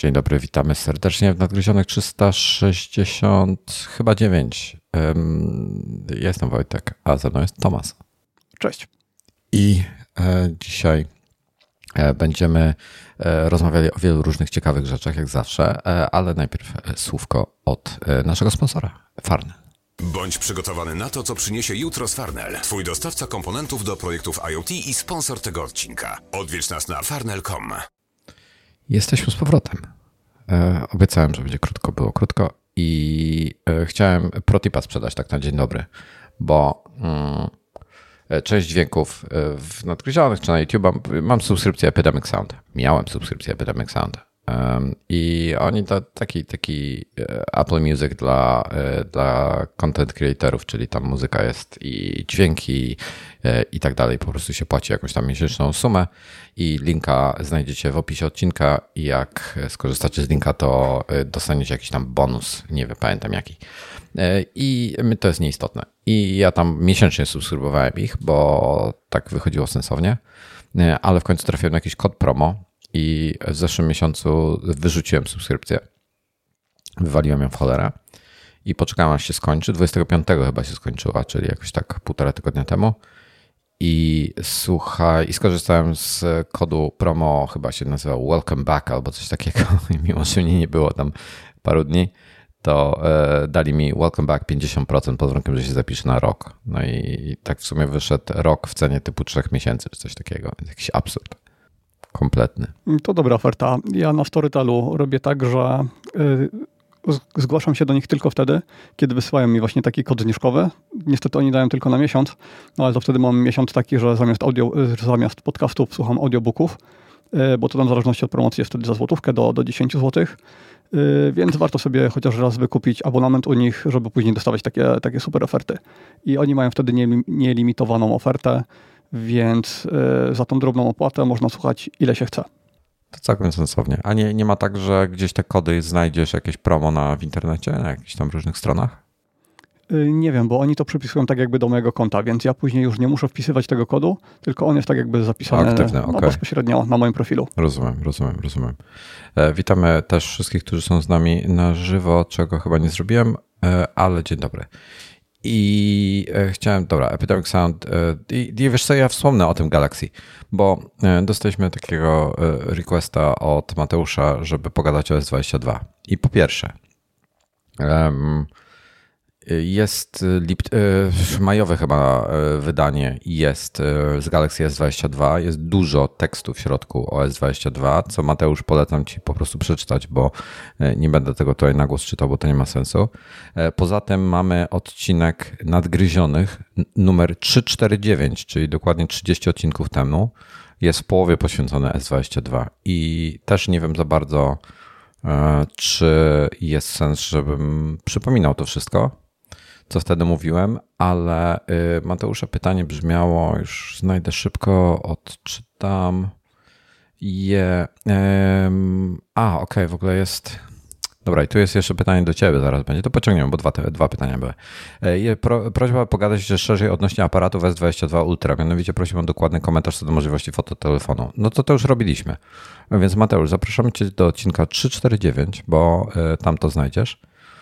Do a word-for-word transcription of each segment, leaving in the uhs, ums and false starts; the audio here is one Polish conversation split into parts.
Dzień dobry, witamy serdecznie w Nadgryzionych trzysta sześćdziesiąt, chyba dziewięć. Ja jestem Wojtek, a ze mną jest Tomasz. Cześć. I dzisiaj będziemy rozmawiali o wielu różnych ciekawych rzeczach, jak zawsze, ale najpierw słówko od naszego sponsora, Farnell. Bądź przygotowany na to, co przyniesie jutro z Farnell. Twój dostawca komponentów do projektów IoT i sponsor tego odcinka. Odwiedź nas na farnell kropka com. Jesteśmy z powrotem. E, obiecałem, że będzie krótko, było krótko i e, chciałem protipa sprzedać tak na dzień dobry, bo mm, część dźwięków w Nadgryzionych czy na YouTube mam subskrypcję Epidemic Sound. Miałem subskrypcję Epidemic Sound. Um, I oni to taki, taki Apple Music dla, dla content creatorów, czyli tam muzyka jest i dźwięki i tak dalej. Po prostu się płaci jakąś tam miesięczną sumę i linka znajdziecie w opisie odcinka i jak skorzystacie z linka, to dostaniecie jakiś tam bonus, nie wiem, pamiętam jaki. I to jest nieistotne. I ja tam miesięcznie subskrybowałem ich, bo tak wychodziło sensownie, ale w końcu trafiłem na jakiś kod promo i w zeszłym miesiącu wyrzuciłem subskrypcję. Wywaliłem ją w cholerę i poczekałem, aż się skończy. dwudziestego piątego chyba się skończyła, czyli jakoś tak półtora tygodnia temu. I słuchaj, i skorzystałem z kodu promo, chyba się nazywał Welcome Back albo coś takiego. I mimo, że mnie nie było tam paru dni, to e, dali mi Welcome Back pięćdziesiąt procent pod warunkiem, że się zapiszę na rok. No i, i tak w sumie wyszedł rok w cenie typu trzech miesięcy czy coś takiego. Jakiś absurd. Kompletny. To dobra oferta. Ja na Storytelu robię tak, że y, zgłaszam się do nich tylko wtedy, kiedy wysyłają mi właśnie taki kod zniżkowy. Niestety oni dają tylko na miesiąc, no ale to wtedy mam miesiąc taki, że zamiast, audio, zamiast podcastów słucham audiobooków, y, bo to tam w zależności od promocji jest wtedy za złotówkę do, do dziesięć złotych. Y, więc warto sobie chociaż raz wykupić abonament u nich, żeby później dostawać takie, takie super oferty. I oni mają wtedy nie, nielimitowaną ofertę, więc y, za tą drobną opłatę można słuchać ile się chce. To całkiem sensownie. A nie, nie ma tak, że gdzieś te kody znajdziesz jakieś promo na, w internecie, na jakichś tam różnych stronach? Y, nie wiem, bo oni to przypisują tak jakby do mojego konta, więc ja później już nie muszę wpisywać tego kodu, tylko on jest tak jakby zapisany Aktywny, no, okay. bezpośrednio na moim profilu. Rozumiem, rozumiem, rozumiem. E, witamy też wszystkich, którzy są z nami na żywo, czego chyba nie zrobiłem, e, ale dzień dobry. I chciałem, dobra, Epidemic Sound, i, i wiesz co, ja wspomnę o tym Galaxy, bo dostaliśmy takiego requesta od Mateusza, żeby pogadać o S dwadzieścia dwa. I po pierwsze, um, jest lip, majowe chyba wydanie jest z Galaxy S dwadzieścia dwa, jest dużo tekstu w środku o S dwadzieścia dwa, co Mateusz polecam ci po prostu przeczytać, bo nie będę tego tutaj na głos czytał, bo to nie ma sensu. Poza tym mamy odcinek Nadgryzionych numer trzysta czterdzieści dziewięć, czyli dokładnie trzydzieści odcinków temu, jest w połowie poświęcony S dwadzieścia dwa i też nie wiem za bardzo, czy jest sens, żebym przypominał to wszystko, co wtedy mówiłem, ale Mateusza pytanie brzmiało, już znajdę szybko, odczytam je. A, okej, okay, w ogóle jest... Dobra, i tu jest jeszcze pytanie do ciebie, zaraz będzie. To pociągniemy, bo dwa, te, dwa pytania były. Pro, prośba pogadać jeszcze szerzej odnośnie aparatów S dwadzieścia dwa Ultra, mianowicie prosił o dokładny komentarz co do możliwości fototelefonu. No to to już robiliśmy. Więc Mateusz, zapraszamy cię do odcinka trzysta czterdzieści dziewięć, bo tam to znajdziesz.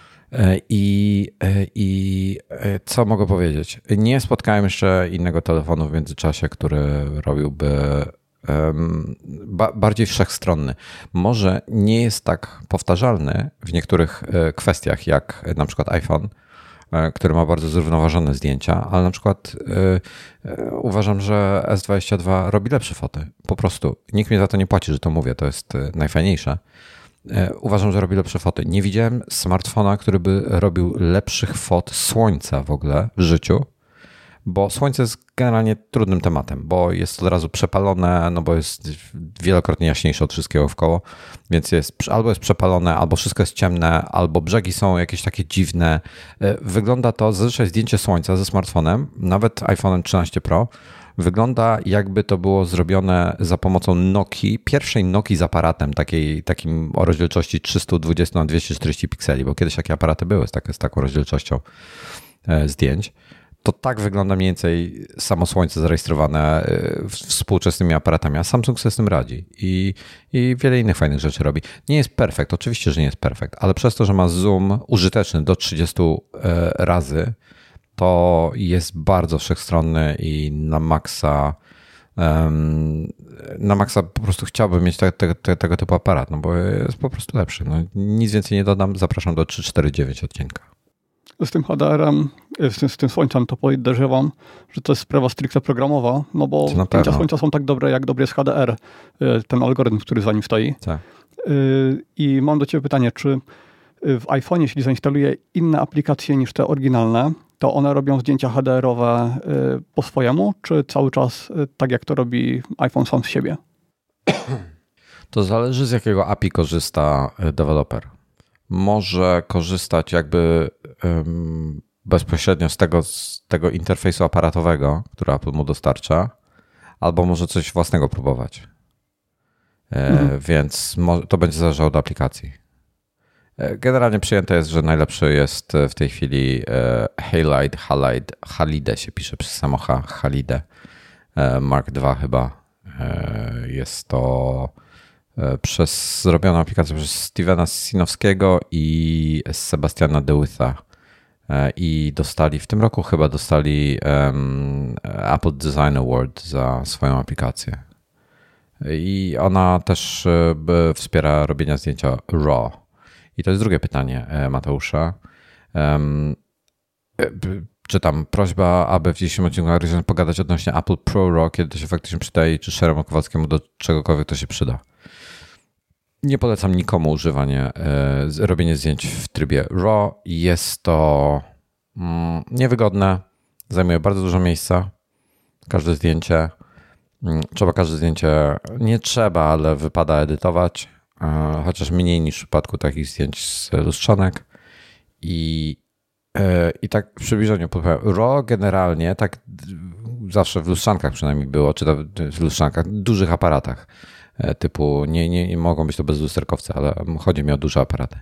I, I co mogę powiedzieć? Nie spotkałem jeszcze innego telefonu w międzyczasie, który robiłby um, ba, bardziej wszechstronny. Może nie jest tak powtarzalny w niektórych kwestiach, jak na przykład iPhone, który ma bardzo zrównoważone zdjęcia, ale na przykład y, y, uważam, że S dwadzieścia dwa robi lepsze foty. Po prostu. Nikt mnie za to nie płaci, że to mówię. To jest najfajniejsze. Uważam, że robi lepsze foty. Nie widziałem smartfona, który by robił lepszych fot słońca w ogóle w życiu, bo słońce jest generalnie trudnym tematem, bo jest od razu przepalone, no bo jest wielokrotnie jaśniejsze od wszystkiego wkoło, więc jest albo jest przepalone, albo wszystko jest ciemne, albo brzegi są jakieś takie dziwne. Wygląda to, zazwyczaj zdjęcie słońca ze smartfonem, nawet iPhone'em trzynaście Pro, wygląda jakby to było zrobione za pomocą Nokii, pierwszej Nokii z aparatem takiej, takim o rozdzielczości trzysta dwadzieścia na dwieście czterdzieści pikseli, bo kiedyś takie aparaty były z, tak, z taką rozdzielczością zdjęć. to tak wygląda mniej więcej samo Słońce zarejestrowane współczesnymi aparatami, a Samsung sobie z tym radzi i, i wiele innych fajnych rzeczy robi. Nie jest perfekt, oczywiście, że nie jest perfekt, ale przez to, że ma zoom użyteczny do trzydziestu razy, to jest bardzo wszechstronny i na maksa um, na maksa po prostu chciałbym mieć te, te, te, tego typu aparat, no bo jest po prostu lepszy. No, nic więcej nie dodam, zapraszam do trzy cztery dziewięć odcinka. Z tym H D R-em, z tym, z tym Słońcem to podejrzewam, że to jest sprawa stricte programowa, no bo zdjęcia Słońca są tak dobre, jak dobry jest H D R, ten algorytm, który za nim stoi. Tak. I mam do ciebie pytanie, czy w iPhone'ie, jeśli zainstaluję inne aplikacje niż te oryginalne, to one robią zdjęcia H D R-owe po swojemu, czy cały czas tak jak to robi iPhone sam z siebie? To zależy, z jakiego A P I korzysta deweloper. Może korzystać jakby um, bezpośrednio z tego, z tego interfejsu aparatowego, który Apple mu dostarcza, albo może coś własnego próbować. Mhm. E, więc mo- to będzie zależało od aplikacji. E, generalnie przyjęte jest, że najlepszy jest w tej chwili e, Halide, Halide, Halide się pisze przez samo H, Halide e, Mark dwa chyba. E, jest to przez zrobioną aplikację przez Stevena Sinowskiego i Sebastiana DeWitha i dostali, w tym roku chyba dostali um, Apple Design Award za swoją aplikację. I ona też wspiera robienia zdjęcia RAW. I to jest drugie pytanie Mateusza. Um, Czytam, prośba, aby w dzisiejszym odcinku pogadać odnośnie Apple Pro RAW, kiedy to się faktycznie przydaje, czy Szeremu Kowalskiemu do czegokolwiek to się przyda. Nie polecam nikomu używanie, e, robienie zdjęć w trybie RAW. Jest to mm, niewygodne, zajmuje bardzo dużo miejsca. Każde zdjęcie, mm, trzeba każde zdjęcie, nie trzeba, ale wypada edytować, e, chociaż mniej niż w przypadku takich zdjęć z lustrzanek. I, e, i tak w przybliżeniu powiem, RAW generalnie, tak zawsze w lustrzankach przynajmniej było, czy to w lustrzankach, dużych aparatach. Typu, nie, nie, nie mogą być to bezlusterkowce, ale chodzi mi o duże aparaty.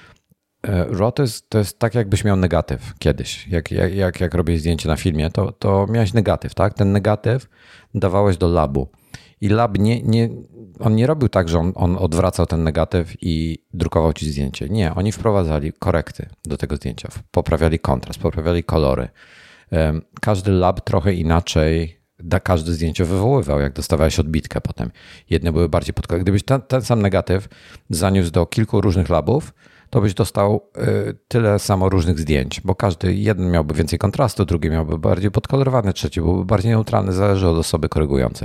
RAW to jest, to jest tak, jakbyś miał negatyw kiedyś. Jak, jak, jak, jak robię zdjęcie na filmie, to, to miałeś negatyw, tak? Ten negatyw dawałeś do labu. I lab nie, nie, on nie robił tak, że on, on odwracał ten negatyw i drukował ci zdjęcie. Nie, oni wprowadzali korekty do tego zdjęcia. Poprawiali kontrast, poprawiali kolory. Każdy lab trochę inaczej da każde zdjęcie wywoływał, jak dostawałeś odbitkę potem. Jedne były bardziej podkolorowane. Gdybyś ten, ten sam negatyw zaniósł do kilku różnych labów, to byś dostał y, tyle samo różnych zdjęć, bo każdy, jeden miałby więcej kontrastu, drugi miałby bardziej podkolorowany, trzeci byłby bardziej neutralny, zależy od osoby korygującej.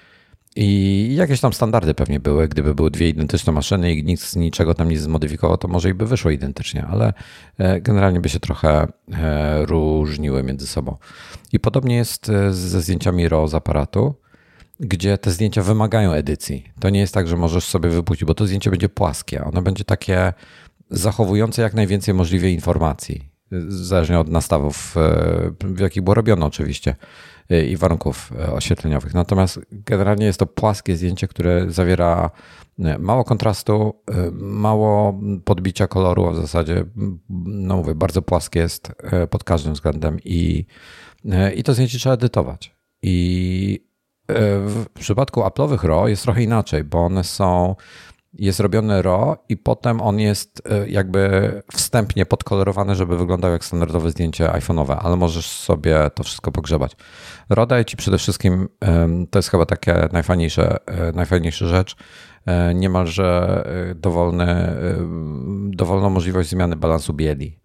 I jakieś tam standardy pewnie były, gdyby były dwie identyczne maszyny i nikt z niczego tam nie zmodyfikował, to może i by wyszło identycznie, ale generalnie by się trochę różniły między sobą. I podobnie jest ze zdjęciami RAW z aparatu, gdzie te zdjęcia wymagają edycji. To nie jest tak, że możesz sobie wypuścić, bo to zdjęcie będzie płaskie. Ono będzie takie zachowujące jak najwięcej możliwie informacji, zależnie od nastawów, w jakich było robione oczywiście, i warunków oświetleniowych. Natomiast generalnie jest to płaskie zdjęcie, które zawiera mało kontrastu, mało podbicia koloru, a w zasadzie, no mówię, bardzo płaskie jest pod każdym względem i, i to zdjęcie trzeba edytować. I w przypadku Apple'owych RAW jest trochę inaczej, bo one są, jest robione RAW i potem on jest jakby wstępnie podkolorowany, żeby wyglądał jak standardowe zdjęcie iPhone'owe, ale możesz sobie to wszystko pogrzebać. RAW daje ci przede wszystkim, to jest chyba takie najfajniejsze, najfajniejsza rzecz, niemalże dowolny, dowolną możliwość zmiany balansu bieli.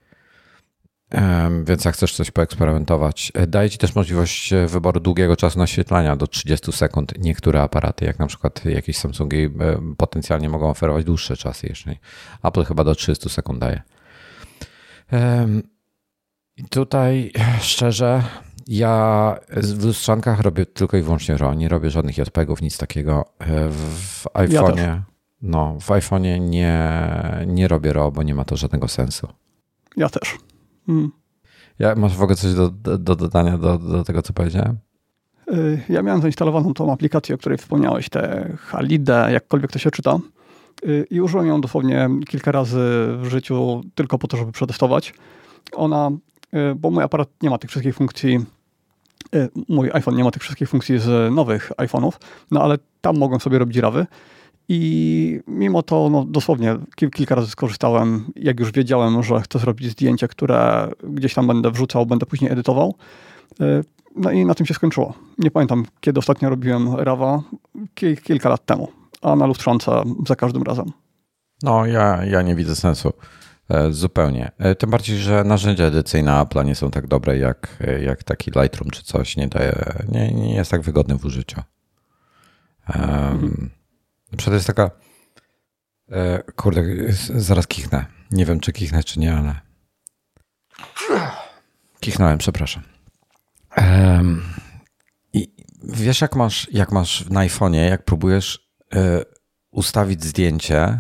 Więc jak chcesz coś poeksperymentować, daje ci też możliwość wyboru długiego czasu naświetlania do trzydziestu sekund. Niektóre aparaty, jak na przykład jakieś Samsungi, potencjalnie mogą oferować dłuższe czasy jeszcze. Apple chyba do trzydziestu sekund daje. Tutaj szczerze, ja w lustrzankach robię tylko i wyłącznie RAW. Nie robię żadnych J P G ów, nic takiego. W iPhone'ie, ja no, w iPhone'ie nie, nie robię RAW, bo nie ma to żadnego sensu. Ja też. Hmm. Ja, masz w ogóle coś do, do, do dodania do, do tego, co powiedziałem? Ja miałem zainstalowaną tą aplikację, o której wspomniałeś, tę Halide, jakkolwiek to się czyta. I użyłem ją dosłownie kilka razy w życiu tylko po to, żeby przetestować. Ona bo mój aparat nie ma tych wszystkich funkcji, mój iPhone nie ma tych wszystkich funkcji z nowych iPhone'ów, no ale tam mogłem sobie robić rawy i mimo to no, dosłownie kil, kilka razy skorzystałem, jak już wiedziałem, że chcę zrobić zdjęcie, które gdzieś tam będę wrzucał, będę później edytował. No i na tym się skończyło. Nie pamiętam, kiedy ostatnio robiłem rawa, kil, kilka lat temu, a na lustrzance za każdym razem. No, ja, ja nie widzę sensu. E, zupełnie. E, tym bardziej, że narzędzia edycyjne Apple nie są tak dobre, jak, jak taki Lightroom czy coś. Nie, daje, nie, nie jest tak wygodny w użyciu. Um, mhm. Na przykład jest taka... E, kurde, zaraz kichnę. Nie wiem, czy kichnę, czy nie, ale... Kichnąłem, przepraszam. Um, I wiesz, jak masz, jak masz na iPhone'ie, jak próbujesz e, ustawić zdjęcie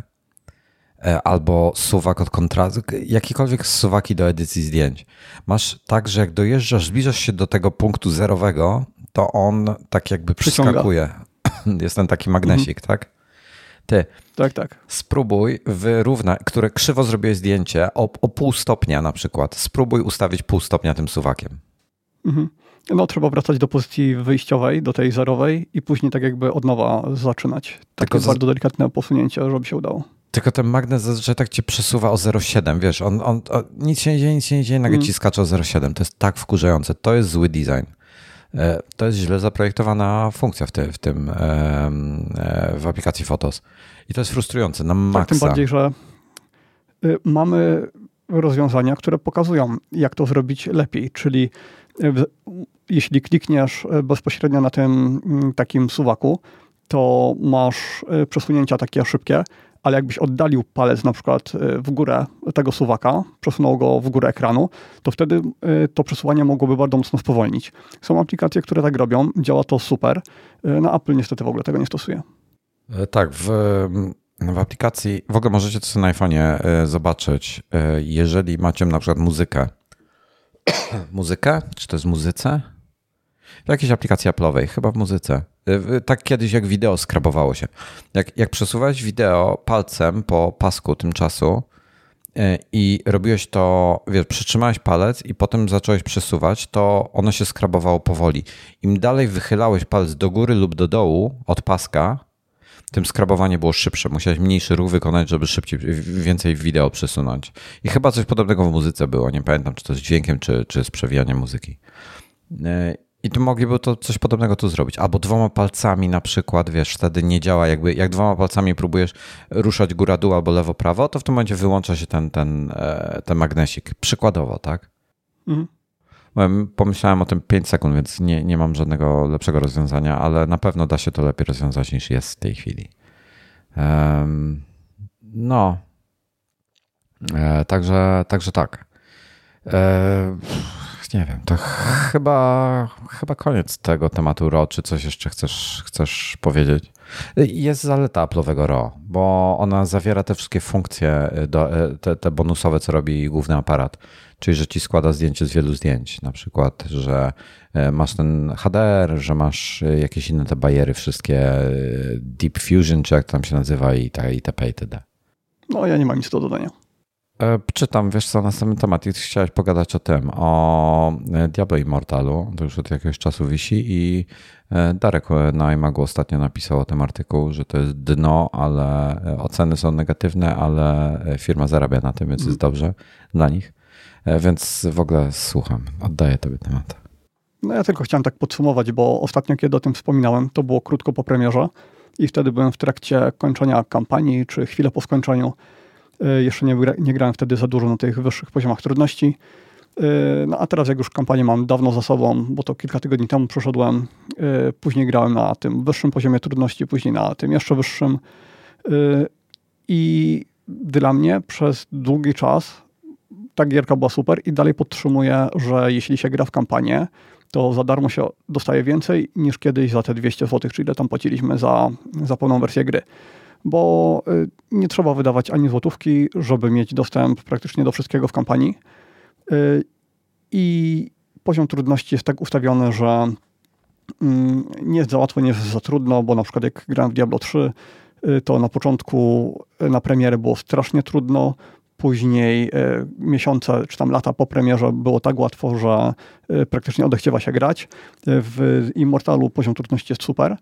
albo suwak od kontrastu, jakiekolwiek suwaki do edycji zdjęć. Masz tak, że jak dojeżdżasz, zbliżasz się do tego punktu zerowego, to on tak jakby przeskakuje. Jest ten taki magnesik, mhm. tak? Ty, tak, tak. Spróbuj wyrównać, które krzywo zrobiłeś zdjęcie o, o pół stopnia na przykład. Spróbuj ustawić pół stopnia tym suwakiem. Mhm. No trzeba wracać do pozycji wyjściowej, do tej zerowej i później tak jakby od nowa zaczynać. Takie z... bardzo delikatne posunięcie, żeby się udało. Tylko ten magnes zazwyczaj tak cię przesuwa o zero przecinek siedem, wiesz, on, on, on, nic się nie dzieje, nic się nie dzieje, nagle mm. ci skacze o zero przecinek siedem. To jest tak wkurzające. To jest zły design. To jest źle zaprojektowana funkcja w, ty, w tym w aplikacji Photos. I to jest frustrujące na maksa. Tak, tym bardziej, że mamy rozwiązania, które pokazują, jak to zrobić lepiej, czyli jeśli klikniesz bezpośrednio na tym takim suwaku, to masz przesunięcia takie szybkie, ale jakbyś oddalił palec na przykład w górę tego suwaka, przesunął go w górę ekranu, to wtedy to przesuwanie mogłoby bardzo mocno spowolnić. Są aplikacje, które tak robią, działa to super. Na Apple niestety w ogóle tego nie stosuje. Tak, w, w aplikacji, w ogóle możecie to sobie na iPhone'ie zobaczyć, jeżeli macie na przykład muzykę. Muzykę? Czy to jest muzyce? W jakiejś aplikacji Apple'owej, chyba w muzyce. Tak kiedyś jak wideo skrabowało się. Jak, jak przesuwałeś wideo palcem po pasku tym czasu i robiłeś to, wiesz, przytrzymałeś palec i potem zacząłeś przesuwać, to ono się skrabowało powoli. Im dalej wychylałeś palec do góry lub do dołu od paska, tym skrabowanie było szybsze. Musiałeś mniejszy ruch wykonać, żeby szybciej, więcej wideo przesunąć. I chyba coś podobnego w muzyce było. Nie pamiętam, czy to z dźwiękiem, czy, czy z przewijaniem muzyki. I tu mogliby to coś podobnego tu zrobić. Albo dwoma palcami na przykład, wiesz, wtedy nie działa jakby, jak dwoma palcami próbujesz ruszać góra-dół albo lewo-prawo, to w tym momencie wyłącza się ten, ten, ten magnesik. Przykładowo, tak? Mhm. Pomyślałem o tym pięć sekund, więc nie, nie mam żadnego lepszego rozwiązania, ale na pewno da się to lepiej rozwiązać niż jest w tej chwili. Um, no. E, także, także tak. E, nie wiem, to chyba, chyba koniec tego tematu R A W. Czy coś jeszcze chcesz, chcesz powiedzieć? Jest zaleta Apple'owego R A W, bo ona zawiera te wszystkie funkcje, do, te, te bonusowe, co robi główny aparat. Czyli, że ci składa zdjęcie z wielu zdjęć. Na przykład, że masz ten H D R, że masz jakieś inne te bariery, wszystkie Deep Fusion, czy jak tam się nazywa, i itp. itd. No, ja nie mam nic do dodania. Czytam, wiesz co, następny temat. I chciałeś pogadać o tym, o Diablo Immortalu. To już od jakiegoś czasu wisi i Darek na iMagu ostatnio napisał o tym artykuł, że to jest dno, ale oceny są negatywne, ale firma zarabia na tym, więc mm. jest dobrze dla nich. Więc w ogóle słucham, oddaję tobie temat. No ja tylko chciałem tak podsumować, bo ostatnio, kiedy o tym wspominałem, to było krótko po premierze i wtedy byłem w trakcie kończenia kampanii, czy chwilę po skończeniu. Jeszcze nie, nie grałem wtedy za dużo na tych wyższych poziomach trudności. No a teraz jak już kampanię mam dawno za sobą, bo to kilka tygodni temu przeszedłem, później grałem na tym wyższym poziomie trudności, później na tym jeszcze wyższym. I dla mnie przez długi czas ta gierka była super i dalej podtrzymuję, że jeśli się gra w kampanię, to za darmo się dostaje więcej niż kiedyś za te dwieście złotych, czyli ile tam płaciliśmy za, za pełną wersję gry. Bo nie trzeba wydawać ani złotówki, żeby mieć dostęp praktycznie do wszystkiego w kampanii. I poziom trudności jest tak ustawiony, że nie jest za łatwo, nie jest za trudno, bo na przykład jak grałem w Diablo trzy, to na początku na premierę było strasznie trudno, później miesiące czy tam lata po premierze było tak łatwo, że praktycznie odechciewa się grać. W Immortalu poziom trudności jest super.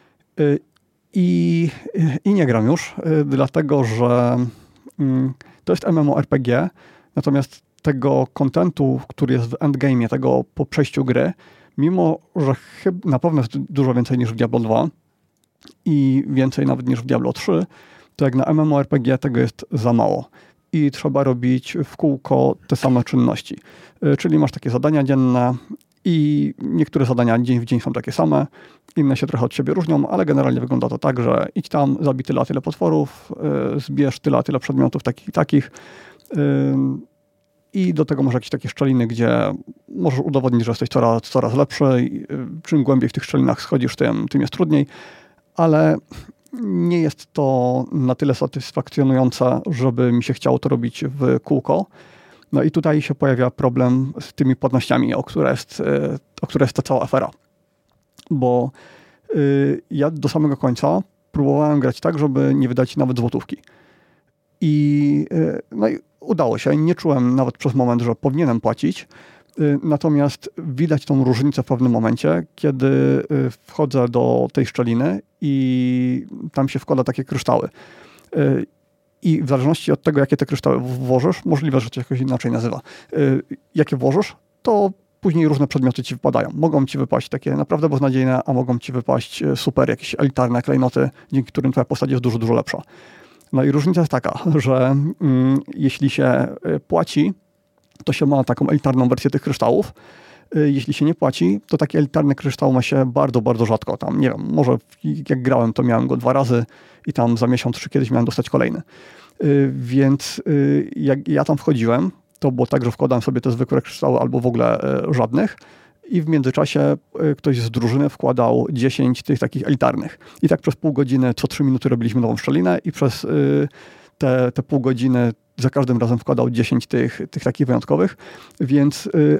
I, i nie gram już, dlatego że to jest MMORPG, natomiast tego kontentu, który jest w endgame'ie, tego po przejściu gry, mimo że chyba na pewno jest dużo więcej niż w Diablo dwa i więcej nawet niż w Diablo trzy, to jak na MMORPG tego jest za mało. I trzeba robić w kółko te same czynności. Czyli masz takie zadania dzienne i niektóre zadania dzień w dzień są takie same, inne się trochę od siebie różnią, ale generalnie wygląda to tak, że idź tam, zabij tyle a tyle potworów, zbierz tyle a tyle przedmiotów takich i takich i do tego masz jakieś takie szczeliny, gdzie możesz udowodnić, że jesteś coraz, coraz lepszy. Czym głębiej w tych szczelinach schodzisz, tym, tym jest trudniej, ale nie jest to na tyle satysfakcjonujące, żeby mi się chciało to robić w kółko. No i tutaj się pojawia problem z tymi płatnościami, o które jest, o które jest ta cała afera. Bo y, ja do samego końca próbowałem grać tak, żeby nie wydać nawet złotówki. I, y, no i udało się. Nie czułem nawet przez moment, że powinienem płacić. Y, natomiast widać tą różnicę w pewnym momencie, kiedy y, wchodzę do tej szczeliny i tam się wkłada takie kryształy. Y, I w zależności od tego, jakie te kryształy włożysz, możliwe, że to się jakoś inaczej nazywa, yy, jakie włożysz, to później różne przedmioty ci wypadają. Mogą ci wypaść takie naprawdę beznadziejne, a mogą ci wypaść super jakieś elitarne klejnoty, dzięki którym twoja postać jest dużo, dużo lepsza. No i różnica jest taka, że yy, jeśli się płaci, to się ma taką elitarną wersję tych kryształów. Yy, jeśli się nie płaci, to taki elitarny kryształ ma się bardzo, bardzo rzadko. Tam, nie wiem, może jak grałem, to miałem go dwa razy i tam za miesiąc czy kiedyś miałem dostać kolejny. Yy, więc yy, jak ja tam wchodziłem, to było tak, że wkładałem sobie te zwykłe kryształy albo w ogóle yy, żadnych i w międzyczasie yy, ktoś z drużyny wkładał dziesięć tych takich elitarnych. I tak przez pół godziny, co trzy minuty robiliśmy nową szczelinę i przez yy, te, te pół godziny za każdym razem wkładał dziesięć tych, tych takich wyjątkowych, więc yy,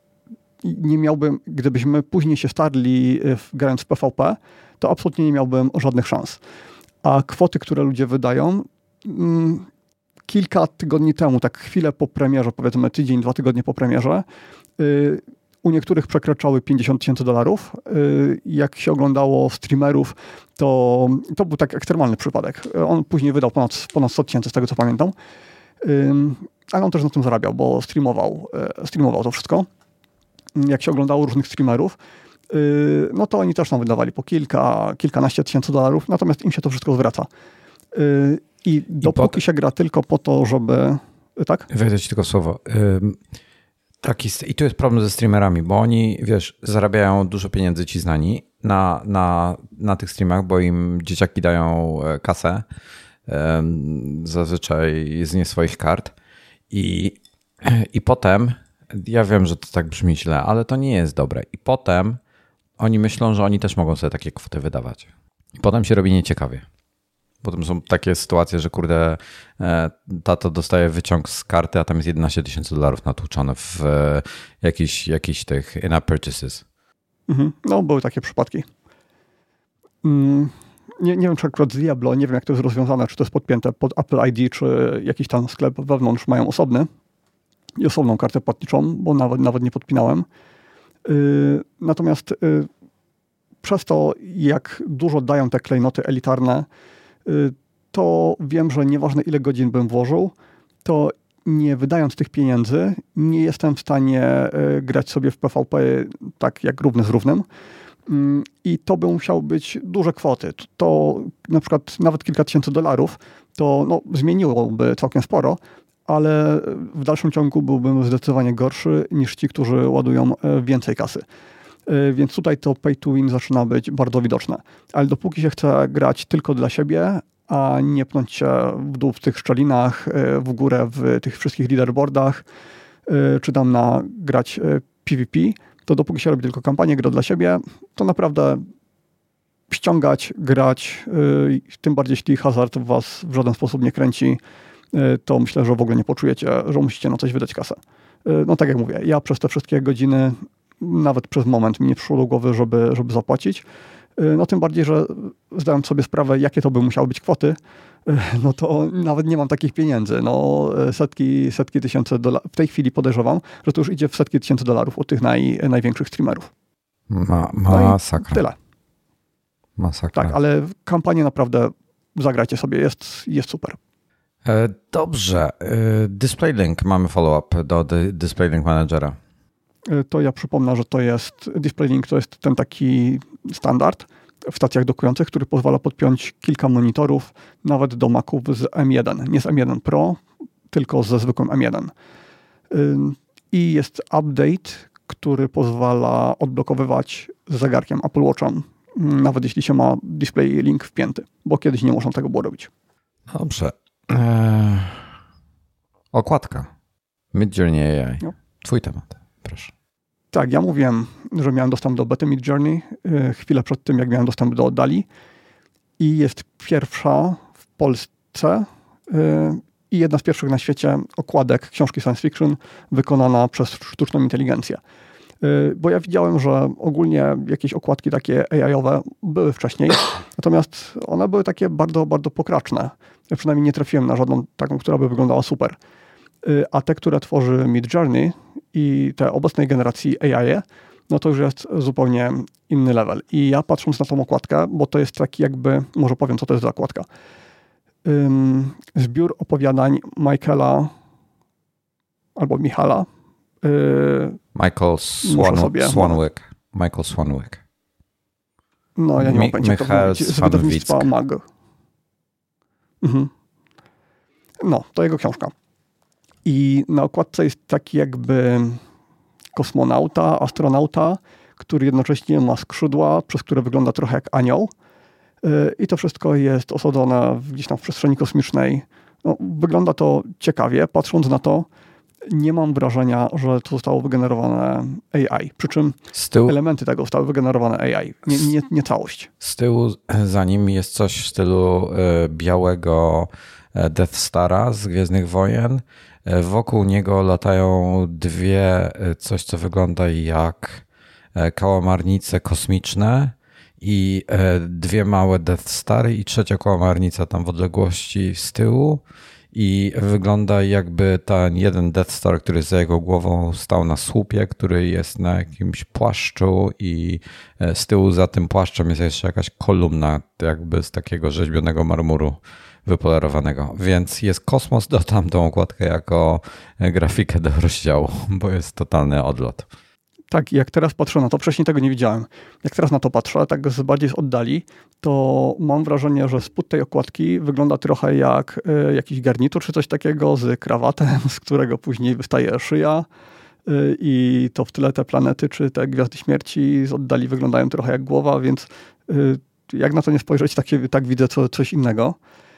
nie miałbym, gdybyśmy później się starli w, grając w P V P, to absolutnie nie miałbym żadnych szans. A kwoty, które ludzie wydają, mm, kilka tygodni temu, tak chwilę po premierze, powiedzmy tydzień, dwa tygodnie po premierze, yy, u niektórych przekraczały pięćdziesiąt tysięcy dolarów. Yy, jak się oglądało streamerów, to to był tak ekstremalny przypadek. On później wydał ponad, ponad sto tysięcy, z tego co pamiętam. Yy, ale on też na tym zarabiał, bo streamował, yy, streamował to wszystko. Jak się oglądało różnych streamerów, yy, no to oni też tam wydawali po kilka, kilkanaście tysięcy dolarów, natomiast im się to wszystko zwraca. Yy, I dopóki I po... się gra tylko po to, żeby... Tak? Wejdę ci tylko słowo. Yy, taki, I tu jest problem ze streamerami, bo oni, wiesz, zarabiają dużo pieniędzy ci znani na, na, na tych streamach, bo im dzieciaki dają kasę, yy, zazwyczaj z nie swoich kart. I, i potem... Ja wiem, że to tak brzmi źle, ale to nie jest dobre. I potem oni myślą, że oni też mogą sobie takie kwoty wydawać. I potem się robi nieciekawie. Potem są takie sytuacje, że kurde, tato dostaje wyciąg z karty, a tam jest jedenaście tysięcy dolarów natłuczone w jakichś jakich tych in-app purchases. Mhm. No, były takie przypadki. Mm, nie, nie wiem, czy akurat z Diablo, nie wiem, jak to jest rozwiązane, czy to jest podpięte pod Apple I D, czy jakiś tam sklep wewnątrz mają osobny. I osobną kartę płatniczą, bo nawet, nawet nie podpinałem. Yy, natomiast yy, przez to, jak dużo dają te klejnoty elitarne, yy, to wiem, że nieważne ile godzin bym włożył, to nie wydając tych pieniędzy, nie jestem w stanie yy, grać sobie w P V P tak jak równy z równym. Yy, I to by musiały być duże kwoty. To, to na przykład nawet kilka tysięcy dolarów, to no, zmieniłoby całkiem sporo, ale w dalszym ciągu byłbym zdecydowanie gorszy niż ci, którzy ładują więcej kasy. Więc tutaj to pay to win zaczyna być bardzo widoczne. Ale dopóki się chce grać tylko dla siebie, a nie pnąć się w dół w tych szczelinach, w górę w tych wszystkich leaderboardach, czy tam na grać P V P, to dopóki się robi tylko kampanię, gra dla siebie, to naprawdę ściągać, grać, tym bardziej jeśli hazard was w żaden sposób nie kręci, to myślę, że w ogóle nie poczujecie, że musicie na coś wydać kasę. No tak jak mówię, ja przez te wszystkie godziny, nawet przez moment mi nie przyszło do głowy, żeby, żeby zapłacić. No tym bardziej, że zdałem sobie sprawę, jakie to by musiały być kwoty, no to nawet nie mam takich pieniędzy. No setki, setki tysięcy dolarów. W tej chwili podejrzewam, że to już idzie w setki tysięcy dolarów od tych naj, największych streamerów. Ma, masakra. No tyle. Masakra. Tak, ale kampanię naprawdę zagrajcie sobie, jest, jest super. Dobrze. DisplayLink, mamy follow-up do DisplayLink Managera. To ja przypomnę, że to jest DisplayLink, to jest ten taki standard w stacjach dokujących, który pozwala podpiąć kilka monitorów, nawet do Maców z M jeden. Nie z M jeden Pro, tylko ze zwykłym M jeden. I jest update, który pozwala odblokowywać z zegarkiem Apple Watchem, nawet jeśli się ma DisplayLink wpięty, bo kiedyś nie można tego było robić. Dobrze. Eee, okładka. Midjourney A I. No. Twój temat, proszę. Tak, ja mówiłem, że miałem dostęp do bety Midjourney yy, chwilę przed tym, jak miałem dostęp do DALL-E i jest pierwsza w Polsce yy, i jedna z pierwszych na świecie okładek książki science fiction wykonana przez sztuczną inteligencję. Yy, bo ja widziałem, że ogólnie jakieś okładki takie A I-owe były wcześniej, natomiast one były takie bardzo, bardzo pokraczne. Ja przynajmniej nie trafiłem na żadną taką, która by wyglądała super. A te, które tworzy Midjourney i te obecnej generacji A I, no to już jest zupełnie inny level. I ja patrząc na tą okładkę, bo to jest taki jakby, może powiem, co to jest za okładka. Um, zbiór opowiadań Michaela albo Michala. Yy, Michael Swan, Swanwick. Michael Swanwick. No, ja nie mam pojęcia, kto z wydawnictwa Mag. Mhm. No, to jego książka. I na okładce jest taki jakby kosmonauta, astronauta, który jednocześnie ma skrzydła, przez które wygląda trochę jak anioł. I to wszystko jest osadzone gdzieś tam w przestrzeni kosmicznej. No, wygląda to ciekawie. Patrząc na to, nie mam wrażenia, że to zostało wygenerowane A I. Przy czym tyłu, elementy tego zostały wygenerowane A I, nie, nie, nie całość. Z tyłu za nim jest coś w stylu y, białego Death Stara z Gwiezdnych Wojen. Wokół niego latają dwie, coś co wygląda jak kałamarnice kosmiczne i dwie małe Death Stary i trzecia kałamarnica tam w odległości z tyłu i wygląda jakby ten jeden Death Star, który za jego głową stał na słupie, który jest na jakimś płaszczu i z tyłu za tym płaszczem jest jeszcze jakaś kolumna jakby z takiego rzeźbionego marmuru wypolerowanego, więc jest kosmos, dodam tą okładkę jako grafikę do rozdziału, bo jest totalny odlot. Tak, jak teraz patrzę na to, wcześniej tego nie widziałem, jak teraz na to patrzę, tak z bardziej z oddali, to mam wrażenie, że spód tej okładki wygląda trochę jak y, jakiś garnitur czy coś takiego z krawatem, z którego później wystaje szyja y, i to w tyle te planety czy te Gwiazdy Śmierci z oddali wyglądają trochę jak głowa, więc y, jak na to nie spojrzeć, tak, tak widzę co, coś innego.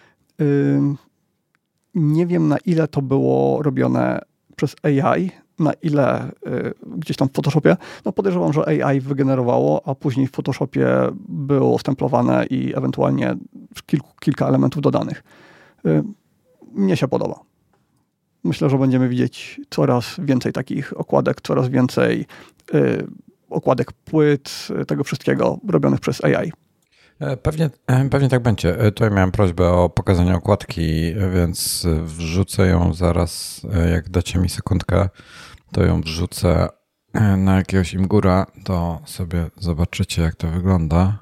Nie wiem, na ile to było robione przez A I, na ile y, gdzieś tam w Photoshopie. No podejrzewam, że A I wygenerowało, a później w Photoshopie było stemplowane i ewentualnie kilku, kilka elementów dodanych. Y, mnie się podoba. Myślę, że będziemy widzieć coraz więcej takich okładek, coraz więcej y, okładek płyt, tego wszystkiego robionych przez A I. Pewnie, pewnie tak będzie. Tutaj miałem prośbę o pokazanie okładki, więc wrzucę ją zaraz, jak dacie mi sekundkę, to ją wrzucę na jakiegoś Imgura, to sobie zobaczycie, jak to wygląda.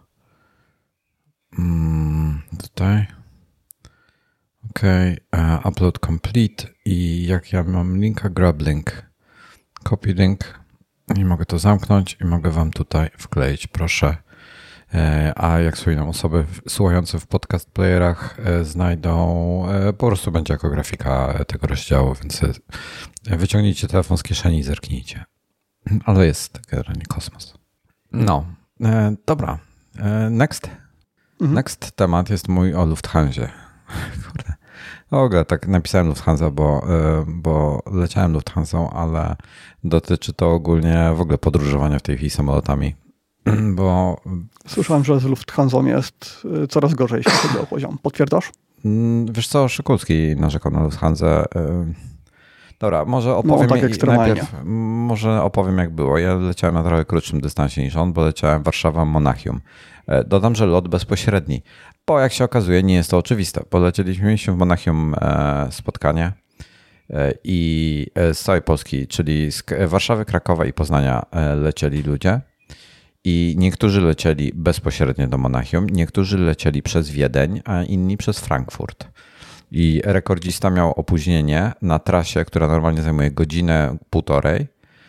Hmm, tutaj. OK, uh, upload complete i jak ja mam linka, grab link, copy link i mogę to zamknąć i mogę wam tutaj wkleić, proszę. A jak słuchają osoby słuchające w podcast playerach znajdą, po prostu będzie jako grafika tego rozdziału, więc wyciągnijcie telefon z kieszeni i zerknijcie. Ale jest generalnie kosmos. No, dobra. Next. Mhm. Next temat jest mój o Lufthansie. Kurde. W ogóle tak napisałem Lufthansa, bo, bo leciałem Lufthansą, ale dotyczy to ogólnie w ogóle podróżowania w tej chwili samolotami. Bo słyszałem, że z Lufthansą jest coraz gorzej, jeśli chodzi o poziom. Potwierdzasz? Wiesz co, Szykulski narzekał na Lufthansę. Dobra, może opowiem, no, tak ekstremalnie. najpierw, może opowiem jak było. Ja leciałem na trochę krótszym dystansie niż on, bo leciałem Warszawa-Monachium. Dodam, że lot bezpośredni, bo jak się okazuje nie jest to oczywiste. Polecieliśmy, mieliśmy w Monachium spotkanie i z całej Polski, czyli z Warszawy, Krakowa i Poznania lecieli ludzie i niektórzy lecieli bezpośrednio do Monachium, niektórzy lecieli przez Wiedeń, a inni przez Frankfurt. I rekordzista miał opóźnienie na trasie, która normalnie zajmuje godzinę, półtorej.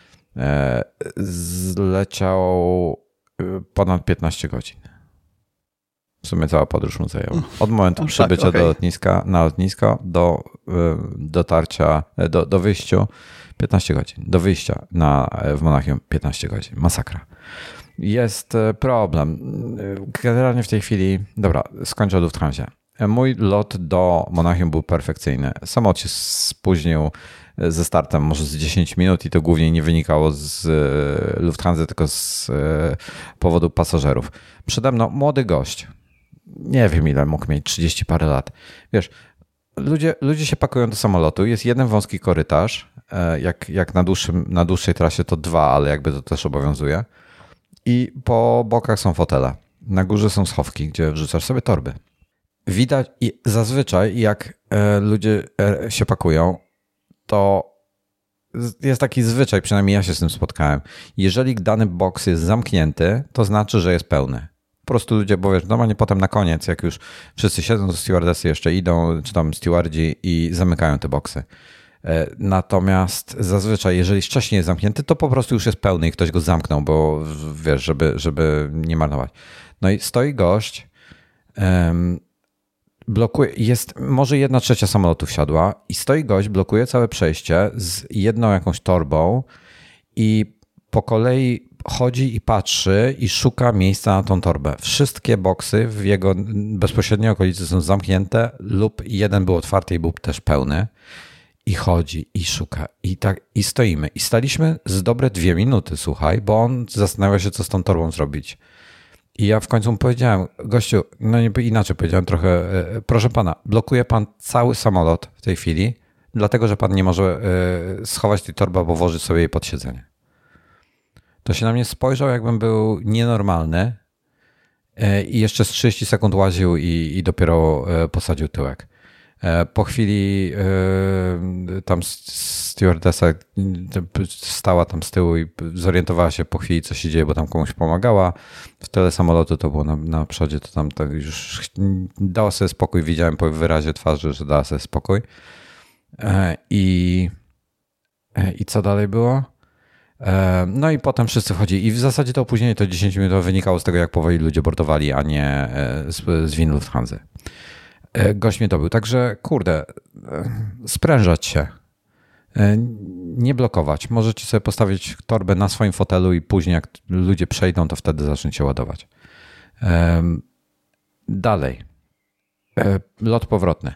Zleciał ponad piętnaście godzin. W sumie cała podróż mu zajęła. Od momentu przybycia tak, okay. do lotniska, na lotnisko do dotarcia, do, do wyjściu piętnaście godzin. Do wyjścia na, w Monachium piętnaście godzin. Masakra. Jest problem. Generalnie w tej chwili, dobra, skończę o Lufthansie. Mój lot do Monachium był perfekcyjny. Samolot się spóźnił ze startem może z dziesięć minut i to głównie nie wynikało z Lufthansa, tylko z powodu pasażerów. Przede mną młody gość. Nie wiem ile mógł mieć, trzydzieści parę lat. Wiesz, ludzie, ludzie się pakują do samolotu, jest jeden wąski korytarz, jak, jak na, dłuższym, na dłuższej trasie to dwa, ale jakby to też obowiązuje. I po bokach są fotele. Na górze są schowki, gdzie wrzucasz sobie torby. Widać i zazwyczaj jak ludzie się pakują, to jest taki zwyczaj, przynajmniej ja się z tym spotkałem. Jeżeli dany boks jest zamknięty, to znaczy, że jest pełny. Po prostu ludzie, bo wiesz, normalnie potem na koniec, jak już wszyscy siedzą, to stewardessy jeszcze idą, czy tam stewardzi i zamykają te boksy. Natomiast zazwyczaj, jeżeli wcześniej jest zamknięty, to po prostu już jest pełny i ktoś go zamknął, bo wiesz, żeby, żeby nie marnować. No i stoi gość, um, blokuje, jest, może jedna trzecia samolotu wsiadła i stoi gość, blokuje całe przejście z jedną jakąś torbą i po kolei chodzi i patrzy i szuka miejsca na tą torbę. Wszystkie boksy w jego bezpośredniej okolicy są zamknięte lub jeden był otwarty i był też pełny. I chodzi, i szuka, i tak, i stoimy. I staliśmy z dobre dwie minuty, słuchaj, bo on zastanawia się, co z tą torbą zrobić. I ja w końcu mu powiedziałem, gościu, no nie inaczej powiedziałem trochę, proszę pana, blokuje pan cały samolot w tej chwili, dlatego, że pan nie może schować tej torby, bo włożyć sobie jej pod siedzenie. To się na mnie spojrzał, jakbym był nienormalny i jeszcze z trzydzieści sekund łaził i, i dopiero posadził tyłek. Po chwili tam stewardessa stała tam z tyłu i zorientowała się po chwili, co się dzieje, bo tam komuś pomagała. W tyle samolotu to było na, na przodzie, to tam tak już dała sobie spokój. Widziałem po wyrazie twarzy, że dała sobie spokój. I, i co dalej było? No i potem wszyscy wchodzili. I w zasadzie to opóźnienie to dziesięć minut wynikało z tego, jak powoli ludzie bordowali, a nie z, z win Lufthansa. Gość mnie dobył. Także kurde, sprężać się. Nie blokować. Możecie sobie postawić torbę na swoim fotelu i później jak ludzie przejdą, to wtedy zaczniecie ładować. Dalej. Lot powrotny.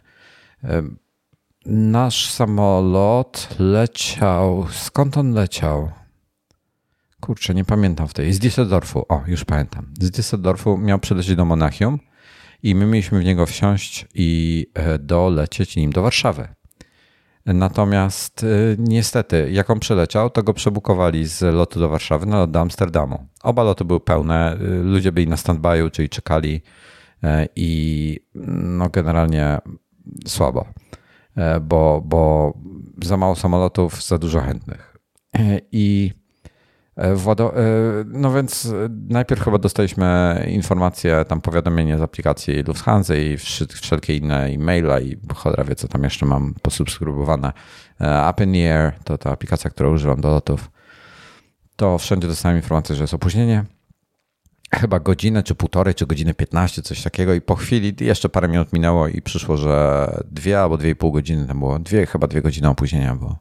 Nasz samolot leciał... Skąd on leciał? Kurczę, nie pamiętam w tej. Z Düsseldorfu. O, już pamiętam. Z Düsseldorfu miał przylecieć do Monachium i my mieliśmy w niego wsiąść i dolecieć nim do Warszawy. Natomiast niestety, jak on przyleciał, to go przebukowali z lotu do Warszawy na lot do Amsterdamu. Oba loty były pełne, ludzie byli na stand-by'u, czyli czekali i no generalnie słabo, bo, bo za mało samolotów, za dużo chętnych. I Włado, no więc najpierw chyba dostaliśmy informacje, tam powiadomienie z aplikacji Lufthansa i wszelkie inne e-maile i cholera wie, co tam jeszcze mam posubskrybowane. Up in the Air to ta aplikacja, którą używam do lotów. To wszędzie dostałem informację, że jest opóźnienie. Chyba godzinę, czy półtorej, czy godzinę piętnaście, coś takiego i po chwili jeszcze parę minut minęło i przyszło, że dwie albo dwie i pół godziny tam było. Dwie, chyba dwie godziny opóźnienia było.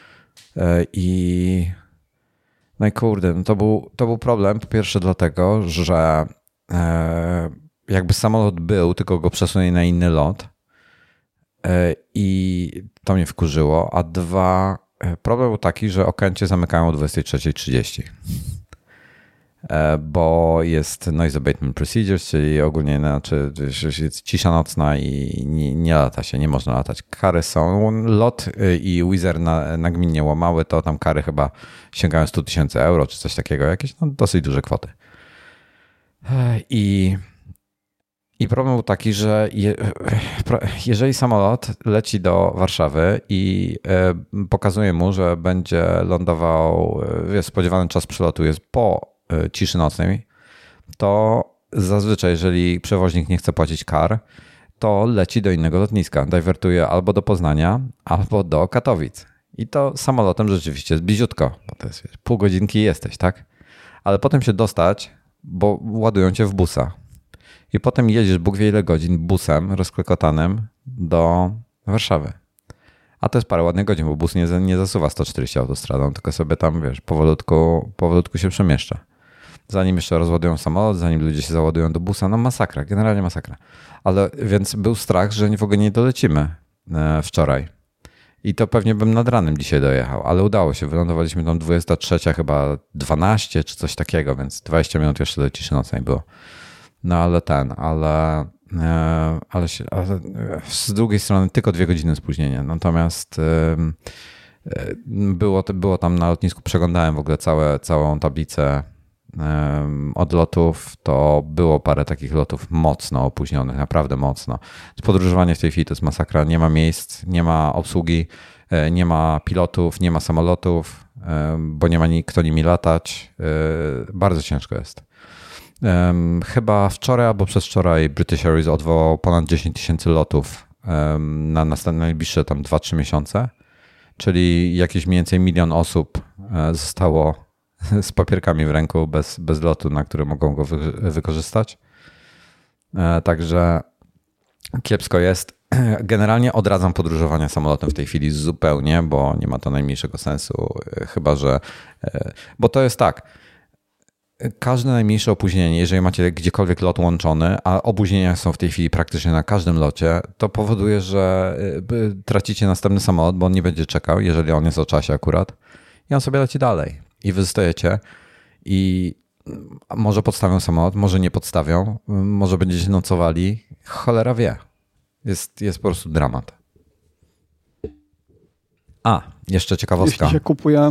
I... No i kurde, no to, był, to był problem po pierwsze dlatego, że e, jakby samolot był, tylko go przesunęli na inny lot e, i to mnie wkurzyło, a dwa, problem był taki, że Okęcie zamykają o dwudziestej trzeciej trzydzieści. bo jest noise abatement procedures, czyli ogólnie znaczy, jest cisza nocna i nie, nie lata się, nie można latać. Kary są, Lot i Wizz Air na, nagminnie łamały, to tam kary chyba sięgają sto tysięcy euro czy coś takiego, jakieś no, dosyć duże kwoty. I, i problem był taki, że je, jeżeli samolot leci do Warszawy i pokazuje mu, że będzie lądował, jest spodziewany czas przylotu jest po ciszy nocnej, to zazwyczaj, jeżeli przewoźnik nie chce płacić kar, to leci do innego lotniska. Dywertuje albo do Poznania, albo do Katowic. I to samolotem rzeczywiście jest bliziutko, bo to jest wiesz, pół godzinki jesteś, tak? Ale potem się dostać, bo ładują cię w busa. I potem jedziesz Bóg wie ile godzin busem rozklekotanym do Warszawy. A to jest parę ładnych godzin, bo bus nie, nie zasuwa sto czterdzieści autostradą, tylko sobie tam, wiesz, powolutku, powolutku się przemieszcza. Zanim jeszcze rozładują samolot, zanim ludzie się załadują do busa, no masakra, generalnie masakra. Ale więc był strach, że w ogóle nie dolecimy wczoraj. I to pewnie bym nad ranem dzisiaj dojechał, ale udało się. Wylądowaliśmy tam dwudziesta trzecia chyba dwanaście czy coś takiego, więc dwadzieścia minut jeszcze do ciszy nocnej było. No ale ten, ale, ale, się, ale z drugiej strony tylko dwie godziny spóźnienia. Natomiast było, było tam na lotnisku, przeglądałem w ogóle całe, całą tablicę odlotów, to było parę takich lotów mocno opóźnionych, naprawdę mocno. Podróżowanie w tej chwili to jest masakra, nie ma miejsc, nie ma obsługi, nie ma pilotów, nie ma samolotów, bo nie ma kto nimi latać. Bardzo ciężko jest. Chyba wczoraj albo przedwczoraj British Airways odwołał ponad dziesięć tysięcy lotów na następne najbliższe tam dwa trzy miesiące, czyli jakieś mniej więcej milion osób zostało z papierkami w ręku, bez, bez lotu, na który mogą go wy, wykorzystać. Także kiepsko jest. Generalnie odradzam podróżowania samolotem w tej chwili zupełnie, bo nie ma to najmniejszego sensu, chyba że... Bo to jest tak, każde najmniejsze opóźnienie, jeżeli macie gdziekolwiek lot łączony, a opóźnienia są w tej chwili praktycznie na każdym locie, to powoduje, że tracicie następny samolot, bo on nie będzie czekał, jeżeli on jest o czasie akurat i on sobie leci dalej. I wy zostajecie i może podstawią samolot, może nie podstawią, może będziecie nocowali. Cholera wie. Jest, jest po prostu dramat. A, jeszcze ciekawostka. Jeśli się kupuje...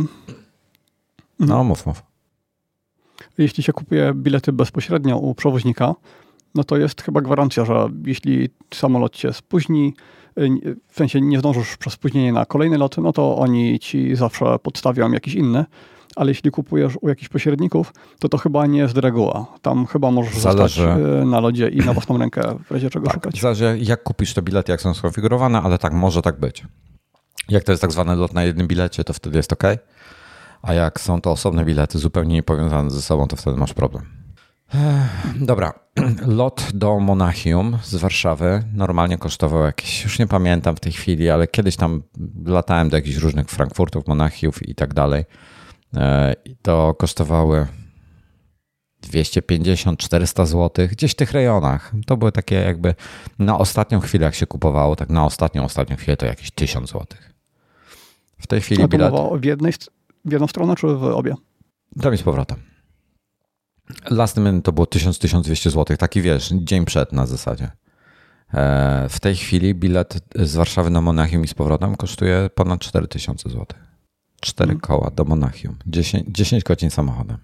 No, mów, mów. Jeśli się kupuje bilety bezpośrednio u przewoźnika, no to jest chyba gwarancja, że jeśli samolot się spóźni, w sensie nie zdążysz przez spóźnienie na kolejny lot, no to oni ci zawsze podstawią jakiś inny. Ale jeśli kupujesz u jakichś pośredników, to to chyba nie jest reguła. Tam chyba możesz Zależy. zostać na lodzie i na własną rękę w razie czego tak, szukać. Zależy jak kupisz te bilety, jak są skonfigurowane, ale tak, może tak być. Jak to jest tak zwany lot na jednym bilecie, to wtedy jest ok. A jak są to osobne bilety zupełnie niepowiązane ze sobą, to wtedy masz problem. Dobra, lot do Monachium z Warszawy normalnie kosztował jakieś, już nie pamiętam w tej chwili, ale kiedyś tam latałem do jakichś różnych Frankfurtów, Monachiów i tak dalej. I to kosztowały dwieście pięćdziesiąt do czterystu złotych, gdzieś w tych rejonach. To były takie jakby na ostatnią chwilę, jak się kupowało, tak na ostatnią, ostatnią chwilę to jakieś tysiąc złotych. W tej chwili A to bilet... mowa w, jednej, w jedną stronę, czy w obie? Tam i z powrotem. Last minute to było tysiąc do tysiąca dwieście złotych, taki wiesz, dzień przed na zasadzie. W tej chwili bilet z Warszawy do Monachium i z powrotem kosztuje ponad cztery tysiące złotych. Cztery hmm. koła do Monachium. dziesięć, dziesięć godzin samochodem.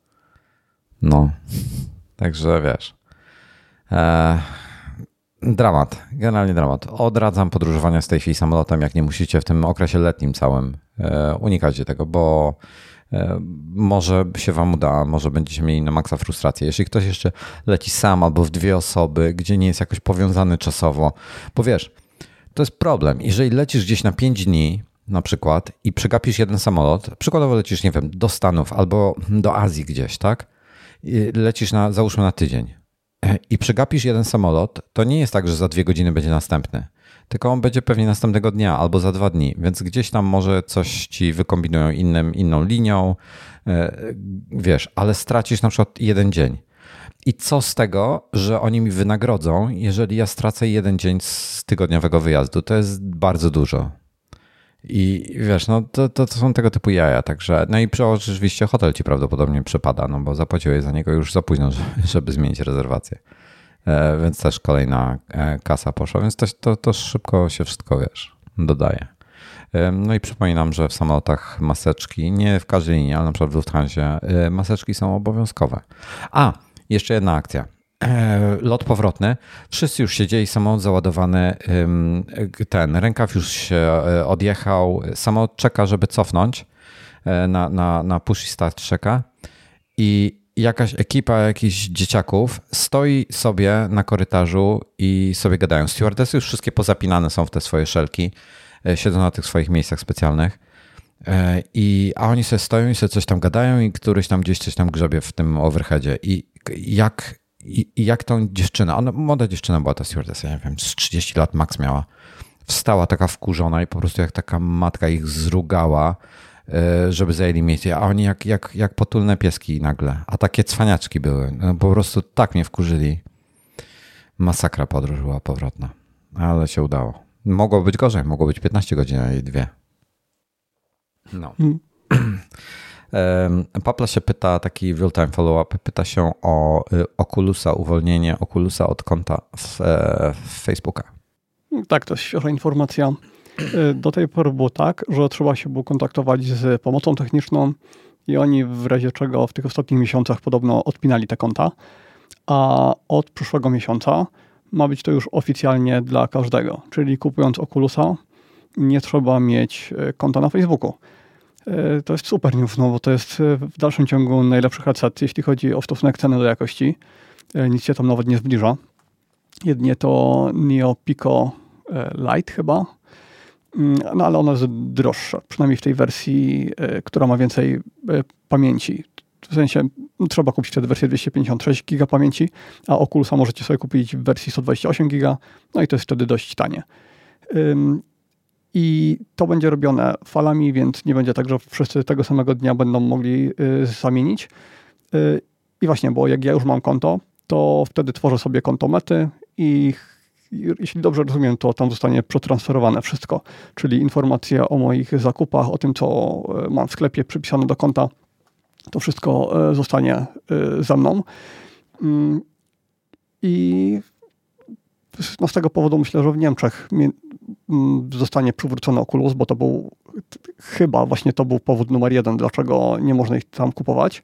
No. Także wiesz. E, dramat. Generalnie dramat. Odradzam podróżowania z tej chwili samolotem, jak nie musicie w tym okresie letnim całym. E, unikajcie tego, bo e, może się wam uda, może będziecie mieli na maksa frustrację. Jeśli ktoś jeszcze leci sam albo w dwie osoby, gdzie nie jest jakoś powiązany czasowo, bo wiesz, to jest problem. Jeżeli lecisz gdzieś na pięć dni, na przykład, i przegapisz jeden samolot, przykładowo lecisz, nie wiem, do Stanów albo do Azji gdzieś, tak? I lecisz na, załóżmy na tydzień i przegapisz jeden samolot, to nie jest tak, że za dwie godziny będzie następny, tylko on będzie pewnie następnego dnia albo za dwa dni, więc gdzieś tam może coś ci wykombinują innym, inną linią, wiesz, ale stracisz na przykład jeden dzień. I co z tego, że oni mi wynagrodzą, jeżeli ja stracę jeden dzień z tygodniowego wyjazdu? To jest bardzo dużo. I wiesz, no to, to, to są tego typu jaja, także no i przy oczywiście hotel ci prawdopodobnie przepada, no bo zapłaciłeś za niego już za późno, żeby, żeby zmienić rezerwację. E, więc też kolejna kasa poszła, więc to, to, to szybko się wszystko, wiesz, dodaje. E, no i przypominam, że w samolotach maseczki, nie w każdej linii, ale na przykład w Lufthansie, e, maseczki są obowiązkowe. A, jeszcze jedna akcja. Lot powrotny. Wszyscy już siedzieli, samolot załadowany, ten rękaw już się odjechał, samolot czeka, żeby cofnąć na, na, na push i start czeka i jakaś ekipa jakichś dzieciaków stoi sobie na korytarzu i sobie gadają. Stewardessy już wszystkie pozapinane są w te swoje szelki, siedzą na tych swoich miejscach specjalnych. I, a oni sobie stoją i sobie coś tam gadają i któryś tam gdzieś coś tam grzebie w tym overheadzie. I jak I, I jak tą dziewczyna, ona młoda dziewczyna była ta stewardessa, nie wiem, z trzydzieści lat max miała, wstała taka wkurzona i po prostu jak taka matka ich zrugała, żeby zajęli miejsce, a oni jak, jak, jak potulne pieski nagle, a takie cwaniaczki były, no po prostu tak mnie wkurzyli. Masakra podróż była powrotna, ale się udało. Mogło być gorzej, mogło być piętnaście godzin, a nie dwie. No. Hmm. Papla się pyta, taki real-time follow-up, pyta się o Oculusa, uwolnienie Oculusa od konta w, w Facebooka. Tak, to jest świeża informacja. Do tej pory było tak, że trzeba się było kontaktować z pomocą techniczną i oni w razie czego w tych ostatnich miesiącach podobno odpinali te konta, a od przyszłego miesiąca ma być to już oficjalnie dla każdego, czyli kupując Oculusa nie trzeba mieć konta na Facebooku. To jest super news, no bo to jest w dalszym ciągu najlepszy headset, jeśli chodzi o stosunek ceny do jakości. Nic się tam nawet nie zbliża. Jedynie to Neo Pico Lite chyba, no ale ono jest droższe, przynajmniej w tej wersji, która ma więcej pamięci. W sensie trzeba kupić wtedy wersję dwieście pięćdziesiąt sześć giga pamięci, a Oculusa możecie sobie kupić w wersji sto dwadzieścia osiem giga, no i to jest wtedy dość tanie. I to będzie robione falami, więc nie będzie tak, że wszyscy tego samego dnia będą mogli y, zamienić. Y, I właśnie, bo jak ja już mam konto, to wtedy tworzę sobie konto Mety i, i jeśli dobrze rozumiem, to tam zostanie przetransferowane wszystko, czyli informacje o moich zakupach, o tym, co mam w sklepie przypisane do konta, to wszystko y, zostanie y, ze mną. Y, I no z tego powodu myślę, że w Niemczech zostanie przywrócony Oculus, bo to był chyba właśnie to był powód numer jeden, dlaczego nie można ich tam kupować.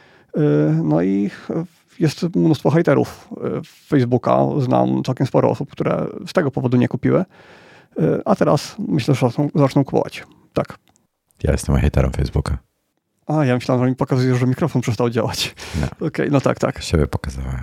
No i jest mnóstwo hejterów Facebooka. Znam całkiem sporo osób, które z tego powodu nie kupiły, a teraz myślę, że zaczną, zaczną kupować. Tak. Ja jestem hejterem Facebooka. A, ja myślałem, że mi pokazujesz, że mikrofon przestał działać. No. Okej, okay, no tak, tak. Siebie pokazywałem.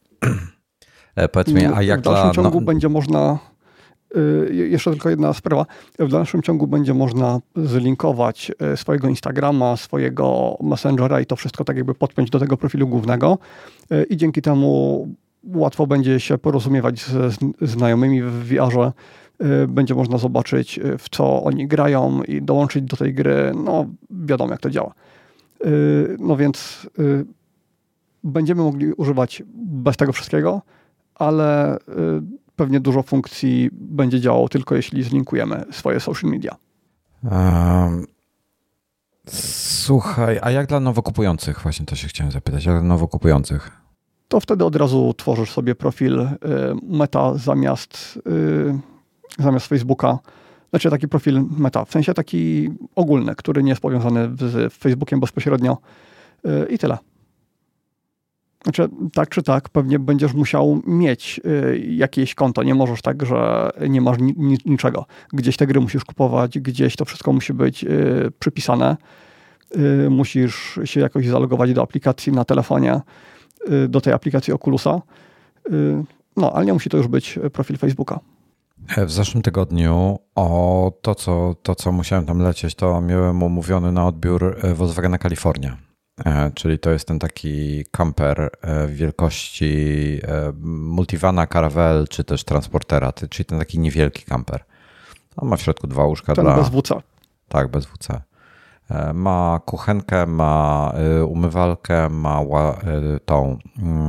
Powiedz mi, a jak w dalszym dla, ciągu no... będzie można, y, jeszcze tylko jedna sprawa, w dalszym ciągu będzie można zlinkować swojego Instagrama, swojego Messengera i to wszystko tak jakby podpiąć do tego profilu głównego y, i dzięki temu łatwo będzie się porozumiewać ze znajomymi w V R-ze, y, będzie można zobaczyć, w co oni grają i dołączyć do tej gry, no wiadomo jak to działa. Y, no więc y, będziemy mogli używać bez tego wszystkiego, ale y, pewnie dużo funkcji będzie działało tylko jeśli zlinkujemy swoje social media. Um, słuchaj, a jak dla nowo kupujących? Właśnie to się chciałem zapytać. Jak dla nowo kupujących? To wtedy od razu tworzysz sobie profil y, Meta zamiast, y, zamiast Facebooka. Znaczy taki profil Meta, w sensie taki ogólny, który nie jest powiązany z Facebookiem bezpośrednio y, i tyle. Znaczy, tak czy tak, pewnie będziesz musiał mieć y, jakieś konto. Nie możesz tak, że nie masz ni- ni- niczego. Gdzieś te gry musisz kupować, gdzieś to wszystko musi być y, przypisane. Y, musisz się jakoś zalogować do aplikacji na telefonie, y, do tej aplikacji Oculusa. Y, no, ale nie musi to już być profil Facebooka. W zeszłym tygodniu o to, co, to, co musiałem tam lecieć, to miałem umówiony na odbiór Volkswagena California. Czyli to jest ten taki camper wielkości multivana, Caravelle, czy też transportera, czyli ten taki niewielki camper. On ma w środku dwa łóżka. Ten dla... bez W C. Tak, bez W C. Ma kuchenkę, ma umywalkę, ma tą...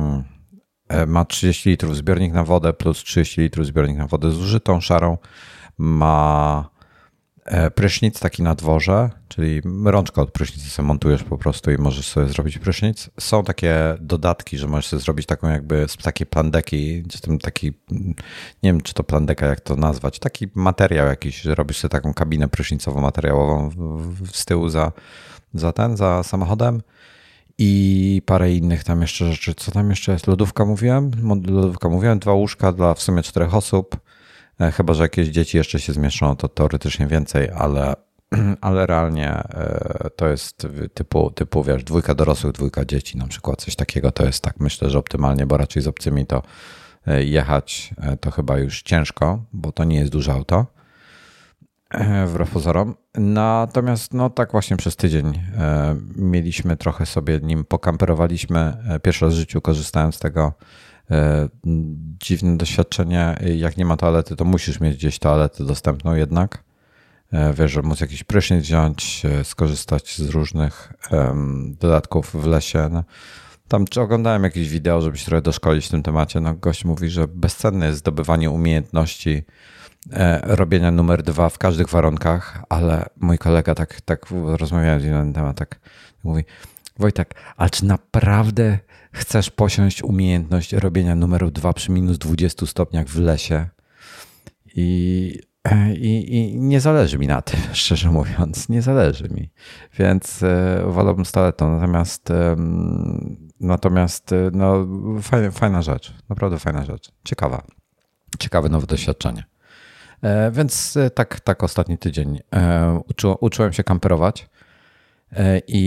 Ma trzydzieści litrów zbiornik na wodę plus trzydzieści litrów zbiornik na wodę zużytą, szarą. Ma prysznic taki na dworze, czyli rączkę od prysznicy sobie montujesz po prostu i możesz sobie zrobić prysznic. Są takie dodatki, że możesz sobie zrobić taką jakby z takiej plandeki, czy tam taki, nie wiem czy to plandeka, jak to nazwać, taki materiał jakiś, że robisz sobie taką kabinę prysznicową materiałową z tyłu za, za ten, za samochodem. I parę innych tam jeszcze rzeczy. Co tam jeszcze jest? Lodówka mówiłem? Lodówka mówiłem, dwa łóżka dla w sumie czterech osób. Chyba że jakieś dzieci jeszcze się zmieszczą, to teoretycznie więcej, ale, ale realnie to jest typu, typu, wiesz, dwójka dorosłych, dwójka dzieci na przykład, coś takiego to jest tak, myślę, że optymalnie, bo raczej z obcymi to jechać to chyba już ciężko, bo to nie jest duże auto, wbrew pozorom. Natomiast no tak właśnie przez tydzień mieliśmy trochę sobie nim pokamperowaliśmy. Pierwszy raz w życiu korzystałem z tego. Dziwne doświadczenie, jak nie ma toalety, to musisz mieć gdzieś toaletę dostępną jednak. Wiesz, że móc jakiś prysznic wziąć, skorzystać z różnych um, dodatków w lesie. No, tam czy oglądałem jakieś wideo, żeby się trochę doszkolić w tym temacie. No, gość mówi, że bezcenne jest zdobywanie umiejętności e, robienia numer dwa w każdych warunkach, ale mój kolega tak, tak rozmawiałem z nim na ten temat, tak, tak mówi: Wojtek, ale czy naprawdę chcesz posiąść umiejętność robienia numeru dwa przy minus dwudziestu stopniach w lesie? I, i, i nie zależy mi na tym, szczerze mówiąc, nie zależy mi. Więc e, wolałbym z toaletą, natomiast e, natomiast no, fajna, fajna rzecz, naprawdę fajna rzecz, ciekawa, ciekawe nowe doświadczenie. E, więc tak, tak ostatni tydzień e, uczy, uczyłem się kamperować. I,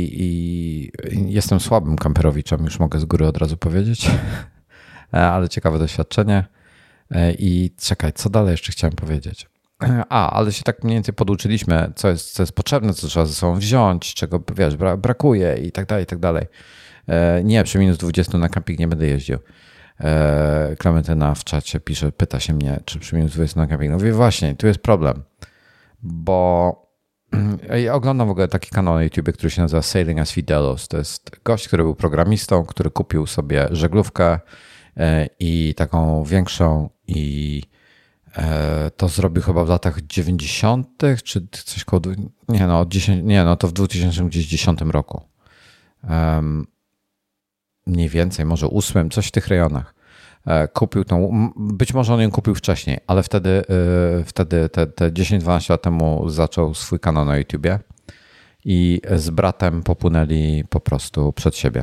I jestem słabym kamperowiczem, już mogę z góry od razu powiedzieć, ale ciekawe doświadczenie. I czekaj, co dalej jeszcze chciałem powiedzieć? A, ale się tak mniej więcej poduczyliśmy, co jest, co jest potrzebne, co trzeba ze sobą wziąć, czego, wiesz, brakuje i tak dalej, i tak dalej. Nie, przy minus dwudziestu na kamping nie będę jeździł. Klementyna w czacie pisze, pyta się mnie, czy przy minus dwudziestu na kamping. No mówię, właśnie, tu jest problem, bo ja oglądam w ogóle taki kanał na YouTube, który się nazywa Sailing as Fidelos. To jest gość, który był programistą, który kupił sobie żeglówkę i taką większą i to zrobił chyba w latach dziewięćdziesiątych czy coś koło, nie no, dziesięć, nie no, to w dwa tysiące dziesiątym roku. Um, mniej więcej, może ósmym, coś w tych rejonach. Kupił tą, być może on ją kupił wcześniej, ale wtedy, wtedy te, te dziesięć dwanaście lat temu zaczął swój kanał na YouTubie i z bratem popłynęli po prostu przed siebie.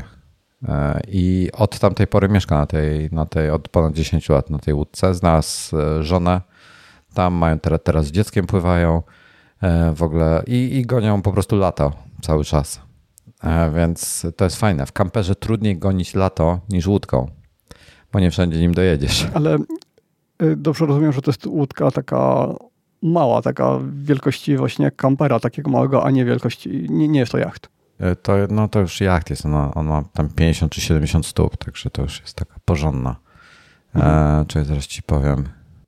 I od tamtej pory mieszka na tej, na tej od ponad dziesięć lat na tej łódce. Znalazł żonę, tam mają teraz, teraz z dzieckiem pływają w ogóle i, i gonią po prostu lato cały czas. Więc to jest fajne. W kamperze trudniej gonić lato niż łódką, bo nie wszędzie nim dojedziesz. Ale dobrze rozumiem, że to jest łódka taka mała, taka wielkości właśnie jak kampera, takiego małego, a nie wielkości, nie, nie jest to jacht. To, no to już jacht jest, on, on ma tam pięćdziesiąt czy siedemdziesiąt stóp, także to już jest taka porządna. Mhm. E, czy zaraz ci powiem.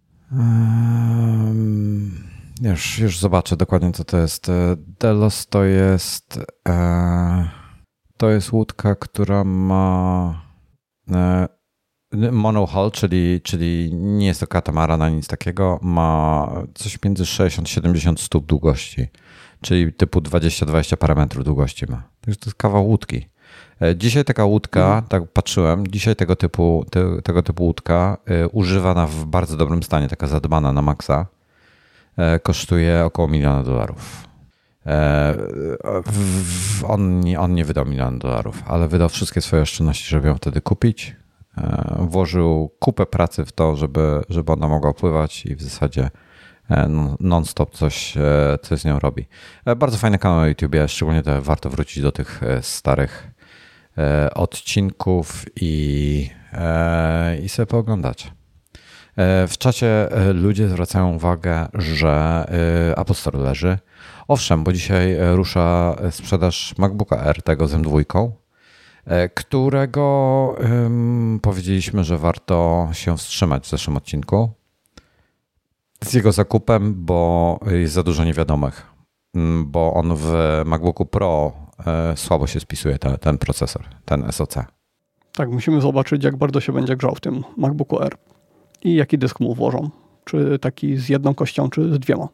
Um, już, już zobaczę dokładnie, co to jest. Delos to jest e, to jest łódka, która ma e, monohull, czyli, czyli nie jest to katamaran ani nic takiego, ma coś między sześćdziesiąt siedemdziesiąt stóp długości, czyli typu dwadzieścia dwadzieścia parę metrów długości ma. Także to jest kawał łódki. Dzisiaj taka łódka, mm. tak patrzyłem, dzisiaj tego typu, te, tego typu łódka y, używana w bardzo dobrym stanie, taka zadbana na maksa, y, kosztuje około miliona dolarów. Y, on, on nie wydał miliona dolarów, ale wydał wszystkie swoje oszczędności, żeby ją wtedy kupić. Włożył kupę pracy w to, żeby, żeby ona mogła pływać i w zasadzie non-stop coś, coś z nią robi. Bardzo fajny kanał na YouTubie, szczególnie to warto wrócić do tych starych odcinków i, i sobie pooglądać. W czacie ludzie zwracają uwagę, że Apple Store leży. Owszem, bo dzisiaj rusza sprzedaż MacBooka Air, tego z M dwa, którego um, powiedzieliśmy, że warto się wstrzymać w zeszłym odcinku z jego zakupem, bo jest za dużo niewiadomych, bo on w MacBooku Pro e, słabo się spisuje te, ten procesor, ten S O C. Tak, musimy zobaczyć, jak bardzo się będzie grzał w tym MacBooku Air i jaki dysk mu włożą. Czy taki z jedną kością, czy z dwiema.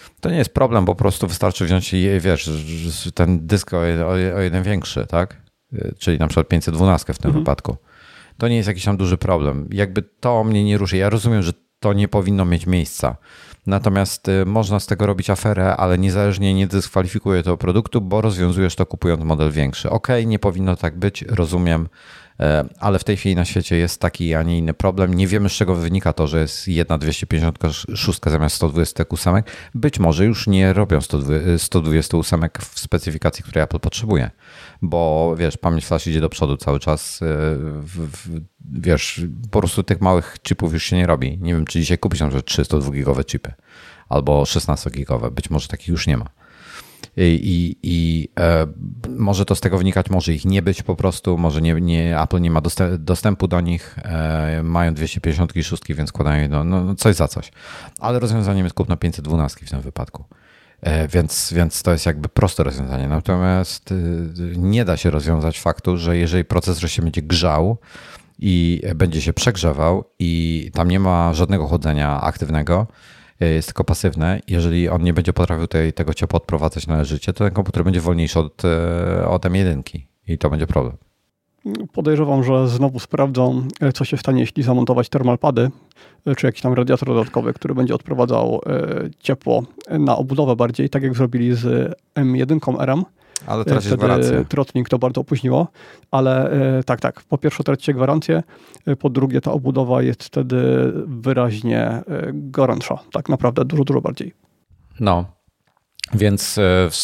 To nie jest problem, bo po prostu wystarczy wziąć i wiesz, ten dysk o, o, o jeden większy, tak? Czyli na przykład pięćset dwanaście w tym mhm. wypadku. To nie jest jakiś tam duży problem. Jakby to mnie nie ruszy. Ja rozumiem, że to nie powinno mieć miejsca. Natomiast y, można z tego robić aferę, ale niezależnie nie dyskwalifikuje tego produktu, bo rozwiązujesz to kupując model większy. Okej, okay, nie powinno tak być, rozumiem, y, ale w tej chwili na świecie jest taki, a nie inny problem. Nie wiemy, z czego wynika to, że jest jedna dwieście pięćdziesiąt sześć zamiast sto dwadzieścia osiem. Być może już nie robią sto dwadzieścia osiem w specyfikacji, której Apple potrzebuje, bo wiesz, pamięć flash idzie do przodu cały czas. Y, w, w, wiesz, po prostu tych małych chipów już się nie robi. Nie wiem, czy dzisiaj kupić na przykład trzysta dwa gigowe chipy albo szesnaście gigowe. Być może takich już nie ma. I, i, i e, może to z tego wynikać, może ich nie być po prostu, może nie, nie, Apple nie ma dostępu do nich, e, mają dwieście pięćdziesiąt sześć, więc składają je do, no, coś za coś. Ale rozwiązaniem jest kupno pięćset dwanaście w tym wypadku. E, więc, więc to jest jakby proste rozwiązanie. Natomiast e, nie da się rozwiązać faktu, że jeżeli procesor się będzie grzał i będzie się przegrzewał i tam nie ma żadnego chłodzenia aktywnego, jest tylko pasywne. Jeżeli on nie będzie potrafił tej, tego ciepła odprowadzać należycie, to ten komputer będzie wolniejszy od, od M jeden i to będzie problem. Podejrzewam, że znowu sprawdzą, co się stanie, jeśli zamontować thermalpady, czy jakiś tam radiator dodatkowy, który będzie odprowadzał ciepło na obudowę bardziej, tak jak zrobili z M jeden R M. Ale tracisz gwarancję. Trotnik to bardzo opóźniło, ale tak, tak. Po pierwsze tracicie gwarancję, po drugie ta obudowa jest wtedy wyraźnie gorętsza. Tak naprawdę dużo, dużo bardziej. No, więc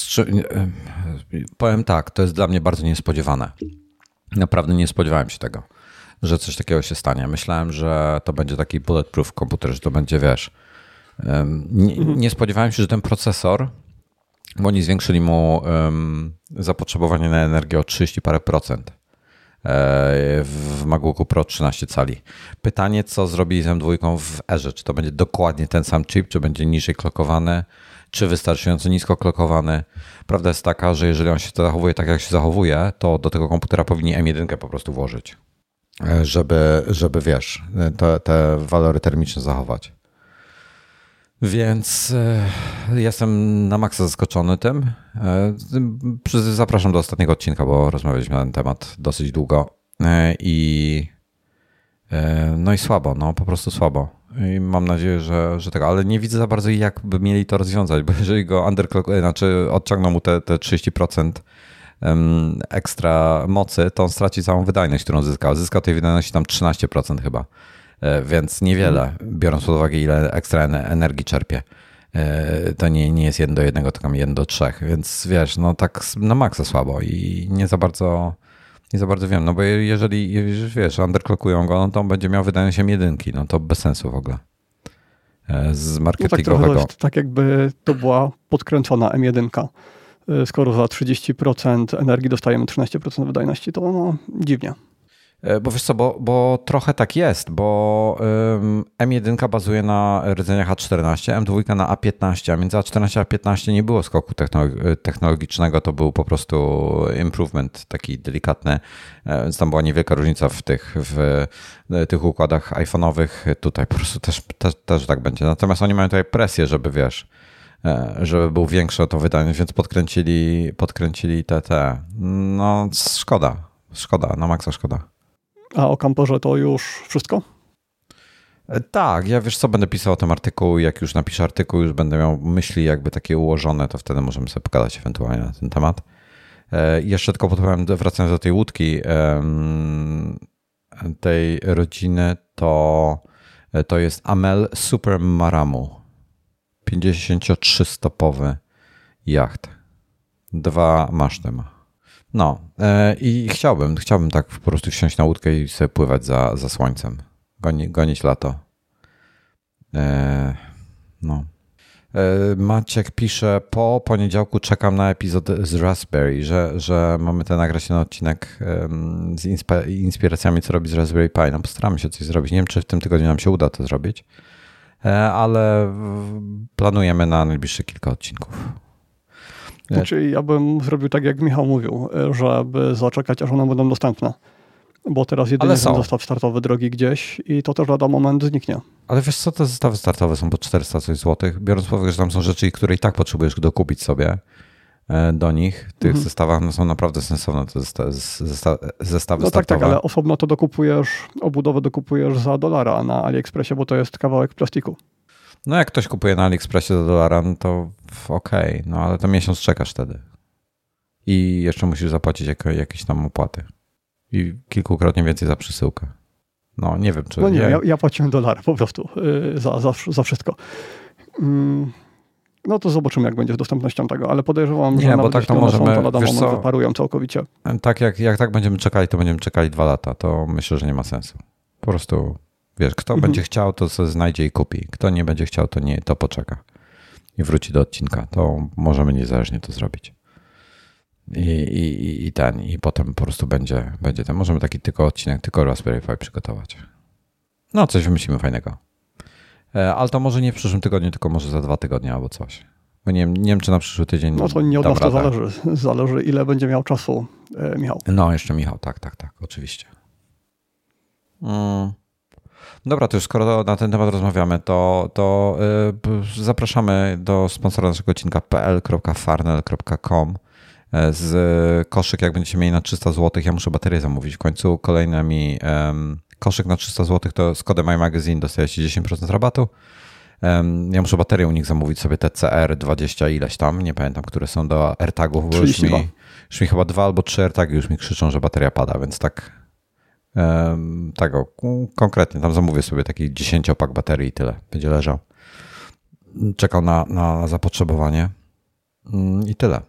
powiem tak, to jest dla mnie bardzo niespodziewane. Naprawdę nie spodziewałem się tego, że coś takiego się stanie. Myślałem, że to będzie taki bulletproof komputer, że to będzie, wiesz, nie, nie spodziewałem się, że ten procesor, bo oni zwiększyli mu um, zapotrzebowanie na energię o trzydzieści parę procent w MacBooku Pro trzynaście cali. Pytanie, co zrobili z M dwa w Airze? Czy to będzie dokładnie ten sam chip, czy będzie niżej klokowany, czy wystarczająco nisko klokowany? Prawda jest taka, że jeżeli on się zachowuje tak, jak się zachowuje, to do tego komputera powinni M jeden po prostu włożyć, żeby, żeby wiesz, te, te walory termiczne zachować. Więc y, jestem na maksa zaskoczony tym. Y, zapraszam do ostatniego odcinka, bo rozmawialiśmy na ten temat dosyć długo. Y, I y, no i słabo, no po prostu słabo. I mam nadzieję, że, że tego, ale nie widzę za bardzo, jak by mieli to rozwiązać, bo jeżeli go underclock, znaczy odciągną mu te, te trzydzieści procent um, ekstra mocy, to on straci całą wydajność, którą zyskał. Zyskał tej wydajności tam trzynaście procent chyba. Więc niewiele, biorąc pod uwagę, ile ekstra energii czerpie. To nie, nie jest jeden do jednego, tylko jeden do trzech, więc wiesz, no tak na maksa słabo i nie za bardzo nie za bardzo wiem, no bo jeżeli, wiesz, underclockują go, no to on będzie miał wydajność M jeden, no to bez sensu w ogóle. Z marketingowego. No tak, to tak jakby to była podkręcona M jeden. Skoro za trzydzieści procent energii dostajemy trzynaście procent wydajności, to no dziwnie. Bo wiesz co, bo, bo trochę tak jest, bo um, M jeden bazuje na rdzeniach A czternaście, M dwa na A piętnaście, a między A czternaście a A piętnaście nie było skoku technologicznego, to był po prostu improvement taki delikatny, więc tam była niewielka różnica w tych, w tych układach iPhone'owych, tutaj po prostu też, też, też tak będzie. Natomiast oni mają tutaj presję, żeby wiesz, żeby był większe to wydanie, więc podkręcili, podkręcili te, te, no szkoda, szkoda, na maksa szkoda. A o kamperze to już wszystko? Tak, ja wiesz co, będę pisał o tym artykuł, jak już napiszę artykuł, już będę miał myśli jakby takie ułożone, to wtedy możemy sobie pogadać ewentualnie na ten temat. E, jeszcze tylko podpowiem, wracając do tej łódki, e, tej rodziny, to, to jest Amel Super Maramu, pięćdziesięciotrzystopowy jacht. Dwa maszty ma. No e, i chciałbym, chciałbym tak po prostu wsiąść na łódkę i sobie pływać za, za słońcem, Goni, gonić lato. E, no. e, Maciek pisze, po poniedziałku czekam na epizod z Raspberry, że, że mamy ten nagrać ten odcinek um, z inspa- inspiracjami, co robić z Raspberry Pi. No postaramy się coś zrobić. Nie wiem, czy w tym tygodniu nam się uda to zrobić, e, ale planujemy na najbliższe kilka odcinków. Znaczy ja bym zrobił tak, jak Michał mówił, żeby zaczekać, aż one będą dostępne. Bo teraz jedynie ten zestaw startowy drogi gdzieś i to też lada moment zniknie. Ale wiesz co, te zestawy startowe są po czterysta coś złotych, biorąc pod uwagę, że tam są rzeczy, które i tak potrzebujesz dokupić sobie do nich. W tych mhm. zestawach no, są naprawdę sensowne te zestawy, zestawy no startowe. Tak, tak, ale osobno to dokupujesz, obudowę dokupujesz za dolara na AliExpressie, bo to jest kawałek plastiku. No jak ktoś kupuje na AliExpressie za dolara, no to okej, okay, no ale to miesiąc czekasz wtedy. I jeszcze musisz zapłacić jak, jakieś tam opłaty. I kilkukrotnie więcej za przesyłkę. No nie wiem, czy... No nie, ja, ja płaciłem dolar po prostu yy, za, za, za wszystko. Yy, no to zobaczymy, jak będzie z dostępnością tego, ale podejrzewam, nie, że bo tak to możemy, są, to lada wiesz moment co, wyparują całkowicie. Tak, jak, jak tak będziemy czekali, to będziemy czekali dwa lata. To myślę, że nie ma sensu. Po prostu, wiesz, kto mhm. będzie chciał, to sobie znajdzie i kupi. Kto nie będzie chciał, to nie, to poczeka. I wróci do odcinka. To możemy niezależnie to zrobić. I, i, i ten, i potem po prostu będzie, będzie ten. Możemy taki tylko odcinek, tylko Raspberry Pi przygotować. No, coś wymyślimy fajnego. Ale to może nie w przyszłym tygodniu, tylko może za dwa tygodnie albo coś. Bo nie, nie wiem, czy na przyszły tydzień... No to nie od nas to zależy. Zależy, ile będzie miał czasu e, Michał. No, jeszcze Michał, tak, tak, tak, oczywiście. Mm. Dobra, to już skoro na ten temat rozmawiamy, to, to yy, zapraszamy do sponsora naszego odcinka p l kropka farnell kropka com z koszyk, jak będziecie mieli na trzysta złotych. Ja muszę baterię zamówić. W końcu kolejny mi um, koszyk na trzysta złotych, to z kodem iMagazine dostajecie dziesięć procent rabatu. Um, ja muszę baterię u nich zamówić sobie T C R dwadzieścia ileś tam, nie pamiętam, które są do AirTagów, bo już mi, już mi chyba dwa albo trzy AirTagi już mi krzyczą, że bateria pada, więc tak um, tego konkretnie tam zamówię sobie taki dziesięciopak baterii i tyle. Będzie leżał. Czekał na, na zapotrzebowanie um, i tyle.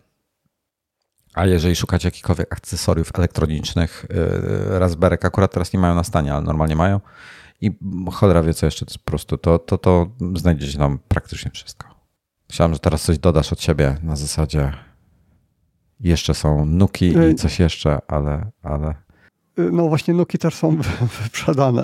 A jeżeli szukacie jakichkolwiek akcesoriów elektronicznych, yy, Raspberry akurat teraz nie mają na stanie, ale normalnie mają i cholera wie co jeszcze, to po prostu to, to, to znajdziecie tam praktycznie wszystko. Myślałem, że teraz coś dodasz od siebie na zasadzie jeszcze są Nuki i coś jeszcze, ale... ale... No właśnie Nuki też są wyprzedane.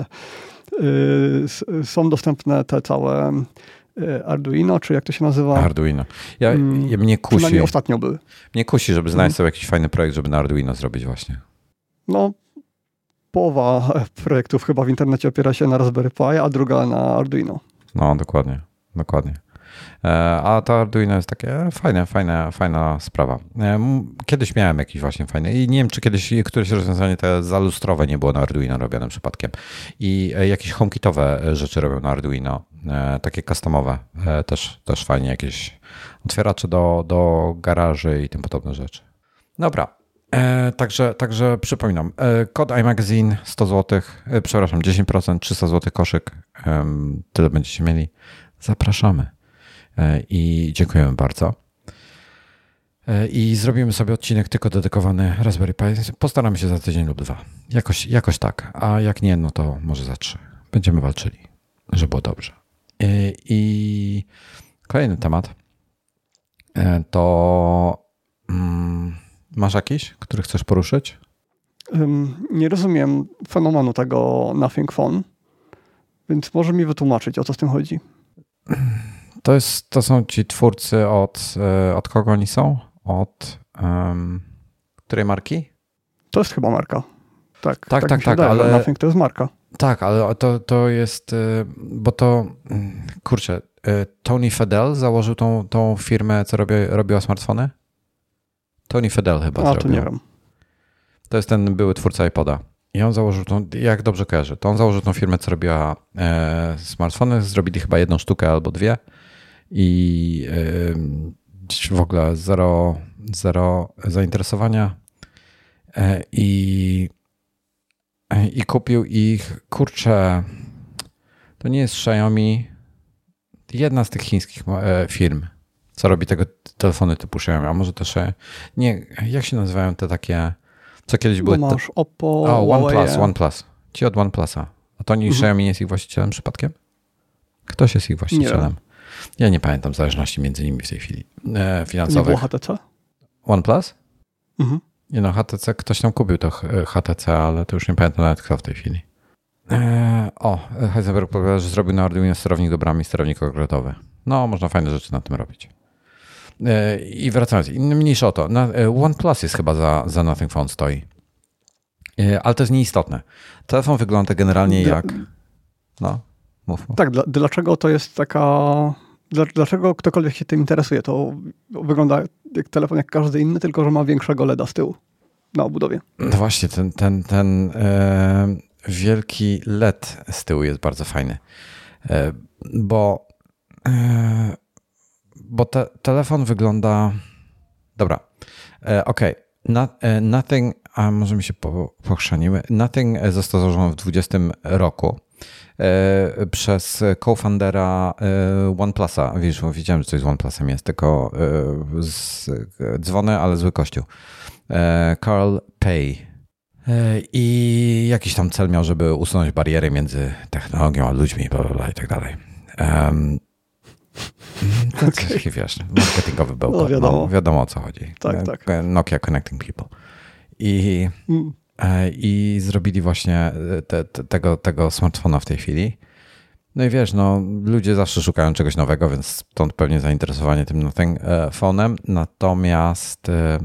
Yy, są dostępne te całe... Arduino, czy jak to się nazywa? Arduino. Ja, ja mnie kusi. Przynajmniej ostatnio były. Mnie kusi, żeby znaleźć hmm. sobie jakiś fajny projekt, żeby na Arduino zrobić właśnie. No, połowa projektów chyba w internecie opiera się na Raspberry Pi, a druga na Arduino. No, dokładnie. Dokładnie. A to Arduino jest takie fajne, fajne, fajna sprawa. Kiedyś miałem jakiś właśnie fajny i nie wiem, czy kiedyś któreś rozwiązanie te zalustrowe nie było na Arduino robione przypadkiem. I jakieś HomeKitowe rzeczy robią na Arduino, takie customowe, też, też fajnie, jakieś otwieracze do, do garaży i tym podobne rzeczy. Dobra, e, także, także przypominam, e, kod iMagazine sto złotych, e, przepraszam, dziesięć procent, trzysta złotych koszyk, e, tyle będziecie mieli. Zapraszamy e, i dziękujemy bardzo. E, I zrobimy sobie odcinek tylko dedykowany Raspberry Pi. Postaramy się za tydzień lub dwa. Jakoś, jakoś tak, a jak nie, no to może za trzy. Będziemy walczyli, żeby było dobrze. E, I kolejny temat e, to mm, masz jakiś, który chcesz poruszyć? Nie rozumiem fenomenu tego Nothing Phone, więc może mi wytłumaczyć, o co z tym chodzi. To, jest, to są ci twórcy od, od kogo oni są? Od um, której marki? To jest chyba marka. Tak, tak, tak, tak, tak wydaje, ale Nothing to jest marka. Tak, ale to, to jest, bo to, kurczę, Tony Fadell założył tą, tą firmę, co robi, robiła smartfony? Tony Fadell chyba A, zrobił. to nie wiem. To jest ten były twórca iPoda. I on założył tą, jak dobrze kojarzę, to on założył tą firmę, co robiła e, smartfony. Zrobili chyba jedną sztukę albo dwie i e, w ogóle zero, zero zainteresowania e, i, e, i kupił ich, kurczę, to nie jest Xiaomi, jedna z tych chińskich e, firm, co robi tego telefony typu Xiaomi, a może też, nie, jak się nazywają te takie, co kiedyś były... No masz Oppo, o, OnePlus, OnePlus. Ci od OnePlusa. A to nie mhm. Xiaomi jest ich właścicielem przypadkiem? Ktoś jest ich właścicielem. Nie ja nie pamiętam zależności między nimi w tej chwili e, finansowych. Nie było H T C? OnePlus? Mhm. Nie no, H T C, ktoś tam kupił to H T C, ale to już nie pamiętam nawet kto w tej chwili. E, o, Heisenberg powiedział, że zrobił na Arduino sterownik do bramy i sterownik ogrodowy. No, można fajne rzeczy na tym robić. I wracając, mniejsza o to, OnePlus jest chyba za, za Nothing Phone stoi. Ale to jest nieistotne. Telefon wygląda generalnie jak... No, mów. mów. Tak, dla, dlaczego to jest taka... Dlaczego ktokolwiek się tym interesuje? To wygląda jak telefon jak każdy inny, tylko że ma większego LEDa z tyłu na obudowie. No właśnie, ten, ten, ten e, wielki L E D z tyłu jest bardzo fajny, e, bo, e, bo te, telefon wygląda... Dobra, e, okej. Okay. No, e, nothing, a może mi się po, pochrzaniły. Nothing został założony w dwudziestym roku. Przez co-foundera OnePlusa. Wiesz, wiedziałem, że coś z OnePlusem jest, tylko z, dzwony, ale zły kościół. Carl Pei. I jakiś tam cel miał, żeby usunąć bariery między technologią a ludźmi, bla, bla, bla i tak dalej. Um, to okay. Coś, wiesz, marketingowy bełkot. No, wiadomo. No, wiadomo, o co chodzi. Tak, tak. Nokia Connecting People. I... Mm. I zrobili właśnie te, te, tego, tego smartfona w tej chwili. No i wiesz, no, ludzie zawsze szukają czegoś nowego, więc stąd pewnie zainteresowanie tym Nothing phone'em. Natomiast e,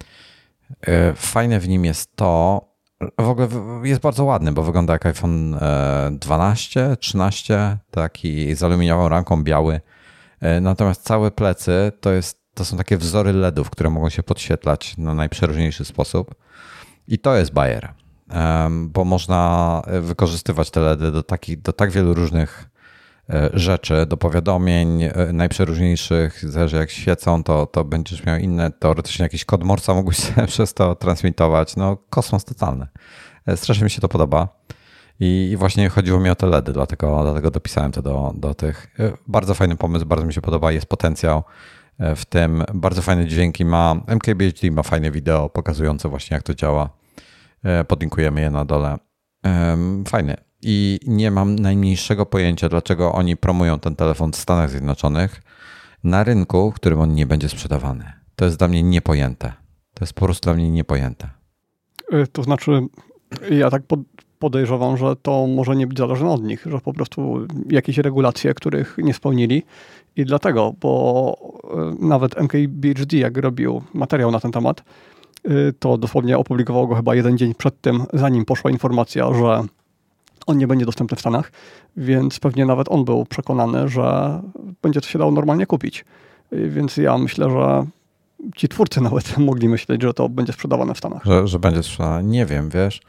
e, fajne w nim jest to, w ogóle jest bardzo ładny, bo wygląda jak iPhone dwanaście, trzynaście, taki z aluminiową ramką, biały. E, natomiast całe plecy to, jest, to są takie wzory L E D ów, które mogą się podświetlać na najprzeróżniejszy sposób. I to jest bajer, bo można wykorzystywać te L E D do, takich, do tak wielu różnych rzeczy, do powiadomień najprzeróżniejszych, zależy jak świecą, to, to będziesz miał inne, teoretycznie jakiś kod Morsa mógłbyś sobie przez to transmitować. No kosmos totalny. Strasznie mi się to podoba i, i właśnie chodziło mi o te L E D, dlatego, dlatego dopisałem to do, do tych. Bardzo fajny pomysł, bardzo mi się podoba, jest potencjał w tym, bardzo fajne dźwięki ma. M K B H D ma fajne wideo pokazujące właśnie jak to działa. Podlinkujemy je na dole. Fajny. I nie mam najmniejszego pojęcia, dlaczego oni promują ten telefon w Stanach Zjednoczonych na rynku, w którym on nie będzie sprzedawany. To jest dla mnie niepojęte. To jest po prostu dla mnie niepojęte. To znaczy, ja tak podejrzewam, że to może nie być zależne od nich, że po prostu jakieś regulacje, których nie spełnili i dlatego, bo nawet M K B H D, jak robił materiał na ten temat, to dosłownie opublikował go chyba jeden dzień przed tym, zanim poszła informacja, że on nie będzie dostępny w Stanach, więc pewnie nawet on był przekonany, że będzie to się dało normalnie kupić. Więc ja myślę, że ci twórcy nawet mogli myśleć, że to będzie sprzedawane w Stanach. Że, że będzie sprzedawane. Nie wiem, wiesz.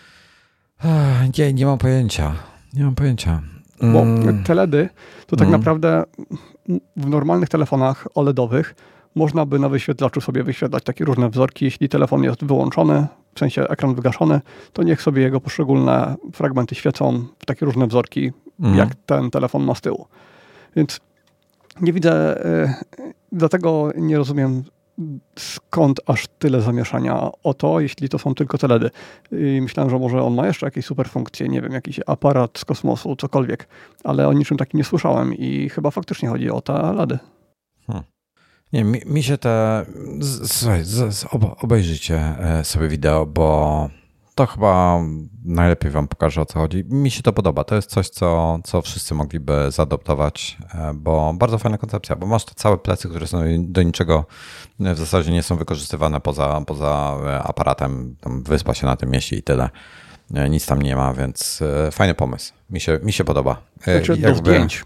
Nie, nie mam pojęcia. Nie mam pojęcia. Bo te L E D to tak mm. naprawdę w normalnych telefonach O L E D owych można by na wyświetlaczu sobie wyświetlać takie różne wzorki. Jeśli telefon jest wyłączony, w sensie ekran wygaszony, to niech sobie jego poszczególne fragmenty świecą w takie różne wzorki, mm. jak ten telefon ma z tyłu. Więc nie widzę, yy, dlatego nie rozumiem, skąd aż tyle zamieszania o to, jeśli to są tylko te L E D. I myślałem, że może on ma jeszcze jakieś super funkcje, nie wiem, jakiś aparat z kosmosu, cokolwiek, ale o niczym takim nie słyszałem i chyba faktycznie chodzi o te L E D. Hmm. Nie, mi, mi się te... Słuchaj, z, z, obejrzyjcie sobie wideo, bo to chyba najlepiej wam pokażę, o co chodzi. Mi się to podoba. To jest coś, co, co wszyscy mogliby zaadoptować, bo bardzo fajna koncepcja, bo masz te całe plecy, które są do niczego w zasadzie nie są wykorzystywane poza, poza aparatem. Tam wyspa się na tym mieści i tyle. Nic tam nie ma, więc fajny pomysł. Mi się, mi się podoba. Znaczy, Jakby... do zdjęć.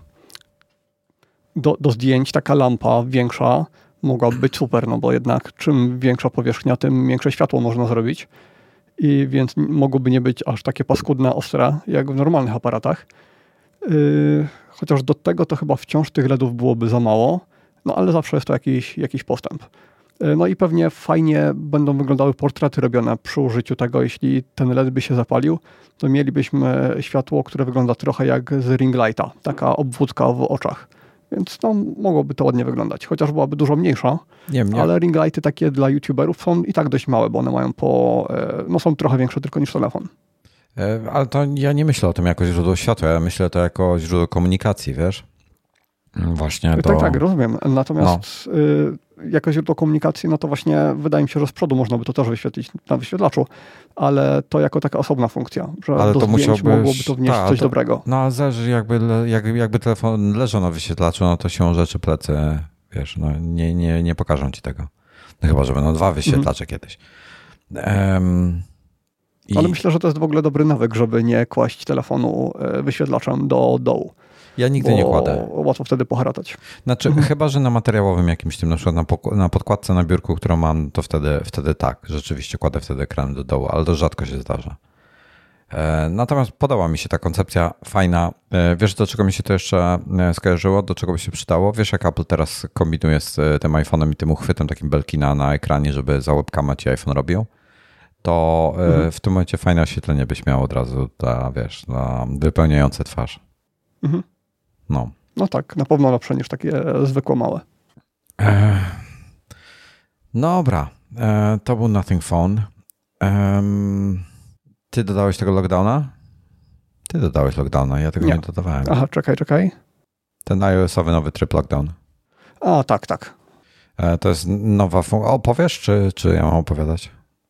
Do, do zdjęć taka lampa większa mogłaby być super, no bo jednak czym większa powierzchnia, tym większe światło można zrobić. I więc mogłoby nie być aż takie paskudne, ostre, jak w normalnych aparatach. Yy, chociaż do tego to chyba wciąż tych L E D ów byłoby za mało, no ale zawsze jest to jakiś, jakiś postęp. Yy, no i pewnie fajnie będą wyglądały portrety robione przy użyciu tego. Jeśli ten L E D by się zapalił, to mielibyśmy światło, które wygląda trochę jak z ring lighta, taka obwódka w oczach. Więc no, mogłoby to ładnie wyglądać, chociaż byłaby dużo mniejsza, nie, nie. Ale ring lighty takie dla youtuberów są i tak dość małe, bo one mają po, no są trochę większe tylko niż telefon. Ale to ja nie myślę o tym jako źródło światła, ja myślę to jako źródło komunikacji, wiesz? Właśnie to... Tak, tak, rozumiem. Natomiast no. y, jako źródło komunikacji, no to właśnie wydaje mi się, że z przodu można by to też wyświetlić na wyświetlaczu, ale to jako taka osobna funkcja, że ale do to zdjęć mogłoby to wnieść ta, coś to, dobrego. No ale zależy, jakby, jak, jakby telefon leżał na wyświetlaczu, no to siłą rzeczy plecy, wiesz, no nie, nie, nie pokażą ci tego. No chyba, że będą dwa wyświetlacze mhm. kiedyś. Um, I... Ale myślę, że to jest w ogóle dobry nawyk, żeby nie kłaść telefonu wyświetlaczem do dołu. Ja nigdy nie kładę. Łatwo wtedy poharatać. Znaczy, mhm. chyba że na materiałowym jakimś tym, na przykład na, pok- na podkładce na biurku, którą mam, to wtedy, wtedy tak, rzeczywiście kładę wtedy ekran do dołu, ale to rzadko się zdarza. E, natomiast podoba mi się ta koncepcja, fajna. E, wiesz, do czego mi się to jeszcze skojarzyło, do czego by się przydało? Wiesz, jak Apple teraz kombinuje z tym iPhone'em i tym uchwytem takim Belkina na ekranie, żeby za webcama ci iPhone robił? To e, mhm. w tym momencie fajne oświetlenie byś miał od razu, dla, wiesz, dla wypełniające twarz. Mhm. No. No tak, na pewno lepsze niż takie zwykłe małe. E, dobra, e, to był Nothing Phone. E, ty dodałeś tego lockdowna? Ty dodałeś lockdowna, ja tego nie, nie dodawałem. Aha, czekaj, czekaj. Ten iOS-owy nowy tryb lockdown. A, tak, tak. E, to jest nowa funkcja. Opowiesz, czy, czy ja mam opowiadać?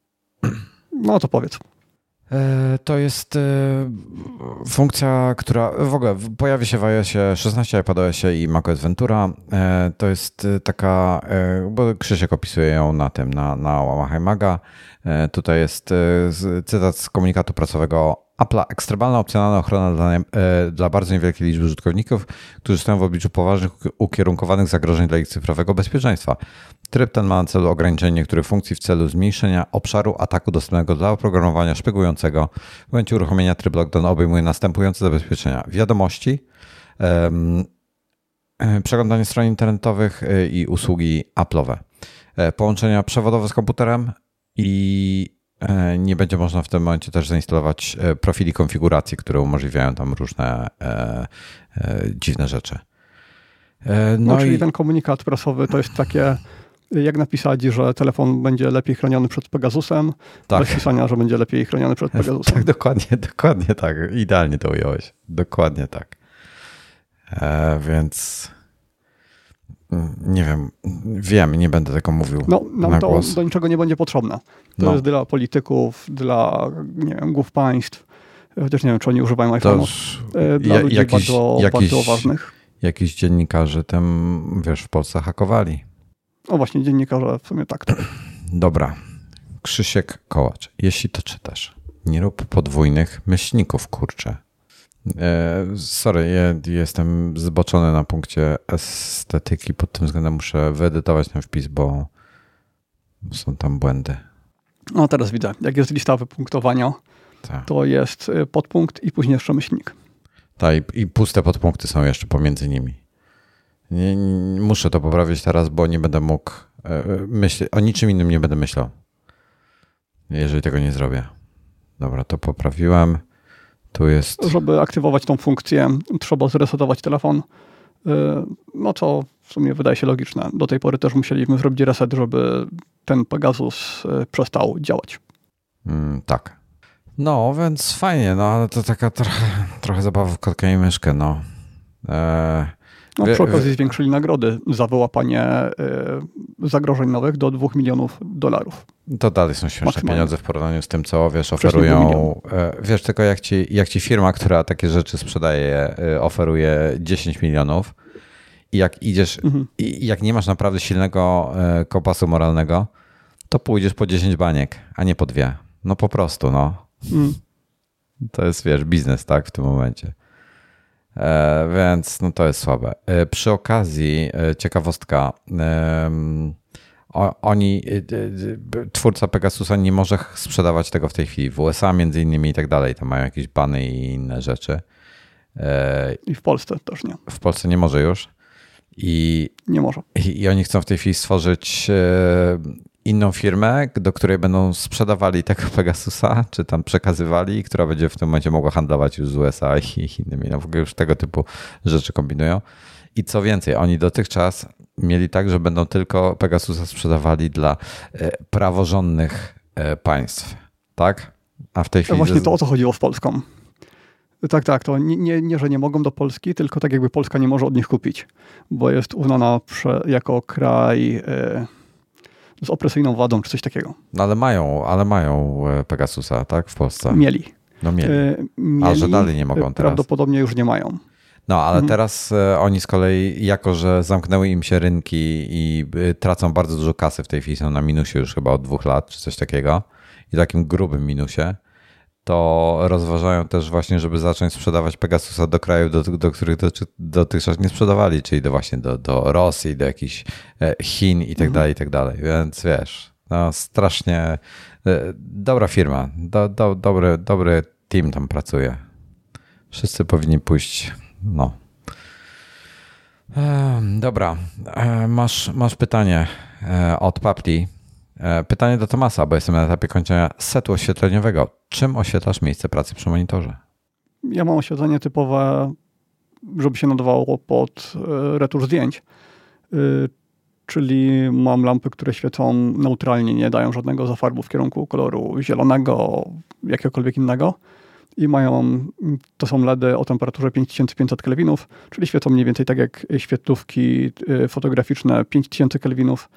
No to powiedz. To jest funkcja, która w ogóle pojawi się w iOSie szesnaście, iPadOSie i macOS Ventura. To jest taka, bo Krzysiek opisuje ją na tym, na, na łamach iMaga. Tutaj jest cytat z komunikatu prasowego Apple'a. Ekstremalna opcjonalna ochrona dla, dla bardzo niewielkiej liczby użytkowników, którzy stoją w obliczu poważnych, ukierunkowanych zagrożeń dla ich cyfrowego bezpieczeństwa. Tryb ten ma na celu ograniczenie niektórych funkcji w celu zmniejszenia obszaru ataku dostępnego dla oprogramowania szpiegującego. W momencie uruchomienia tryb lockdown obejmuje następujące zabezpieczenia: wiadomości, um, przeglądanie stron internetowych i usługi Apple'owe, połączenia przewodowe z komputerem i nie będzie można w tym momencie też zainstalować profili konfiguracji, które umożliwiają tam różne e, e, dziwne rzeczy. E, no, no czyli i... ten komunikat prasowy to jest takie, jak napisać, że telefon będzie lepiej chroniony przed Pegasusem, tak. Bez pisania, że będzie lepiej chroniony przed Pegasusem. Tak, dokładnie, dokładnie tak. Idealnie to ująłeś. Dokładnie tak. E, więc... Nie wiem, wiem, nie będę tego mówił. No, nam to głos. Do niczego nie będzie potrzebne. To no. jest dla polityków, dla nie wiem, głów państw, chociaż nie wiem, czy oni używają iPhone'ów. Dla ja, ludzi jakiś, bardzo, jakiś, bardzo ważnych. Jakiś dziennikarze tam, wiesz, w Polsce hakowali. O właśnie, dziennikarze w sumie tak. tak. Dobra. Krzysiek Kołacz, jeśli to czytasz, nie rób podwójnych myślników, kurczę. Sorry, ja jestem zboczony na punkcie estetyki, pod tym względem muszę wyedytować ten wpis, bo są tam błędy. No teraz widzę, jak jest lista wypunktowania, Ta. to jest podpunkt i później jeszcze myślnik. Tak, i, i puste podpunkty są jeszcze pomiędzy nimi. Nie, nie, muszę to poprawić teraz, bo nie będę mógł myśleć, o niczym innym nie będę myślał, jeżeli tego nie zrobię. Dobra, to poprawiłem. Tu jest... Żeby aktywować tą funkcję, trzeba zresetować telefon. No co w sumie wydaje się logiczne. Do tej pory też musieliśmy zrobić reset, żeby ten Pegasus przestał działać. Mm, tak. No, więc fajnie, no ale to taka trochę, trochę zabawa w kotka i myszkę, no. Eee, no przy okazji zwiększyli nagrody za wyłapanie y, zagrożeń nowych do dwóch milionów dolarów. To dalej są śmieszne pieniądze w porównaniu z tym, co wiesz, oferują. Wiesz, tylko jak ci, jak ci firma, która takie rzeczy sprzedaje, oferuje dziesięć milionów i jak idziesz, mhm. i jak nie masz naprawdę silnego kompasu moralnego, to pójdziesz po dziesięć baniek, a nie po dwie. No po prostu, no. Mhm. To jest, wiesz, biznes, tak, w tym momencie. E, więc no to jest słabe. E, przy okazji e, ciekawostka. E, o, oni, e, e, twórca Pegasusa nie może sprzedawać tego w tej chwili. W U S A między innymi i tak dalej. Tam mają jakieś bany i inne rzeczy. E, I w Polsce też nie. W Polsce nie może już. I, nie może. I, i oni chcą w tej chwili stworzyć e, inną firmę, do której będą sprzedawali tego Pegasusa, czy tam przekazywali, która będzie w tym momencie mogła handlować już z U S A i innymi. No w ogóle już tego typu rzeczy kombinują. I co więcej, oni dotychczas mieli tak, że będą tylko Pegasusa sprzedawali dla praworządnych państw. Tak? A w tej chwili... No właśnie to o co chodziło z Polską. Tak, tak. To nie, nie, nie, że nie mogą do Polski, tylko tak jakby Polska nie może od nich kupić, bo jest uznana prze, jako kraj... Yy, z opresyjną władą, czy coś takiego. No ale mają, ale mają Pegasusa, tak? W Polsce. Mieli. No mieli. mieli A że dalej nie mogą teraz. Prawdopodobnie już nie mają. No, ale mhm. teraz oni z kolei, jako że zamknęły im się rynki i tracą bardzo dużo kasy w tej chwili, są na minusie już chyba od dwóch lat, czy coś takiego. I takim grubym minusie. to rozważają też właśnie, żeby zacząć sprzedawać Pegasusa do krajów, do, do których do, dotychczas nie sprzedawali, czyli do właśnie do, do Rosji, do jakichś Chin i tak dalej, i tak dalej. Więc wiesz, no strasznie dobra firma, do, do, dobry, dobry team tam pracuje. Wszyscy powinni pójść, no. Dobra, masz, masz pytanie od Papli. Pytanie do Tomasa, bo jestem na etapie kończenia setu oświetleniowego. Czym oświetlasz miejsce pracy przy monitorze? Ja mam oświetlenie typowe, żeby się nadawało pod retusz zdjęć, czyli mam lampy, które świecą neutralnie, nie dają żadnego zafarbu w kierunku koloru zielonego, jakiegokolwiek innego. I mają, to są LEDy o temperaturze pięć tysięcy pięćset kelwinów, czyli świecą mniej więcej tak jak świetlówki fotograficzne pięć tysięcy kelwinów.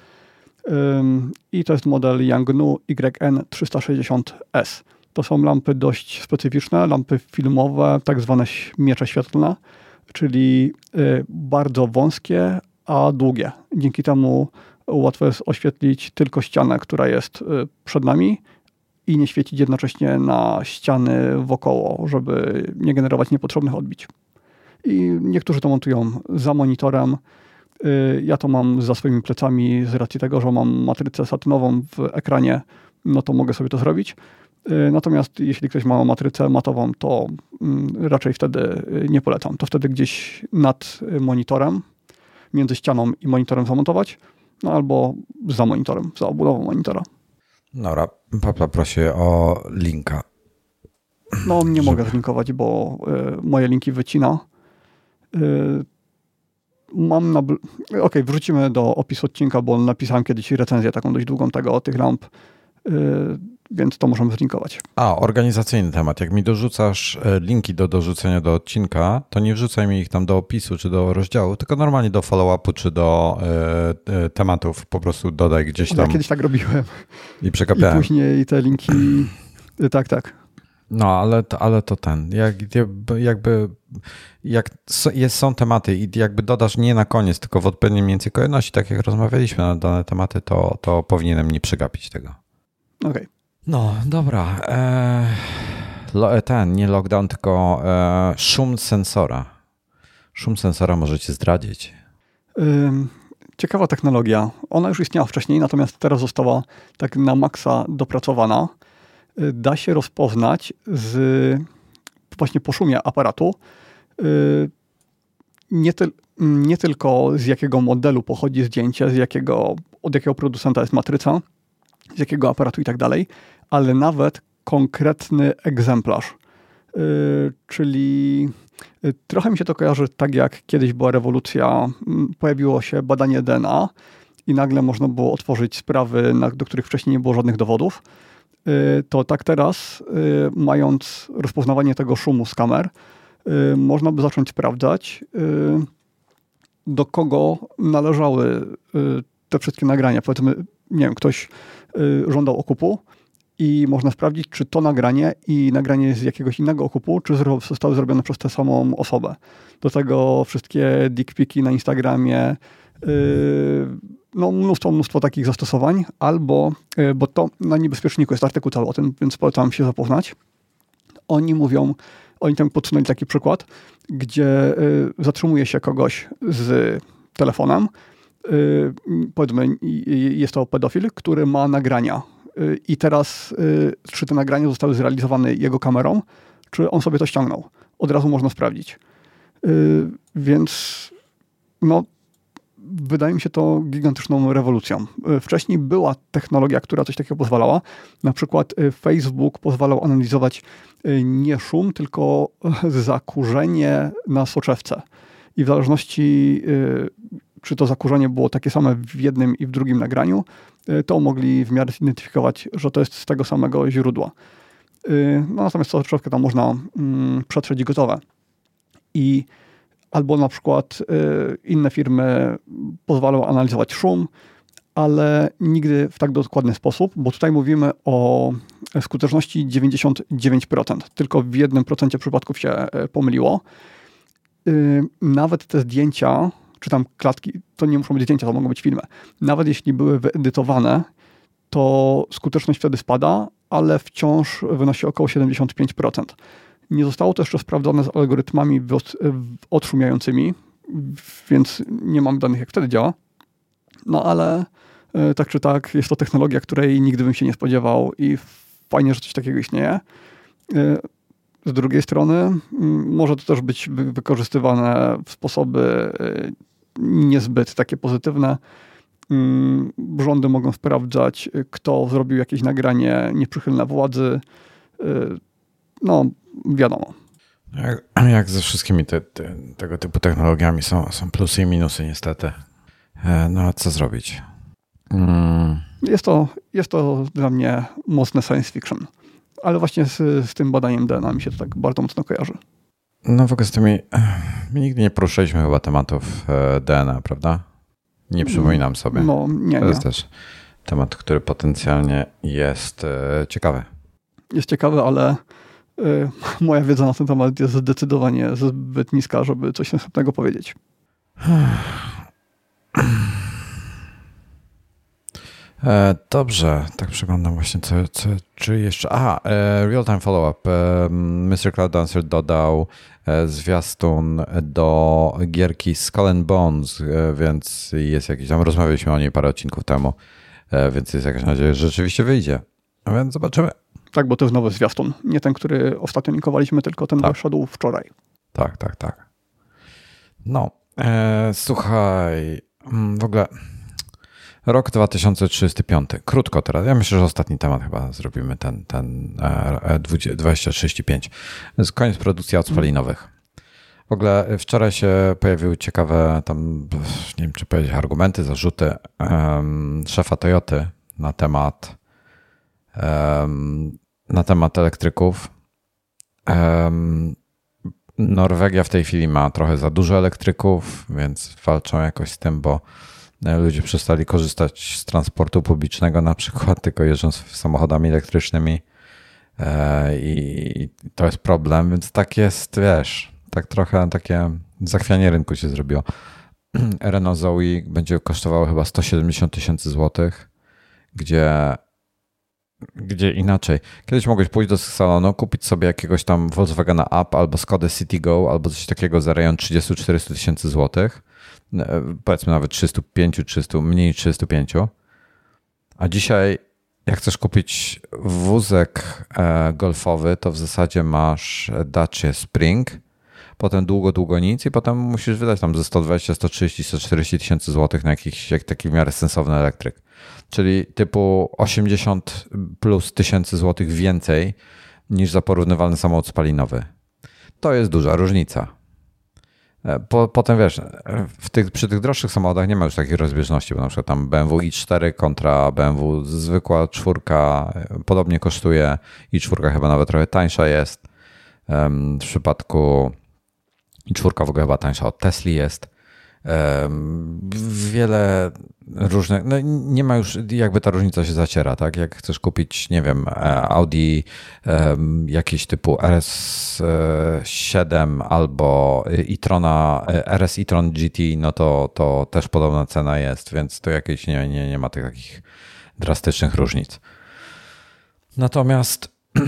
I to jest model Yangnu Y N trzysta sześćdziesiąt S. To są lampy dość specyficzne, lampy filmowe, tak zwane miecze świetlne, czyli bardzo wąskie, a długie. Dzięki temu łatwo jest oświetlić tylko ścianę, która jest przed nami i nie świecić jednocześnie na ściany wokoło, żeby nie generować niepotrzebnych odbić. I niektórzy to montują za monitorem. Ja to mam za swoimi plecami z racji tego, że mam matrycę satynową w ekranie, no to mogę sobie to zrobić. Natomiast jeśli ktoś ma matrycę matową, to raczej wtedy nie polecam. To wtedy gdzieś nad monitorem, między ścianą i monitorem zamontować, no albo za monitorem, za obudową monitora. Dobra, Papla prosi o linka. No nie Żeby... mogę zlinkować, bo y, moje linki wycina. Y, mam na... Okej, okay, wrzucimy do opisu odcinka, bo napisałem kiedyś recenzję taką dość długą tego, tych lamp, y, więc to możemy zlinkować. A, organizacyjny temat. Jak mi dorzucasz linki do dorzucenia do odcinka, to nie wrzucaj mi ich tam do opisu czy do rozdziału, tylko normalnie do follow-upu czy do y, y, tematów. Po prostu dodaj gdzieś tam. Ja kiedyś tak robiłem. I przekapiałem. I później te linki... tak, tak. No, ale to, ale to ten, jak, jakby jak jest, są tematy i jakby dodasz nie na koniec, tylko w odpowiedniej mniej więcej kolejności, tak jak rozmawialiśmy na dane tematy, to, to powinienem nie przegapić tego. Okej. Okay. No, dobra. Eee, ten, nie lockdown, tylko e, szum sensora. Szum sensora możecie zdradzić? Ciekawa technologia. Ona już istniała wcześniej, natomiast teraz została tak na maksa dopracowana. Da się rozpoznać z, właśnie po szumie aparatu nie, ty, nie tylko z jakiego modelu pochodzi zdjęcie, z jakiego, od jakiego producenta jest matryca, z jakiego aparatu i tak dalej, ale nawet konkretny egzemplarz. Yy, czyli yy, trochę mi się to kojarzy tak, jak kiedyś była rewolucja, yy, pojawiło się badanie D N A i nagle można było otworzyć sprawy, na, do których wcześniej nie było żadnych dowodów. Yy, to tak teraz, yy, mając rozpoznawanie tego szumu z kamer, yy, można by zacząć sprawdzać, yy, do kogo należały yy, te wszystkie nagrania. Powiedzmy, nie wiem, ktoś y, żądał okupu i można sprawdzić, czy to nagranie i nagranie z jakiegoś innego okupu, czy zro, zostały zrobione przez tę samą osobę. Do tego wszystkie dickpiki na Instagramie, y, no mnóstwo, mnóstwo takich zastosowań, albo, y, bo to na Niebezpieczniku jest artykuł cały o tym, więc polecam się zapoznać. Oni mówią, oni tam podsunęli taki przykład, gdzie y, zatrzymuje się kogoś z telefonem, Yy, powiedzmy, jest to pedofil, który ma nagrania yy, i teraz yy, czy te nagrania zostały zrealizowane jego kamerą, czy on sobie to ściągnął. Od razu można sprawdzić. Yy, więc no, wydaje mi się to gigantyczną rewolucją. Yy, wcześniej była technologia, która coś takiego pozwalała. Na przykład yy, Facebook pozwalał analizować yy, nie szum, tylko yy, zakurzenie na soczewce. I w zależności yy, czy to zakurzenie było takie same w jednym i w drugim nagraniu, to mogli w miarę zidentyfikować, że to jest z tego samego źródła. No, natomiast soczewkę tam można mm, przetrzeć gotowe. I albo na przykład y, inne firmy pozwalają analizować szum, ale nigdy w tak dokładny sposób, bo tutaj mówimy o skuteczności dziewięćdziesiąt dziewięć procent. Tylko w jednym procencie przypadków się pomyliło. Y, nawet te zdjęcia, czy tam klatki, to nie muszą być zdjęcia, to mogą być filmy. Nawet jeśli były wyedytowane, to skuteczność wtedy spada, ale wciąż wynosi około siedemdziesiąt pięć procent. Nie zostało to jeszcze sprawdzone z algorytmami odszumiającymi, więc nie mam danych, jak wtedy działa. No ale tak czy tak, jest to technologia, której nigdy bym się nie spodziewał i fajnie, że coś takiego istnieje. Z drugiej strony może to też być wykorzystywane w sposoby niezbyt takie pozytywne. Rządy mogą sprawdzać, kto zrobił jakieś nagranie nieprzychylne władzy. No, wiadomo. Jak, jak ze wszystkimi te, te, tego typu technologiami są, są plusy i minusy niestety. No a co zrobić? Hmm. Jest to, jest to dla mnie mocne science fiction. Ale właśnie z, z tym badaniem D N A mi się to tak bardzo mocno kojarzy. No w ogóle z tymi... My nigdy nie poruszyliśmy chyba tematów D N A, prawda? Nie przypominam sobie. No, nie, To jest nie. też temat, który potencjalnie jest ciekawy. Jest ciekawy, ale y, moja wiedza na ten temat jest zdecydowanie zbyt niska, żeby coś następnego powiedzieć. E, dobrze, tak przeglądam właśnie, co, co, czy jeszcze... Aha, e, real-time follow-up. E, mister Cloud Dancer dodał e, zwiastun do gierki Skull and Bones, e, więc jest jakiś tam, rozmawialiśmy o niej parę odcinków temu, e, więc jest jakaś nadzieja, że rzeczywiście wyjdzie. A więc zobaczymy. Tak, bo to jest nowy zwiastun. Nie ten, który ostatnio linkowaliśmy, tylko ten Tak. wyszedł wczoraj. Tak, tak, tak. No, e, słuchaj, w ogóle... Rok dwa tysiące trzydziesty piąty. Krótko teraz. Ja myślę, że ostatni temat chyba zrobimy ten, ten dwa tysiące trzydzieści pięć. To jest koniec produkcji aut spalinowych. W ogóle wczoraj się pojawiły ciekawe tam, nie wiem czy powiedzieć, argumenty, zarzuty um, szefa Toyoty na temat um, na temat elektryków. Um, Norwegia w tej chwili ma trochę za dużo elektryków, więc walczą jakoś z tym, bo ludzie przestali korzystać z transportu publicznego na przykład, tylko jeżdżą samochodami elektrycznymi i to jest problem, więc tak jest, wiesz, tak trochę takie zachwianie rynku się zrobiło. Renault Zoe będzie kosztowało chyba sto siedemdziesiąt tysięcy złotych, gdzie, gdzie inaczej. Kiedyś mogłeś pójść do salonu, kupić sobie jakiegoś tam Volkswagena Up albo Skodę Citigo albo coś takiego za rejon trzydzieści do czterdziestu tysięcy złotych. Powiedzmy nawet trzysta pięć, trzysta, mniej niż trzysta pięć. A dzisiaj jak chcesz kupić wózek golfowy, to w zasadzie masz Dacia Spring, potem długo, długo nic i potem musisz wydać tam ze sto dwadzieścia, sto trzydzieści, sto czterdzieści tysięcy złotych na jakiś jak taki w miarę sensowny elektryk. Czyli typu osiemdziesiąt plus tysięcy złotych więcej niż za porównywalny samochód spalinowy. To jest duża różnica. Po, potem wiesz, w tych, przy tych droższych samochodach nie ma już takiej rozbieżności, bo na przykład tam B M W i cztery kontra B M W zwykła czwórka podobnie kosztuje, i czwórka chyba nawet trochę tańsza jest. W przypadku i czwórka w ogóle chyba tańsza od Tesli jest. Wiele różnych, no nie ma już, jakby ta różnica się zaciera, tak? Jak chcesz kupić, nie wiem, Audi jakiś typu R S siedem albo e-trona, R S e-tron G T, no to, to też podobna cena jest, więc to jakieś nie, nie, nie ma tych takich drastycznych różnic. Natomiast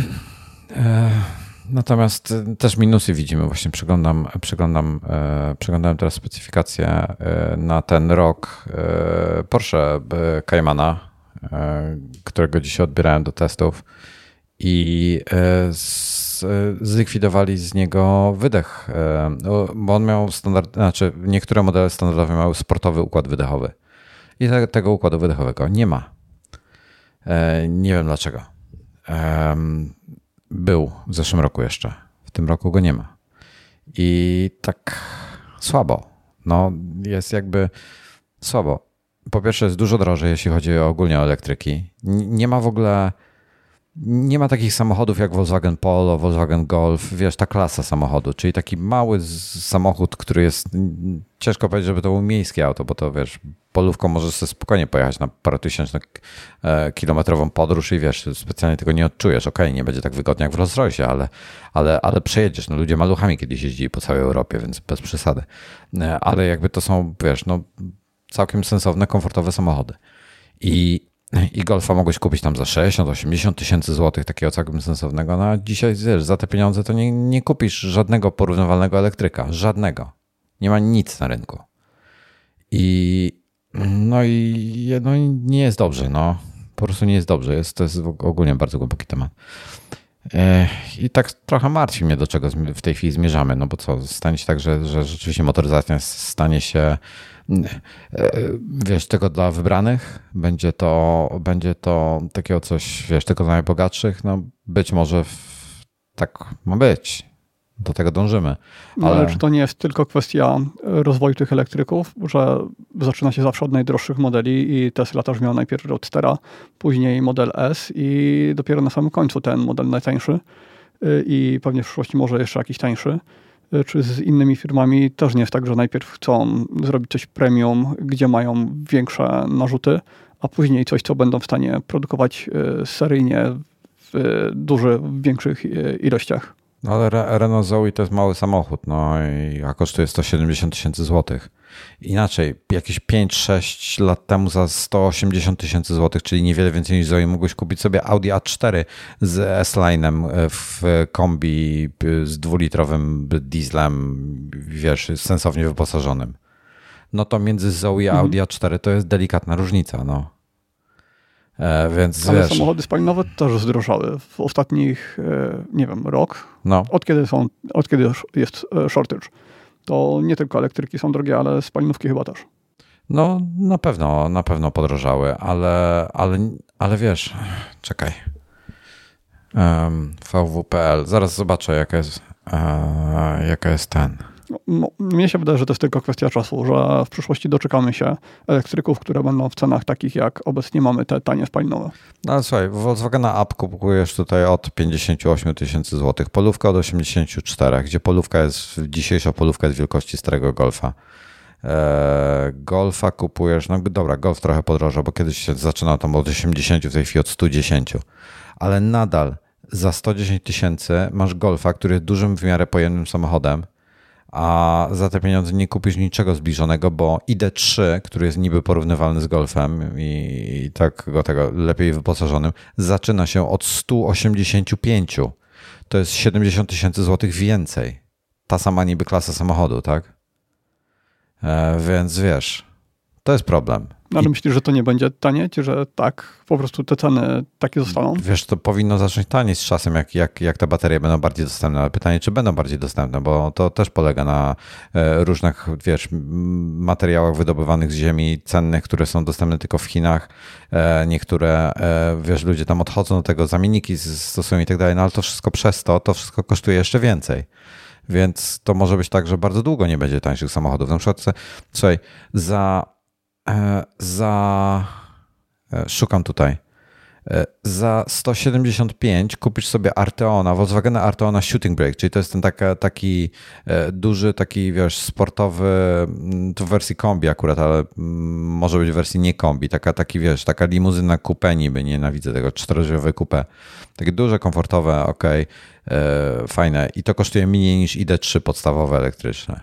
Natomiast też minusy widzimy. Właśnie przeglądam, przeglądam, przeglądałem teraz specyfikację na ten rok Porsche Caymana, którego dzisiaj odbierałem do testów i zlikwidowali z niego wydech, bo on miał standard, znaczy niektóre modele standardowe miały sportowy układ wydechowy i tego układu wydechowego nie ma. Nie wiem dlaczego. Był w zeszłym roku jeszcze. W tym roku go nie ma. I tak słabo. No jest jakby słabo. Po pierwsze jest dużo drożej, jeśli chodzi ogólnie o elektryki. Nie ma w ogóle, nie ma takich samochodów jak Volkswagen Polo, Volkswagen Golf, wiesz, ta klasa samochodu, czyli taki mały samochód, który jest, ciężko powiedzieć, żeby to był miejskie auto, bo to wiesz, polówką możesz sobie spokojnie pojechać na parotysięczną kilometrową podróż i wiesz, specjalnie tego nie odczujesz. Okej, okay, nie będzie tak wygodnie jak w Rolls Royce, ale, ale, ale przejedziesz. No ludzie maluchami kiedyś jeździli po całej Europie, więc bez przesady. Ale jakby to są, wiesz, no całkiem sensowne, komfortowe samochody. I i Golfa mogłeś kupić tam za sześćdziesiąt osiemdziesiąt tysięcy złotych, takiego całkiem sensownego, no a dzisiaj wiesz, za te pieniądze to nie, nie kupisz żadnego porównywalnego elektryka, żadnego. Nie ma nic na rynku. I no i no, nie jest dobrze, no. Po prostu nie jest dobrze. Jest, to jest ogólnie bardzo głęboki temat. I tak trochę martwi mnie, do czego w tej chwili zmierzamy, no bo co, stanie się tak, że, że rzeczywiście motoryzacja stanie się, wiesz, tylko dla wybranych, będzie to, będzie to takiego coś, wiesz, tylko dla najbogatszych, no być może w, tak ma być. Do tego dążymy. Ale... ale czy to nie jest tylko kwestia rozwoju tych elektryków, że zaczyna się zawsze od najdroższych modeli i Tesla też miała najpierw Roadstera, później model S i dopiero na samym końcu ten model najtańszy i pewnie w przyszłości może jeszcze jakiś tańszy. Czy z innymi firmami też nie jest tak, że najpierw chcą zrobić coś premium, gdzie mają większe narzuty, a później coś, co będą w stanie produkować seryjnie w dużych, w większych ilościach. No ale Renault Zoe to jest mały samochód, no i a kosztuje sto siedemdziesiąt tysięcy złotych. Inaczej, jakieś pięć sześć lat temu za sto osiemdziesiąt tysięcy złotych, czyli niewiele więcej niż Zoe, mogłeś kupić sobie Audi A cztery z S-Line'em w kombi z dwulitrowym dieslem, wiesz, sensownie wyposażonym. No to między Zoe a mhm. Audi A cztery to jest delikatna różnica, no. E, więc Ale wiesz, samochody spalinowe też zdrożały w ostatnich, e, nie wiem, rok. No. Od kiedy są, od kiedy jest shortage. To nie tylko elektryki są drogie, ale spalinówki chyba też. No na pewno, na pewno podrożały, ale, ale, ale wiesz, czekaj. Um, V W kropka P L, zaraz zobaczę jaka jest, e, jaka jest ten. No, mnie się wydaje, że to jest tylko kwestia czasu, że w przyszłości doczekamy się elektryków, które będą w cenach takich, jak obecnie mamy te tanie spalinowe. No ale słuchaj, Volkswagena Up kupujesz tutaj od pięćdziesiąt osiem tysięcy złotych, polówka od osiemdziesiąt cztery, gdzie polówka jest, dzisiejsza polówka jest wielkości starego Golfa. Eee, Golfa kupujesz, no dobra, Golf trochę podrożał, bo kiedyś się zaczynał tam od osiemdziesiąt, w tej chwili od sto dziesięć, ale nadal za sto dziesięć tysięcy masz Golfa, który jest dużym w miarę pojemnym samochodem, a za te pieniądze nie kupisz niczego zbliżonego, bo I D trzy, który jest niby porównywalny z Golfem i tak go tego lepiej wyposażonym, zaczyna się od sto osiemdziesiąt pięć. To jest siedemdziesiąt tysięcy złotych więcej. Ta sama niby klasa samochodu, tak? E, więc wiesz, to jest problem. No, ale I... myślisz, że to nie będzie tanieć, że tak, po prostu te ceny takie zostaną? Wiesz, to powinno zacząć tanieć z czasem, jak, jak, jak te baterie będą bardziej dostępne, ale pytanie, czy będą bardziej dostępne, bo to też polega na e, różnych, wiesz, materiałach wydobywanych z ziemi, cennych, które są dostępne tylko w Chinach. E, niektóre, e, wiesz, ludzie tam odchodzą do tego, zamienniki stosują i tak dalej, no ale to wszystko przez to, to wszystko kosztuje jeszcze więcej. Więc to może być tak, że bardzo długo nie będzie tańszych samochodów. Na przykład, słuchaj, za Za, szukam tutaj, za sto siedemdziesiąt pięć kupisz sobie Arteona, Volkswagena Arteona Shooting Brake, czyli to jest ten taka, taki duży, taki wiesz, sportowy, to w wersji kombi akurat, ale może być w wersji nie kombi, taka, taki wiesz, taka limuzyna coupé niby, nienawidzę tego, czterodrzwiowe coupé, takie duże, komfortowe, okej, okay, fajne i to kosztuje mniej niż I D trzy podstawowe elektryczne.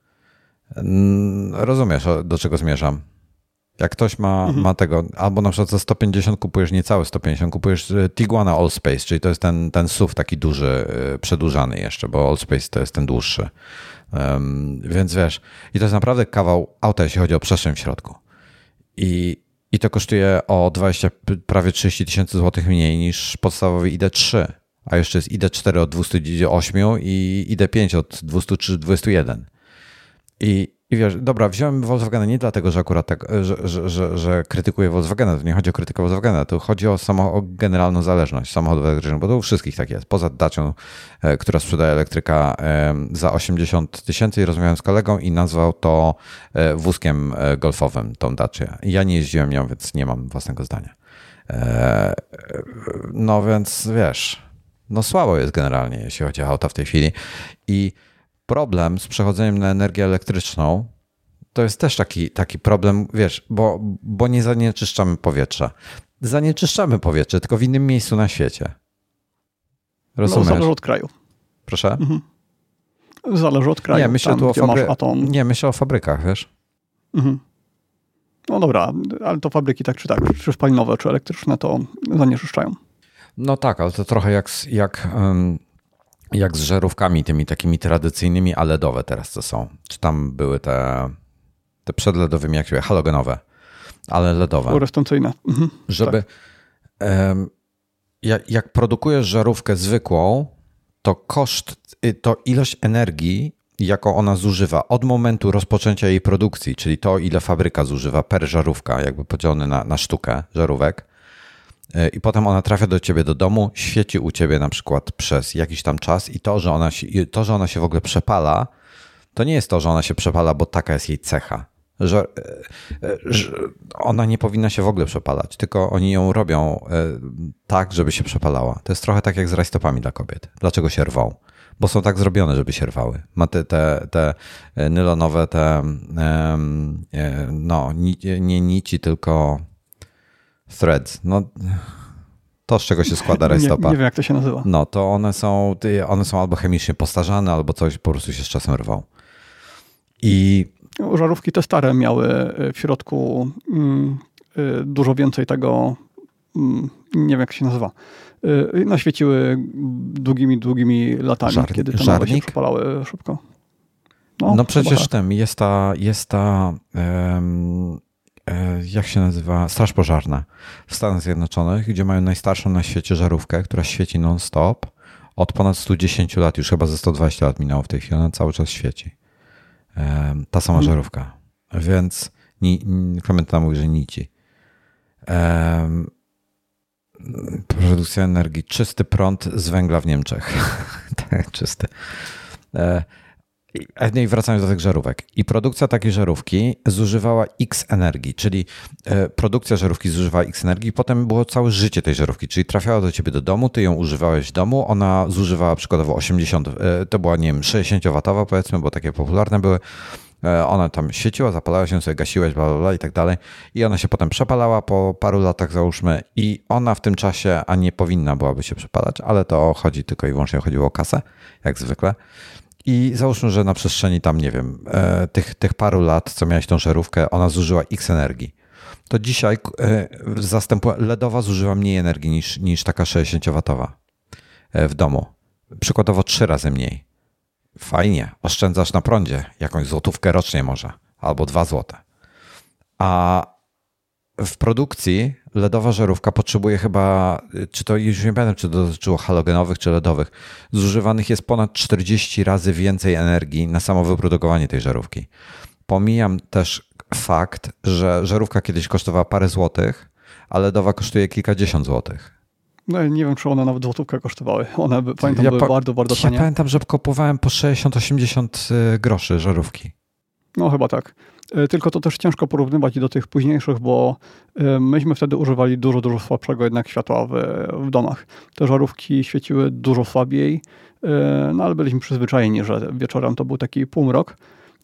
Rozumiesz, do czego zmierzam? Jak ktoś ma, mhm. ma tego, albo na przykład za sto pięćdziesiąt kupujesz niecałe sto pięćdziesiąt, kupujesz Tiguana Allspace, czyli to jest ten, ten S U V taki duży, przedłużany jeszcze, bo Allspace to jest ten dłuższy. Um, więc wiesz, i to jest naprawdę kawał auta, jeśli chodzi o przestrzeń w środku. I, i to kosztuje o dwadzieścia, prawie trzydzieści tysięcy złotych mniej niż podstawowy I D trzy, a jeszcze jest I D cztery od dwieście osiem i I D pięć od dwieście trzy, dwieście jeden. I I wiesz, dobra, wziąłem Volkswagena nie dlatego, że akurat tak, że, że, że, że krytykuję Volkswagena, to nie chodzi o krytykę Volkswagena, to chodzi o, samo, o generalną zależność samochodów elektrycznych, bo to u wszystkich tak jest. Poza Dacią, e, która sprzedaje elektryka e, za osiemdziesiąt tysięcy i rozmawiałem z kolegą i nazwał to e, wózkiem e, golfowym, tą Dacię. Ja nie jeździłem nią, więc nie mam własnego zdania. E, no więc wiesz, no słabo jest generalnie, jeśli chodzi o auta w tej chwili i problem z przechodzeniem na energię elektryczną to jest też taki, taki problem, wiesz, bo, bo nie zanieczyszczamy powietrza. Zanieczyszczamy powietrze, tylko w innym miejscu na świecie. Rozumiesz? No, zależy od kraju. Proszę? Mhm. Zależy od kraju. Nie, myślę tam, tu o, fabry... atom... nie, myślę o fabrykach, wiesz? Mhm. No dobra, ale to fabryki tak czy tak, czy spalinowe, czy elektryczne, to zanieczyszczają. No tak, ale to trochę jak, jak, jak z żarówkami tymi takimi tradycyjnymi, a ledowe teraz to są. Czy tam były te, te przed ledowymi, jak się mówi, halogenowe, ale ledowe. Fluorescencyjne. Mhm, Żeby tak. um, jak, jak produkujesz żarówkę zwykłą, to koszt, to ilość energii, jaką ona zużywa od momentu rozpoczęcia jej produkcji, czyli to, ile fabryka zużywa per żarówka, jakby podzielony na, na sztukę żarówek, i potem ona trafia do ciebie do domu, świeci u ciebie na przykład przez jakiś tam czas i to, że ona się, to, że ona się w ogóle przepala, to nie jest to, że ona się przepala, bo taka jest jej cecha. Że, że ona nie powinna się w ogóle przepalać, tylko oni ją robią tak, żeby się przepalała. To jest trochę tak jak z rajstopami dla kobiet. Dlaczego się rwą? Bo są tak zrobione, żeby się rwały. Ma te, te, te nylonowe, te no, nie nici, tylko threads. No, to, z czego się składa rajstopa. Nie, nie wiem, jak to się nazywa. No, to one są, one są albo chemicznie postarzane, albo coś po prostu się z czasem rwą. I żarówki te stare miały w środku mm, dużo więcej tego, mm, nie wiem, jak się nazywa, naświeciły długimi, długimi latami, Żar- kiedy te nowe się przepalały szybko. No, no przecież tak. Tym jest ta, jest ta um, jak się nazywa, Straż Pożarna w Stanach Zjednoczonych, gdzie mają najstarszą na świecie żarówkę, która świeci non-stop od ponad sto dziesięć lat, już chyba ze sto dwadzieścia lat minęło w tej chwili, ona cały czas świeci. Um, ta sama hmm. żarówka. Więc ni, Klementyna mówi, że nici. Um, produkcja energii, czysty prąd z węgla w Niemczech. Tak, czysty. No i wracając do tych żarówek. I produkcja takiej żarówki zużywała X energii, czyli produkcja żarówki zużywała X energii i potem było całe życie tej żarówki, czyli trafiała do ciebie do domu, ty ją używałeś w domu, ona zużywała przykładowo osiemdziesiąt, to była, nie wiem, sześćdziesięciowatowa powiedzmy, bo takie popularne były. Ona tam świeciła, zapalała się, sobie gasiłeś, bla, bla, bla i tak dalej. I ona się potem przepalała po paru latach, załóżmy, i ona w tym czasie, a nie powinna byłaby się przepalać, ale to chodzi tylko i wyłącznie chodziło o kasę, jak zwykle. I załóżmy, że na przestrzeni tam, nie wiem, tych, tych paru lat, co miałeś tą żarówkę, ona zużyła X energii. To dzisiaj zastępuje, ledowa zużywa mniej energii niż, niż taka sześćdziesięciowatowa w domu. Przykładowo trzy razy mniej. Fajnie, oszczędzasz na prądzie, jakąś złotówkę rocznie może, albo dwa złote. A w produkcji ledowa żarówka potrzebuje chyba, czy to już nie pamiętam, czy to dotyczyło halogenowych, czy ledowych, zużywanych jest ponad czterdzieści razy więcej energii na samo wyprodukowanie tej żarówki. Pomijam też fakt, że żarówka kiedyś kosztowała parę złotych, a ledowa kosztuje kilkadziesiąt złotych. No nie wiem, czy one nawet złotówkę kosztowały. One, pamiętam, ja były pa- bardzo, bardzo tanie. Ja pamiętam, że kupowałem po sześćdziesiąt osiemdziesiąt groszy żarówki. No chyba tak. Tylko to też ciężko porównywać do tych późniejszych, bo myśmy wtedy używali dużo, dużo słabszego jednak światła w, w domach. Te żarówki świeciły dużo słabiej, no ale byliśmy przyzwyczajeni, że wieczorem to był taki półmrok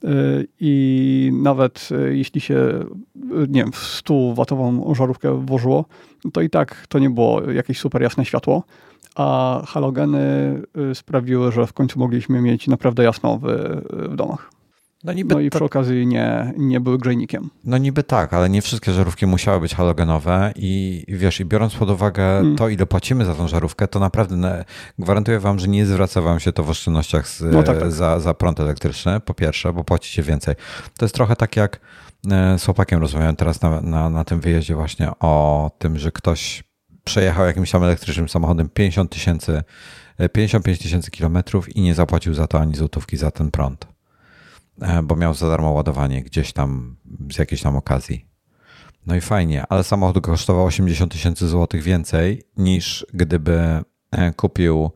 i nawet jeśli się, nie wiem, w stuwatową żarówkę włożyło, to i tak to nie było jakieś super jasne światło, a halogeny sprawiły, że w końcu mogliśmy mieć naprawdę jasno w, w domach. No, niby no i przy to... okazji nie, nie były grzejnikiem. No niby tak, ale nie wszystkie żarówki musiały być halogenowe i wiesz, i biorąc pod uwagę hmm. to, ile płacimy za tą żarówkę, to naprawdę ne, gwarantuję wam, że nie zwraca wam się to w oszczędnościach z, no tak, tak. Za, za prąd elektryczny, po pierwsze, bo płacicie więcej. To jest trochę tak jak z chłopakiem rozmawiałem teraz na, na, na tym wyjeździe właśnie o tym, że ktoś przejechał jakimś tam elektrycznym samochodem pięćdziesiąt tysięcy, pięćdziesiąt pięć tysięcy kilometrów i nie zapłacił za to ani złotówki za ten prąd, bo miał za darmo ładowanie gdzieś tam z jakiejś tam okazji. No i fajnie, ale samochód kosztował osiemdziesiąt tysięcy złotych więcej niż gdyby kupił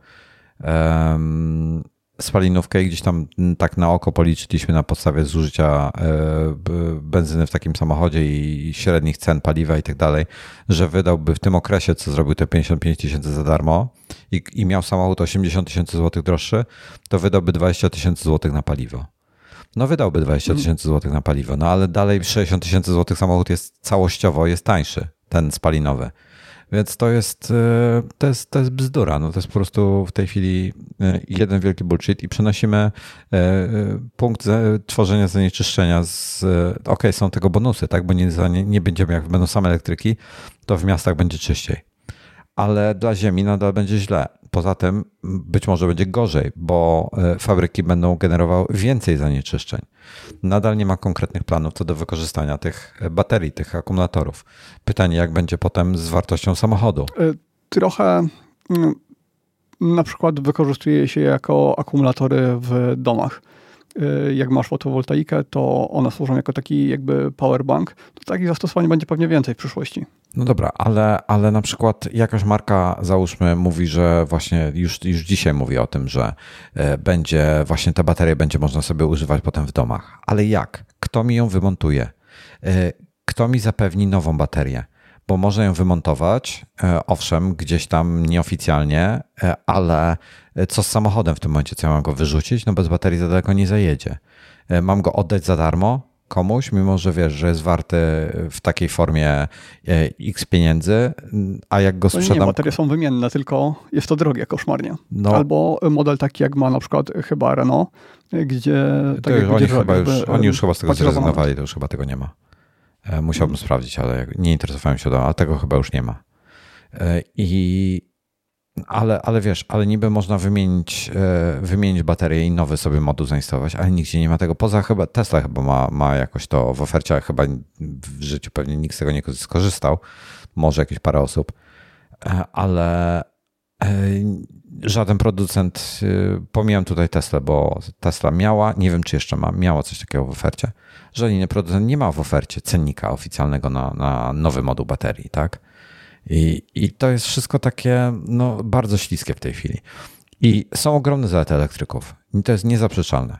um, spalinówkę i gdzieś tam tak na oko policzyliśmy na podstawie zużycia benzyny w takim samochodzie i średnich cen paliwa i tak dalej, że wydałby w tym okresie, co zrobił te pięćdziesiąt pięć tysięcy za darmo i, i miał samochód osiemdziesiąt tysięcy złotych droższy, to wydałby dwadzieścia tysięcy złotych na paliwo. No wydałby dwadzieścia tysięcy złotych na paliwo, no ale dalej sześćdziesiąt tysięcy złotych samochód jest całościowo, jest tańszy, ten spalinowy. Więc to jest, to jest, to jest bzdura. No to jest po prostu w tej chwili jeden wielki bullshit i przenosimy punkt tworzenia zanieczyszczenia z... Okej, okay, są tego bonusy, tak? Bo nie, nie będziemy, jak będą same elektryki, to w miastach będzie czyściej. Ale dla ziemi nadal będzie źle. Poza tym być może będzie gorzej, bo fabryki będą generowały więcej zanieczyszczeń. Nadal nie ma konkretnych planów co do wykorzystania tych baterii, tych akumulatorów. Pytanie, jak będzie potem z wartością samochodu? Trochę na przykład wykorzystuje się jako akumulatory w domach. Jak masz fotowoltaikę, to one służą jako taki jakby powerbank. To takich zastosowań będzie pewnie więcej w przyszłości. No dobra, ale, ale na przykład jakaś marka, załóżmy, mówi, że właśnie już, już dzisiaj mówi o tym, że będzie właśnie te baterie będzie można sobie używać potem w domach. Ale jak? Kto mi ją wymontuje? Kto mi zapewni nową baterię? Bo można ją wymontować, owszem, gdzieś tam nieoficjalnie, ale co z samochodem w tym momencie? Co ja mam go wyrzucić? No bez baterii za daleko nie zajedzie. Mam go oddać za darmo komuś, mimo że wiesz, że jest warty w takiej formie x pieniędzy, a jak go sprzedam... Nie, baterie są wymienne, tylko jest to drogie koszmarnie. No. Albo model taki jak ma na przykład chyba Renault, gdzie... Tak już, jak oni, będzie, chyba już, jakby, oni już chyba z tego pacierowane. zrezygnowali, to już chyba tego nie ma. Musiałbym hmm. sprawdzić, ale nie interesowałem się, do, ale tego chyba już nie ma. I... Ale, ale wiesz, ale niby można wymienić, wymienić baterię i nowy sobie moduł zainstalować, ale nigdzie nie ma tego. Poza chyba Tesla chyba ma, ma jakoś to w ofercie, ale chyba w życiu pewnie nikt z tego nie skorzystał. Może jakieś parę osób, ale żaden producent, pomijam tutaj Teslę, bo Tesla miała, nie wiem czy jeszcze ma, miała coś takiego w ofercie. Żaden inny producent nie ma w ofercie cennika oficjalnego na, na nowy moduł baterii, tak? I, I to jest wszystko takie no, bardzo śliskie w tej chwili. I są ogromne zalety elektryków. I to jest niezaprzeczalne.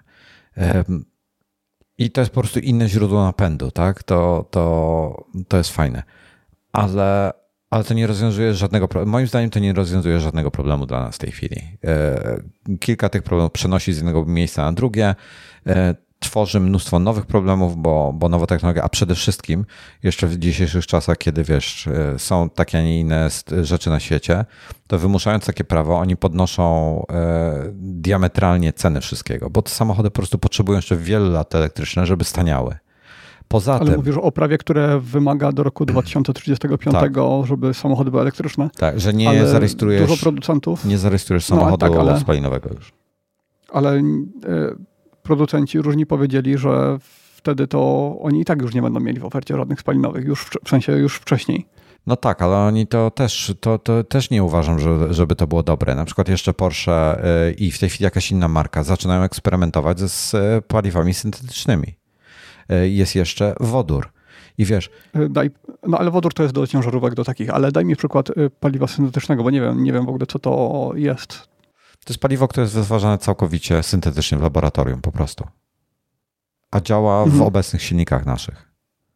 I to jest po prostu inne źródło napędu, tak? To, to, to jest fajne. Ale, ale to nie rozwiązuje żadnego problemu. Moim zdaniem to nie rozwiązuje żadnego problemu dla nas w tej chwili. Kilka tych problemów przenosi z jednego miejsca na drugie. Tworzy mnóstwo nowych problemów, bo, bo nowa technologia, a przede wszystkim jeszcze w dzisiejszych czasach, kiedy wiesz, są takie, a nie inne rzeczy na świecie, to wymuszając takie prawo, oni podnoszą e, diametralnie ceny wszystkiego, bo te samochody po prostu potrzebują jeszcze wiele lat elektryczne, żeby staniały. Poza Ale tym, mówisz o prawie, które wymaga do roku dwa tysiące trzydziestego piątego, tak, żeby samochody były elektryczne. Tak, że nie ale zarejestrujesz, dużo producentów, nie zarejestrujesz samochodu no, tak, ale, spalinowego już. Ale e, producenci różni powiedzieli, że wtedy to oni i tak już nie będą mieli w ofercie żadnych spalinowych, już w, w sensie już wcześniej. No tak, ale oni to też, to, to też nie uważam, że, żeby to było dobre. Na przykład jeszcze Porsche i w tej chwili jakaś inna marka zaczynają eksperymentować ze z paliwami syntetycznymi. Jest jeszcze wodór. I wiesz... Daj, no ale wodór to jest do ciężarówek, do takich, ale daj mi przykład paliwa syntetycznego, bo nie wiem, nie wiem w ogóle co to jest. To jest paliwo, które jest wytwarzane całkowicie syntetycznie w laboratorium po prostu. A działa mhm. w obecnych silnikach naszych.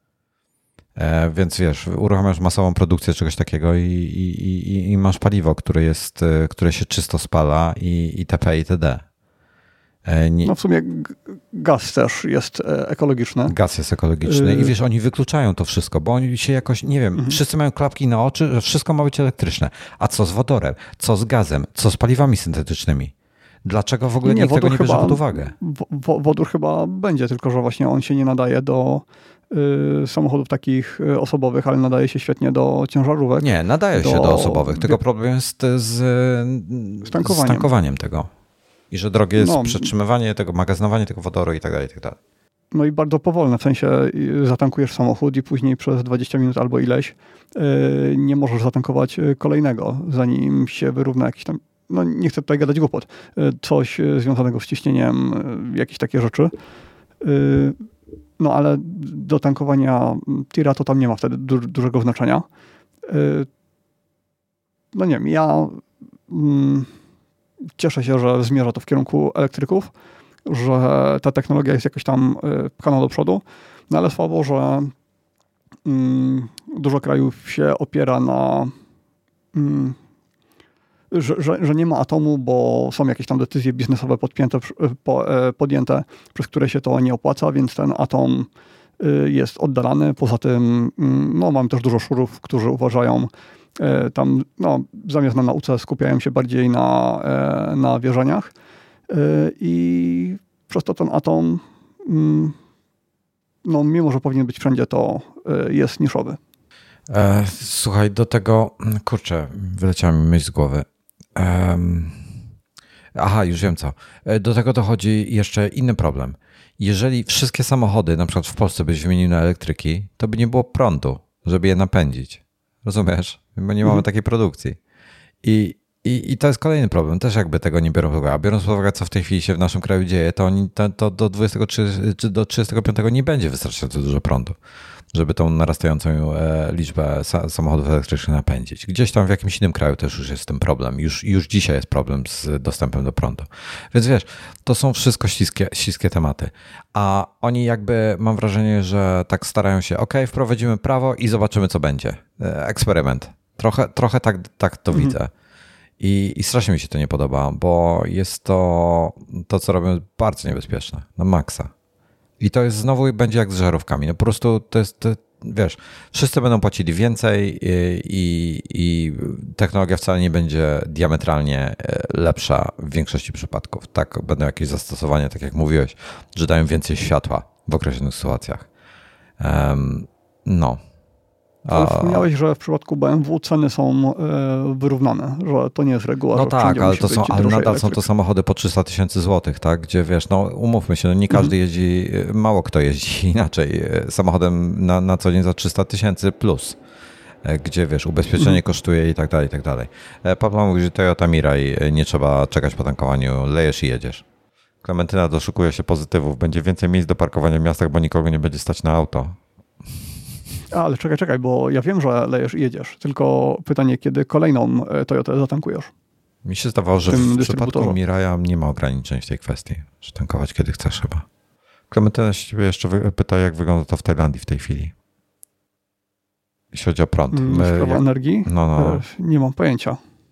E, więc wiesz, uruchamiasz masową produkcję czegoś takiego i, i, i, i masz paliwo, które, jest, które się czysto spala i itp. itd. E, nie... No w sumie gaz też jest ekologiczny. Gaz jest ekologiczny i wiesz, oni wykluczają to wszystko, bo oni się jakoś, nie wiem, mhm. wszyscy mają klapki na oczy, że wszystko ma być elektryczne. A co z wodorem? Co z gazem? Co z paliwami syntetycznymi? Dlaczego w ogóle nie, nikt tego nie bierze chyba, pod uwagę? W, wodór chyba będzie, tylko że właśnie on się nie nadaje do y, samochodów takich osobowych, ale nadaje się świetnie do ciężarówek. Nie, nadaje do, się do osobowych, tylko problem jest z, z, tankowaniem. z tankowaniem tego. I że drogie jest no, przetrzymywanie tego, magazynowanie tego wodoru i tak dalej, i tak dalej. No i bardzo powolne, w sensie zatankujesz samochód i później przez dwadzieścia minut albo ileś yy, nie możesz zatankować kolejnego, zanim się wyrówna jakiś tam, no nie chcę tutaj gadać głupot, yy, coś związanego z ciśnieniem, yy, jakieś takie rzeczy. Yy, no ale do tankowania tira to tam nie ma wtedy du- dużego znaczenia. Yy, no nie wiem, ja... Yy, Cieszę się, że zmierza to w kierunku elektryków, że ta technologia jest jakoś tam pchana do przodu, no ale słabo, że mm, dużo krajów się opiera na, mm, że, że, że nie ma atomu, bo są jakieś tam decyzje biznesowe podpięte, po, podjęte, przez które się to nie opłaca, więc ten atom jest oddalany. Poza tym no, mamy też dużo szurów, którzy uważają, Tam no, zamiast na nauce skupiałem się bardziej na, na wierzeniach i przez to ten Atom, no mimo że powinien być wszędzie, to jest niszowy. Słuchaj, do tego, kurczę, wyleciała mi myśl z głowy. Um, aha, już wiem co. Do tego dochodzi jeszcze inny problem. Jeżeli wszystkie samochody, na przykład w Polsce byś wymienił na elektryki, to by nie było prądu, żeby je napędzić. Rozumiesz? Bo nie mamy mhm. takiej produkcji. I, i, I to jest kolejny problem. Też jakby tego nie biorą pod uwagę. A biorąc pod uwagę, co w tej chwili się w naszym kraju dzieje, to, oni, to, to do dwudziestego czy do trzydziestego piątego nie będzie wystarczająco dużo prądu, żeby tą narastającą liczbę samochodów elektrycznych napędzić. Gdzieś tam w jakimś innym kraju też już jest ten problem. Już, już dzisiaj jest problem z dostępem do prądu. Więc wiesz, to są wszystko śliskie, śliskie tematy. A oni jakby, mam wrażenie, że tak starają się, ok, wprowadzimy prawo i zobaczymy, co będzie. Eksperyment. Trochę, trochę tak, tak to mhm. widzę. I, I strasznie mi się to nie podoba, bo jest to, to co robią, bardzo niebezpieczne. Na maksa. I to jest znowu będzie jak z żarówkami. No po prostu to jest, to, wiesz, wszyscy będą płacili więcej i, i, i technologia wcale nie będzie diametralnie lepsza w większości przypadków. Tak, będą jakieś zastosowania, tak jak mówiłeś, że dają więcej światła w określonych sytuacjach. Um, no. Ale wspomniałeś, że w przypadku B M W ceny są wyrównane, że to nie jest reguła. No że tak, ale, to są, ale nadal elektryk. są to samochody po trzysta tysięcy złotych, tak? Gdzie wiesz, no umówmy się, no nie każdy mhm. jeździ, mało kto jeździ inaczej samochodem na, na co dzień za trzysta tysięcy plus, gdzie wiesz, ubezpieczenie mhm. kosztuje i tak dalej, i tak dalej. Papa mówi, że Toyota Mirai nie trzeba czekać po tankowaniu, lejesz i jedziesz. Klementyna doszukuje się pozytywów, będzie więcej miejsc do parkowania w miastach, bo nikogo nie będzie stać na auto. A, ale czekaj, czekaj, bo ja wiem, że lejesz i jedziesz. Tylko pytanie, kiedy kolejną Toyotę zatankujesz? Mi się zdawało, że w, w przypadku Miraja nie ma ograniczeń w tej kwestii, że tankować kiedy chcesz chyba. Klementyna się ciebie jeszcze pyta, jak wygląda to w Tajlandii w tej chwili. Jeśli chodzi o prąd. My, Sprawa jak... energii? No, no. Nie mam pojęcia.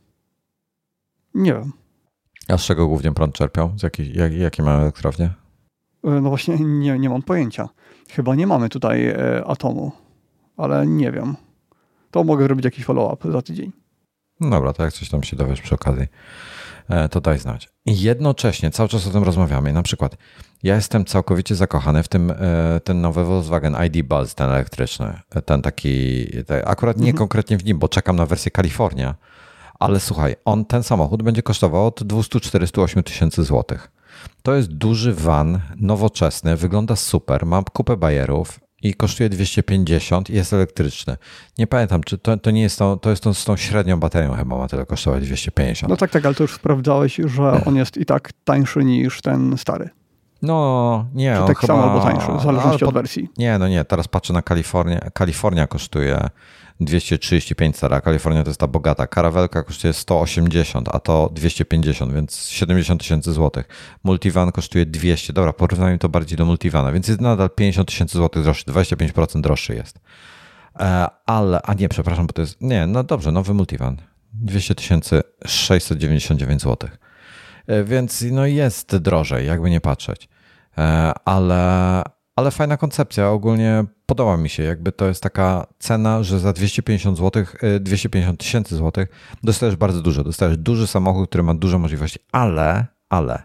Nie wiem. A z czego głównie prąd czerpią? Z jakich, jak, jakie mają elektrownie? No właśnie nie, nie mam pojęcia. Chyba nie mamy tutaj e, atomu. Ale nie wiem. To mogę zrobić jakiś follow-up za tydzień. No dobra, to jak coś tam się dowiesz przy okazji, to daj znać. I jednocześnie cały czas o tym rozmawiamy. Na przykład ja jestem całkowicie zakochany w tym ten nowy Volkswagen I D Buzz, ten elektryczny. Ten taki, ten, akurat nie mhm. konkretnie w nim, bo czekam na wersję Kalifornia. Ale słuchaj, on, ten samochód będzie kosztował od dwieście czterdzieści osiem tysięcy złotych. To jest duży van, nowoczesny, wygląda super, ma kupę bajerów i kosztuje dwieście pięćdziesiąt i jest elektryczny. Nie pamiętam, czy to, to nie jest to, to jest to z tą średnią baterią chyba ma tyle kosztować dwieście pięćdziesiąt. No tak, tak, ale to już sprawdzałeś, że on jest i tak tańszy niż ten stary. No nie, czy on tak chyba... samo albo tańszy, w zależności po... od wersji. Nie, no nie, teraz patrzę na Kalifornię. Kalifornia kosztuje dwieście trzydzieści pięć stara. Kalifornia to jest ta bogata. Karawelka kosztuje sto osiemdziesiąt, a to dwieście pięćdziesiąt, więc siedemdziesiąt tysięcy złotych. Multivan kosztuje dwieście. Dobra, porównajmy to bardziej do Multivana, więc jest nadal pięćdziesiąt tysięcy złotych droższy, dwadzieścia pięć procent droższy jest. E, ale, a nie, przepraszam, bo to jest, nie, no dobrze, nowy Multivan. dwieście tysięcy sześćset dziewięćdziesiąt dziewięć złotych. E, więc no jest drożej, jakby nie patrzeć. E, ale... Ale fajna koncepcja, ogólnie podoba mi się, jakby to jest taka cena, że za dwieście pięćdziesiąt złotych, dwieście pięćdziesiąt tysięcy złotych dostajesz bardzo dużo, dostajesz duży samochód, który ma dużo możliwości, ale, ale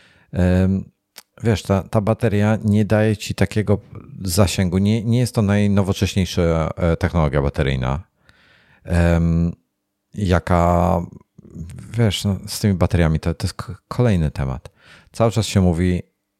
wiesz, ta, ta bateria nie daje ci takiego zasięgu, nie, nie jest to najnowocześniejsza technologia bateryjna, jaka, wiesz, no, z tymi bateriami to, to jest kolejny temat. Cały czas się mówi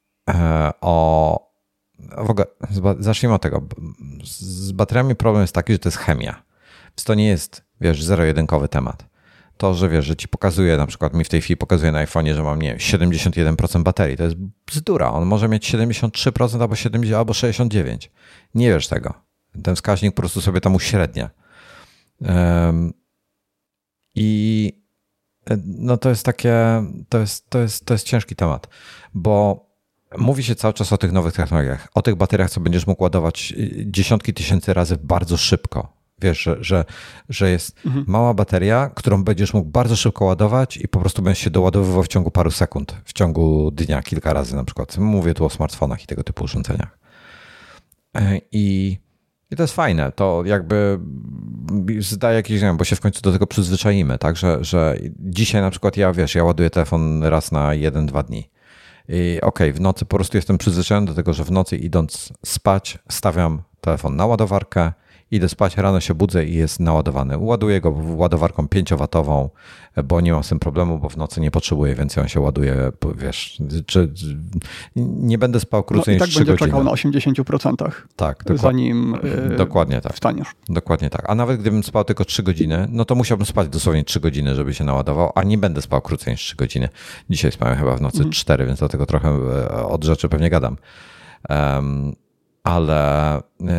o W ogóle, zacznijmy od tego. Z bateriami problem jest taki, że to jest chemia. Więc to nie jest, wiesz, zero-jedynkowy temat. To, że wiesz, że ci pokazuje, na przykład mi w tej chwili pokazuje na iPhone'ie, że mam, nie wiem, siedemdziesiąt jeden procent baterii. To jest bzdura. On może mieć siedemdziesiąt trzy procent albo siedemdziesiąt, albo sześćdziesiąt dziewięć procent. Nie wiesz tego. Ten wskaźnik po prostu sobie tam uśrednia. Um, I no to jest takie, to jest, to jest, to jest ciężki temat, bo mówi się cały czas o tych nowych technologiach, o tych bateriach, co będziesz mógł ładować dziesiątki tysięcy razy bardzo szybko. Wiesz, że, że, że jest mhm. mała bateria, którą będziesz mógł bardzo szybko ładować i po prostu będziesz się doładowywał w ciągu paru sekund, w ciągu dnia kilka razy na przykład. Mówię tu o smartfonach i tego typu urządzeniach. I, i to jest fajne. To jakby zdaje jakiś, nie wiem, bo się w końcu do tego przyzwyczaimy, tak, że, że dzisiaj na przykład ja, wiesz, ja ładuję telefon raz na jeden, dwa dni. I okej, okay, w nocy po prostu jestem przyzwyczajony do tego, że w nocy idąc spać stawiam telefon na ładowarkę, idę spać, rano się budzę i jest naładowany. Ładuję go ładowarką pięciowatową, bo nie mam z tym problemu, bo w nocy nie potrzebuję, więc on się ładuje, wiesz, czy nie będę spał krócej no niż trzy godziny. I tak będzie czekał na osiemdziesiąt procent, tak, zanim yy, dokładnie tak. wstaniesz. Dokładnie tak. A nawet gdybym spał tylko trzy godziny, no to musiałbym spać dosłownie trzy godziny, żeby się naładował, a nie będę spał krócej niż trzy godziny. Dzisiaj spałem chyba w nocy mhm. cztery, więc dlatego trochę od rzeczy pewnie gadam. Um, ale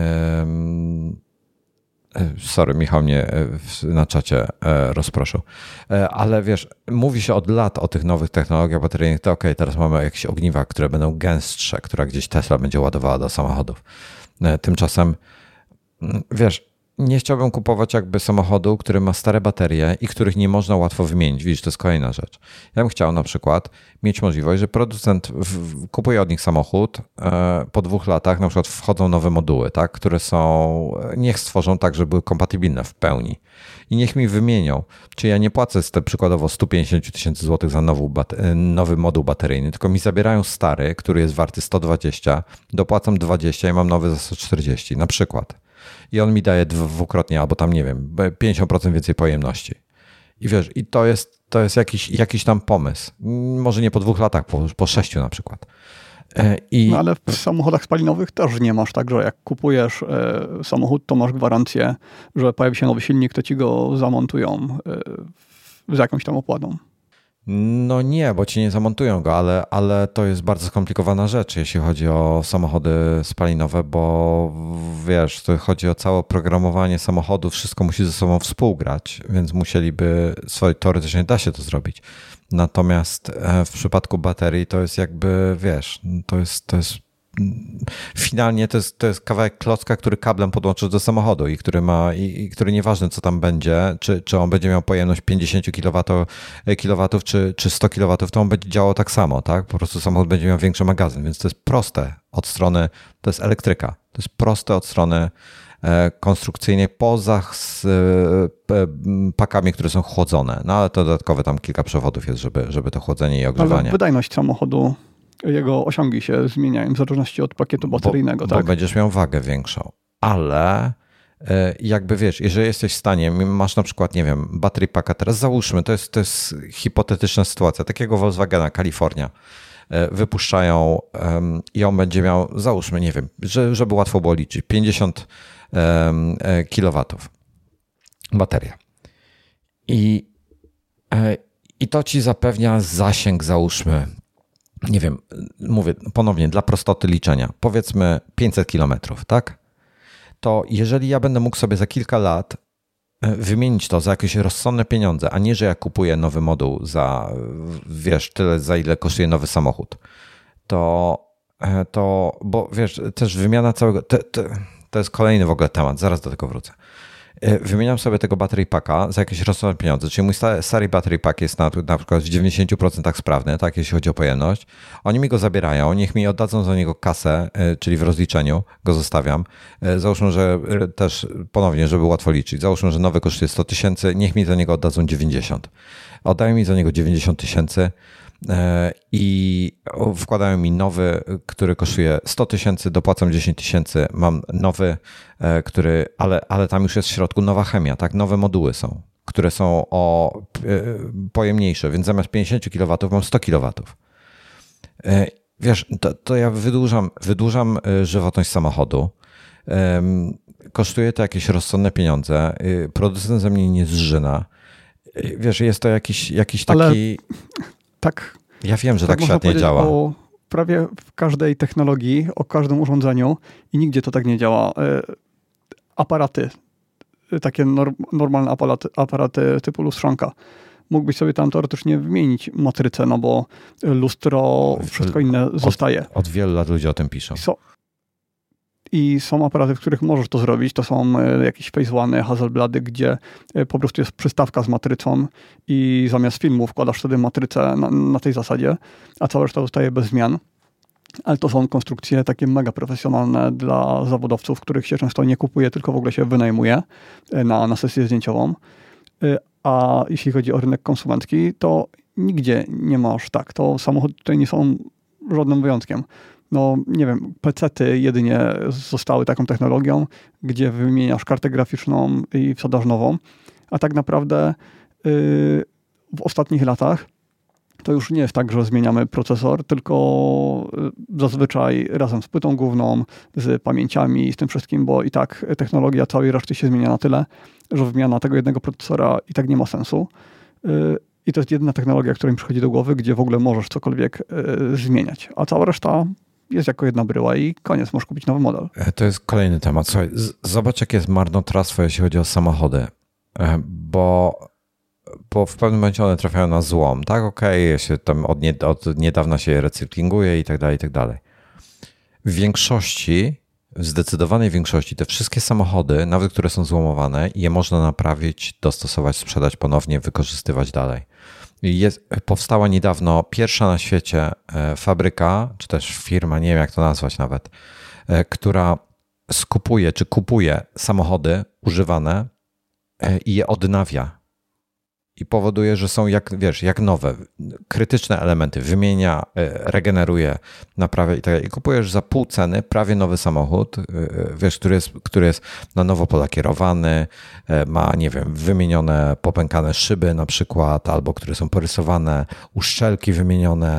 um, sorry, Michał mnie na czacie rozproszył. Ale wiesz, mówi się od lat o tych nowych technologiach bateryjnych, to okej, okay, teraz mamy jakieś ogniwa, które będą gęstsze, która gdzieś Tesla będzie ładowała do samochodów. Tymczasem, wiesz, nie chciałbym kupować jakby samochodu, który ma stare baterie i których nie można łatwo wymienić. Widzisz, to jest kolejna rzecz. Ja bym chciał na przykład mieć możliwość, że producent w, kupuje od nich samochód, e, po dwóch latach na przykład wchodzą nowe moduły, tak, które są, niech stworzą tak, żeby były kompatybilne w pełni. I niech mi wymienią. Czy ja nie płacę z te, przykładowo sto pięćdziesiąt tysięcy złotych za nowy, nowy moduł bateryjny, tylko mi zabierają stary, który jest warty sto dwadzieścia, dopłacam dwadzieścia i mam nowy za sto czterdzieści na przykład. I on mi daje dwukrotnie, albo tam, nie wiem, pięćdziesiąt procent więcej pojemności. I wiesz, i to jest, to jest jakiś, jakiś tam pomysł. Może nie po dwóch latach, po, po sześciu na przykład. I... No ale w samochodach spalinowych też nie masz tak, że jak kupujesz e, samochód, to masz gwarancję, że pojawi się nowy silnik, to ci go zamontują e, z jakąś tam opłatą. No nie, bo ci nie zamontują go, ale, ale to jest bardzo skomplikowana rzecz, jeśli chodzi o samochody spalinowe, bo wiesz, to chodzi o całe programowanie samochodu, wszystko musi ze sobą współgrać, więc musieliby, swoje, teoretycznie da się to zrobić. Natomiast w przypadku baterii to jest jakby, wiesz, to jest, to jest finalnie to jest, to jest kawałek klocka, który kablem podłączysz do samochodu i który ma, i, i który nieważne co tam będzie, czy, czy on będzie miał pojemność pięćdziesiąt kilowatów czy, czy sto kilowatów, to on będzie działał tak samo, tak? Po prostu samochód będzie miał większy magazyn, więc to jest proste od strony, to jest elektryka, to jest proste od strony konstrukcyjnej, poza z pakami, które są chłodzone, no ale to dodatkowe tam kilka przewodów jest, żeby, żeby to chłodzenie i ogrzewanie. Ale wydajność samochodu, jego osiągi się zmieniają w zależności od pakietu bateryjnego. Bo, tak? bo będziesz miał wagę większą, ale jakby wiesz, jeżeli jesteś w stanie, masz na przykład, nie wiem, battery packa, teraz załóżmy, to jest, to jest hipotetyczna sytuacja, takiego Volkswagena Kalifornia wypuszczają um, i on będzie miał, załóżmy, nie wiem, że, żeby łatwo było liczyć, pięćdziesiąt um, kilowatów bateria. I, I to ci zapewnia zasięg, załóżmy, nie wiem, mówię ponownie, dla prostoty liczenia, powiedzmy pięćset kilometrów, tak? To jeżeli ja będę mógł sobie za kilka lat wymienić to za jakieś rozsądne pieniądze, a nie, że ja kupuję nowy moduł za, wiesz, tyle, za ile kosztuje nowy samochód, to, to bo wiesz, też wymiana całego, to, to, to jest kolejny w ogóle temat, zaraz do tego wrócę. Wymieniam sobie tego battery packa za jakieś rozsądne pieniądze, czyli mój stary battery pack jest na, na przykład w dziewięćdziesiąt procent sprawny, tak, jeśli chodzi o pojemność. Oni mi go zabierają, niech mi oddadzą za niego kasę, czyli w rozliczeniu go zostawiam. Załóżmy, że też ponownie, żeby łatwo liczyć, załóżmy, że nowy kosztuje sto tysięcy, niech mi za niego oddadzą dziewięćdziesiąt. Oddają mi za niego dziewięćdziesiąt tysięcy i wkładają mi nowy, który kosztuje sto tysięcy, dopłacam dziesięć tysięcy, mam nowy, który, ale, ale tam już jest w środku nowa chemia, tak, nowe moduły są, które są o pojemniejsze, więc zamiast pięćdziesiąt kilowatów mam sto kilowatów. Wiesz, to, to ja wydłużam, wydłużam żywotność samochodu, kosztuje to jakieś rozsądne pieniądze, producent ze mnie nie zżyna. Wiesz, jest to jakiś, jakiś taki... Ale... Tak. Ja wiem, że tak, tak świat nie działa. O prawie w każdej technologii, o każdym urządzeniu i nigdzie to tak nie działa. Aparaty, takie norm, normalne aparaty, aparaty typu lustrzanka. Mógłbyś sobie tam teoretycznie wymienić matrycę, no bo lustro, wszystko inne zostaje. Od, od wielu lat ludzie o tym piszą. So, I są aparaty, w których możesz to zrobić. To są jakieś Phase One, Hasselblady, gdzie po prostu jest przystawka z matrycą i zamiast filmu wkładasz wtedy matrycę na, na tej zasadzie, a cała reszta zostaje bez zmian. ale to są konstrukcje takie mega profesjonalne dla zawodowców, których się często nie kupuje, tylko w ogóle się wynajmuje na, na sesję zdjęciową. A jeśli chodzi o rynek konsumencki, to nigdzie nie masz tak. To samochody tutaj nie są żadnym wyjątkiem. No nie wiem, pecety jedynie zostały taką technologią, gdzie wymieniasz kartę graficzną i wsadasz nową, a tak naprawdę yy, w ostatnich latach to już nie jest tak, że zmieniamy procesor, tylko zazwyczaj razem z płytą główną, z pamięciami i z tym wszystkim, bo i tak technologia całej reszty się zmienia na tyle, że wymiana tego jednego procesora i tak nie ma sensu. I to jest jedyna technologia, która mi przychodzi do głowy, gdzie w ogóle możesz cokolwiek zmieniać, a cała reszta jest jako jedna bryła i koniec, możesz kupić nowy model. To jest kolejny temat. Słuchaj, zobacz, jakie jest marnotrawstwo, jeśli chodzi o samochody, bo bo w pewnym momencie one trafiają na złom, tak? Okej, okay, się tam od, nie, od niedawna się je recyklinguje i tak dalej, i tak dalej. W większości, w zdecydowanej większości te wszystkie samochody, nawet które są złomowane, je można naprawić, dostosować, sprzedać ponownie, wykorzystywać dalej. Jest, powstała niedawno pierwsza na świecie fabryka, czy też firma, nie wiem jak to nazwać nawet, która skupuje, czy kupuje samochody używane i je odnawia. I powoduje, że są jak, wiesz, jak nowe, krytyczne elementy, wymienia, regeneruje, naprawia i tak dalej. I kupujesz za pół ceny prawie nowy samochód, wiesz, który jest, który jest na nowo polakierowany, ma, nie wiem, wymienione, popękane szyby na przykład, albo które są porysowane, uszczelki wymienione,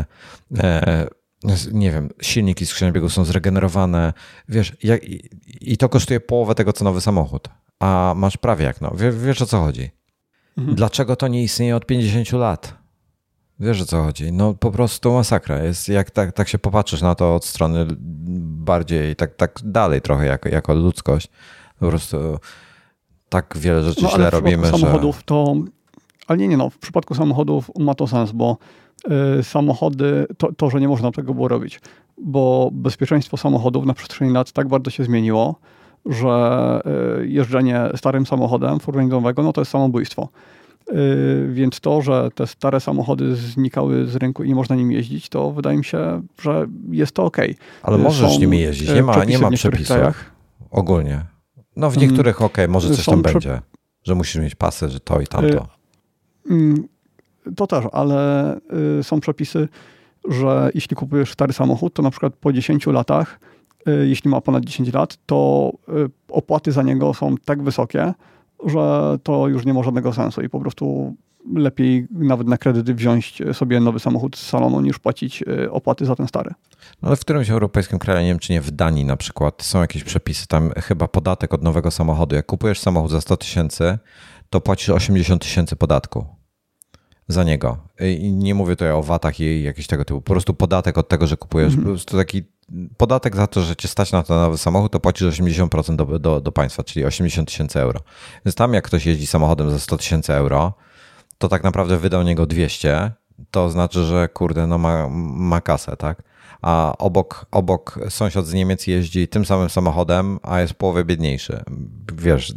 nie wiem, silniki skrzynia biegów są zregenerowane, wiesz, jak, i to kosztuje połowę tego, co nowy samochód, a masz prawie jak no, wiesz, wiesz o co chodzi. Mhm. Dlaczego to nie istnieje od pięćdziesięciu lat? Wiesz o co chodzi? No po prostu masakra. Jest, jak tak, tak się popatrzysz na to od strony bardziej, tak, tak dalej trochę jako, jako ludzkość, po prostu tak wiele rzeczy no, źle robimy, że... samochodów to... Ale nie, nie, no w przypadku samochodów ma to sens, bo y, samochody, to, to, że nie można tego było robić, bo bezpieczeństwo samochodów na przestrzeni lat tak bardzo się zmieniło, że jeżdżenie starym samochodem furgonowego, no to jest samobójstwo. Yy, więc to, że te stare samochody znikały z rynku i nie można nimi jeździć, to wydaje mi się, że jest to okej. Okay. Ale możesz Są nimi jeździć, nie ma, nie ma przepisów krajach. Ogólnie. No w niektórych okej, okay, może coś Są tam prze... będzie, że musisz mieć pasy, że to i tamto. Yy, to też, ale yy, są przepisy, że jeśli kupujesz stary samochód, to na przykład po dziesięciu latach, jeśli ma ponad dziesięć lat, to opłaty za niego są tak wysokie, że to już nie ma żadnego sensu i po prostu lepiej nawet na kredyty wziąć sobie nowy samochód z salonu, niż płacić opłaty za ten stary. Ale w którymś europejskim kraju, nie wiem czy nie, w Danii na przykład, są jakieś przepisy, tam chyba podatek od nowego samochodu. Jak kupujesz samochód za sto tysięcy, to płacisz osiemdziesiąt tysięcy podatku za niego. I nie mówię tutaj o watach i jakiś tego typu. Po prostu podatek od tego, że kupujesz. Mm. Po prostu taki podatek za to, że cię stać na ten nowy samochód, to płacisz osiemdziesiąt procent do, do, do państwa, czyli osiemdziesiąt tysięcy euro. Więc tam jak ktoś jeździ samochodem za sto tysięcy euro, to tak naprawdę wydał niego dwieście, to znaczy, że kurde, no ma, ma kasę, tak? A obok, obok sąsiad z Niemiec jeździ tym samym samochodem, a jest w połowie biedniejszy. Wiesz,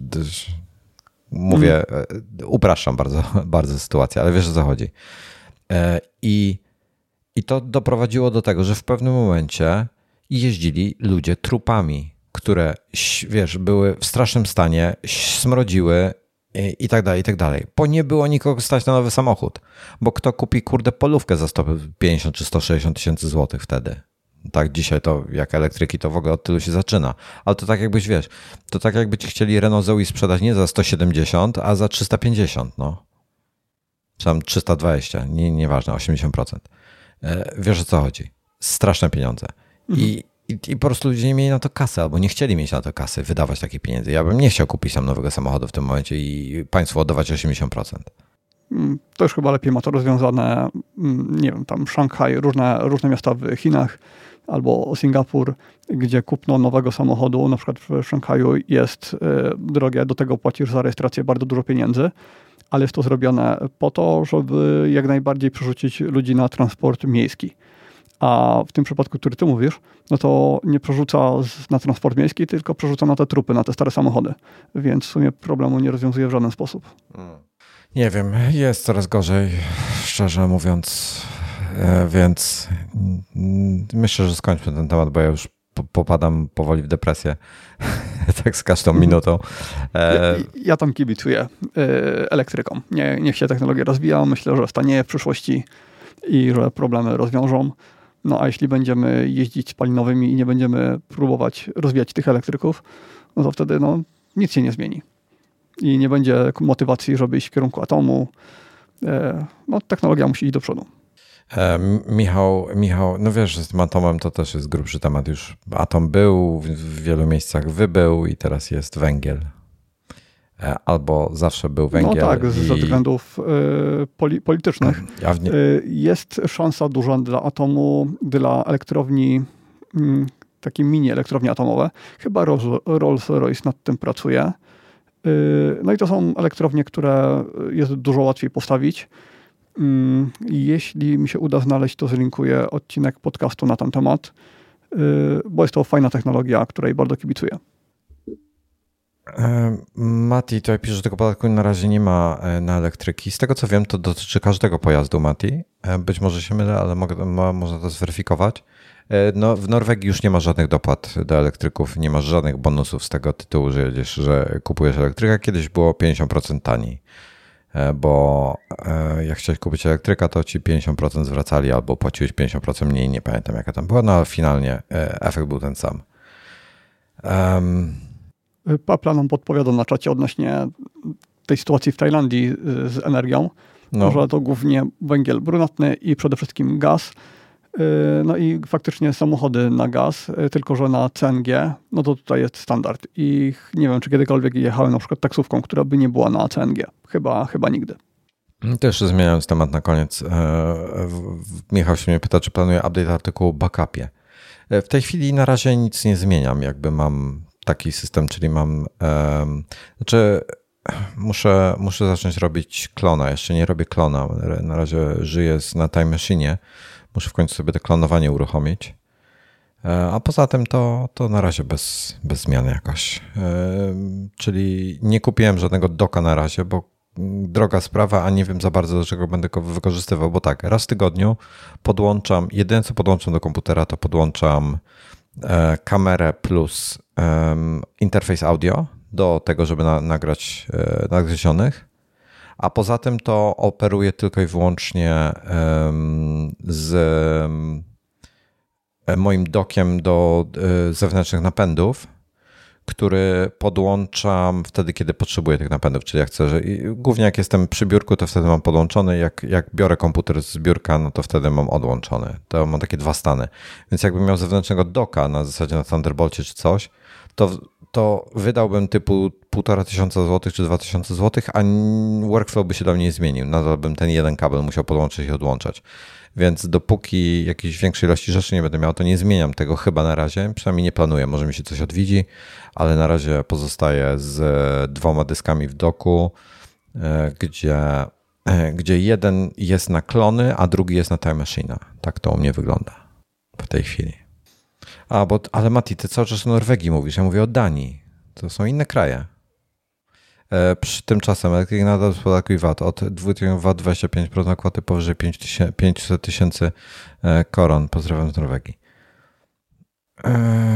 mówię, mm. upraszczam bardzo, bardzo sytuację, ale wiesz o co chodzi. I, I to doprowadziło do tego, że w pewnym momencie jeździli ludzie trupami, które, wiesz, były w strasznym stanie, smrodziły i, i tak dalej, i tak dalej. Bo nie było nikogo stać na nowy samochód. Bo kto kupi, kurde, polówkę za sto pięćdziesiąt czy sto sześćdziesiąt tysięcy złotych wtedy? Tak, dzisiaj to jak elektryki, to w ogóle od tylu się zaczyna. Ale to tak jakbyś, wiesz, to tak jakby ci chcieli Renault Zoe sprzedać nie za sto siedemdziesiąt, a za trzysta pięćdziesiąt, no. Czy tam trzysta dwadzieścia, nie, nieważne, osiemdziesiąt procent. Wiesz o co chodzi? Straszne pieniądze. Mhm. I, i, I po prostu ludzie nie mieli na to kasy, albo nie chcieli mieć na to kasy, wydawać takie pieniądze. Ja bym nie chciał kupić tam nowego samochodu w tym momencie i państwu oddawać osiemdziesiąt procent. To już chyba lepiej ma to rozwiązane, nie wiem, tam Szanghaj, różne, różne miasta w Chinach albo Singapur, gdzie kupno nowego samochodu, na przykład w Szanghaju jest drogie, do tego płacisz za rejestrację bardzo dużo pieniędzy, ale jest to zrobione po to, żeby jak najbardziej przerzucić ludzi na transport miejski. A w tym przypadku, który ty mówisz, no to nie przerzuca na transport miejski, tylko przerzuca na te trupy, na te stare samochody. Więc w sumie problemu nie rozwiązuje w żaden sposób. Nie wiem, jest coraz gorzej, szczerze mówiąc. więc myślę, że skończmy ten temat, bo ja już popadam powoli w depresję. Tak z każdą minutą. Ja, ja tam kibicuję elektrykom. Nie, niech się technologia rozwija. Myślę, że stanieje w przyszłości i że problemy rozwiążą. No a jeśli będziemy jeździć spalinowymi i nie będziemy próbować rozwijać tych elektryków, no to wtedy no, nic się nie zmieni. I nie będzie motywacji, żeby iść w kierunku atomu. No, technologia musi iść do przodu. E, Michał, Michał, no wiesz, że z tym atomem to też jest grubszy temat. Już atom był, w, w wielu miejscach wybył i teraz jest węgiel. E, albo zawsze był węgiel. No tak, i... ze względów y, poli, politycznych. Ja nie... y, jest szansa duża dla atomu, dla elektrowni, y, takie mini elektrownie atomowe. Chyba Rolls-Royce nad tym pracuje. Y, no i to są elektrownie, które jest dużo łatwiej postawić. Jeśli mi się uda znaleźć, to zlinkuję odcinek podcastu na ten temat, bo jest to fajna technologia, której bardzo kibicuję. Mati, tutaj pisze, że tego podatku na razie nie ma na elektryki. Z tego co wiem, to dotyczy każdego pojazdu, Mati. Być może się mylę, ale mogę, można to zweryfikować. No, w Norwegii już nie ma żadnych dopłat do elektryków, nie masz żadnych bonusów z tego tytułu, że jedziesz, że kupujesz elektrykę. Kiedyś było pięćdziesiąt procent taniej. Bo jak chciałeś kupić elektryka, to ci pięćdziesiąt procent zwracali albo płaciłeś pięćdziesiąt procent mniej, nie pamiętam jaka tam była, no ale finalnie efekt był ten sam. Um. Papla nam podpowiada na czacie odnośnie tej sytuacji w Tajlandii z energią, no. Że to głównie węgiel brunatny i przede wszystkim gaz. No i faktycznie samochody na gaz, tylko że na C N G, no to tutaj jest standard. I nie wiem, czy kiedykolwiek jechałem na przykład taksówką, która by nie była na C N G. Chyba, chyba nigdy. To jeszcze zmieniając temat na koniec. Michał się mnie pyta, czy planuję update artykułu o backupie. W tej chwili na razie nic nie zmieniam. Jakby mam taki system, czyli mam... Um, znaczy muszę, muszę zacząć robić klona. Jeszcze nie robię klona. Na razie żyję na Time Machine'ie. Muszę w końcu sobie to klonowanie uruchomić. A poza tym to, to na razie bez, bez zmiany jakoś. Czyli nie kupiłem żadnego doka na razie, bo droga sprawa, a nie wiem za bardzo, do czego będę go wykorzystywał, bo tak, raz w tygodniu podłączam, jedyne co podłączam do komputera, to podłączam kamerę plus interfejs audio do tego, żeby na, nagrać nagryzionych. A poza tym to operuję tylko i wyłącznie z moim dokiem do zewnętrznych napędów, który podłączam wtedy, kiedy potrzebuję tych napędów. Czyli jak chcę, że głównie jak jestem przy biurku, to wtedy mam podłączony. Jak, jak biorę komputer z biurka, no to wtedy mam odłączony. To mam takie dwa stany. Więc jakbym miał zewnętrznego doka na zasadzie na Thunderbolcie czy coś, to to wydałbym typu półtora tysiąca złotych czy dwa tysiące złotych, a workflow by się dla mnie nie zmienił. Nadal bym ten jeden kabel musiał podłączyć i odłączać. Więc dopóki jakiejś większej ilości rzeczy nie będę miał, to nie zmieniam tego chyba na razie. Przynajmniej nie planuję. Może mi się coś odwiedzi, ale na razie pozostaję z dwoma dyskami w doku, gdzie, gdzie jeden jest na klony, a drugi jest na Time Machine'a. Tak to u mnie wygląda w tej chwili. A, bo, ale Mati, ty cały czas o Norwegii mówisz, ja mówię o Danii. To są inne kraje. E, przy tymczasem elektryk nadal z podatku i V A T od V A T dwadzieścia pięć procent kwoty powyżej pięćset tysięcy koron. Pozdrawiam z Norwegii. E,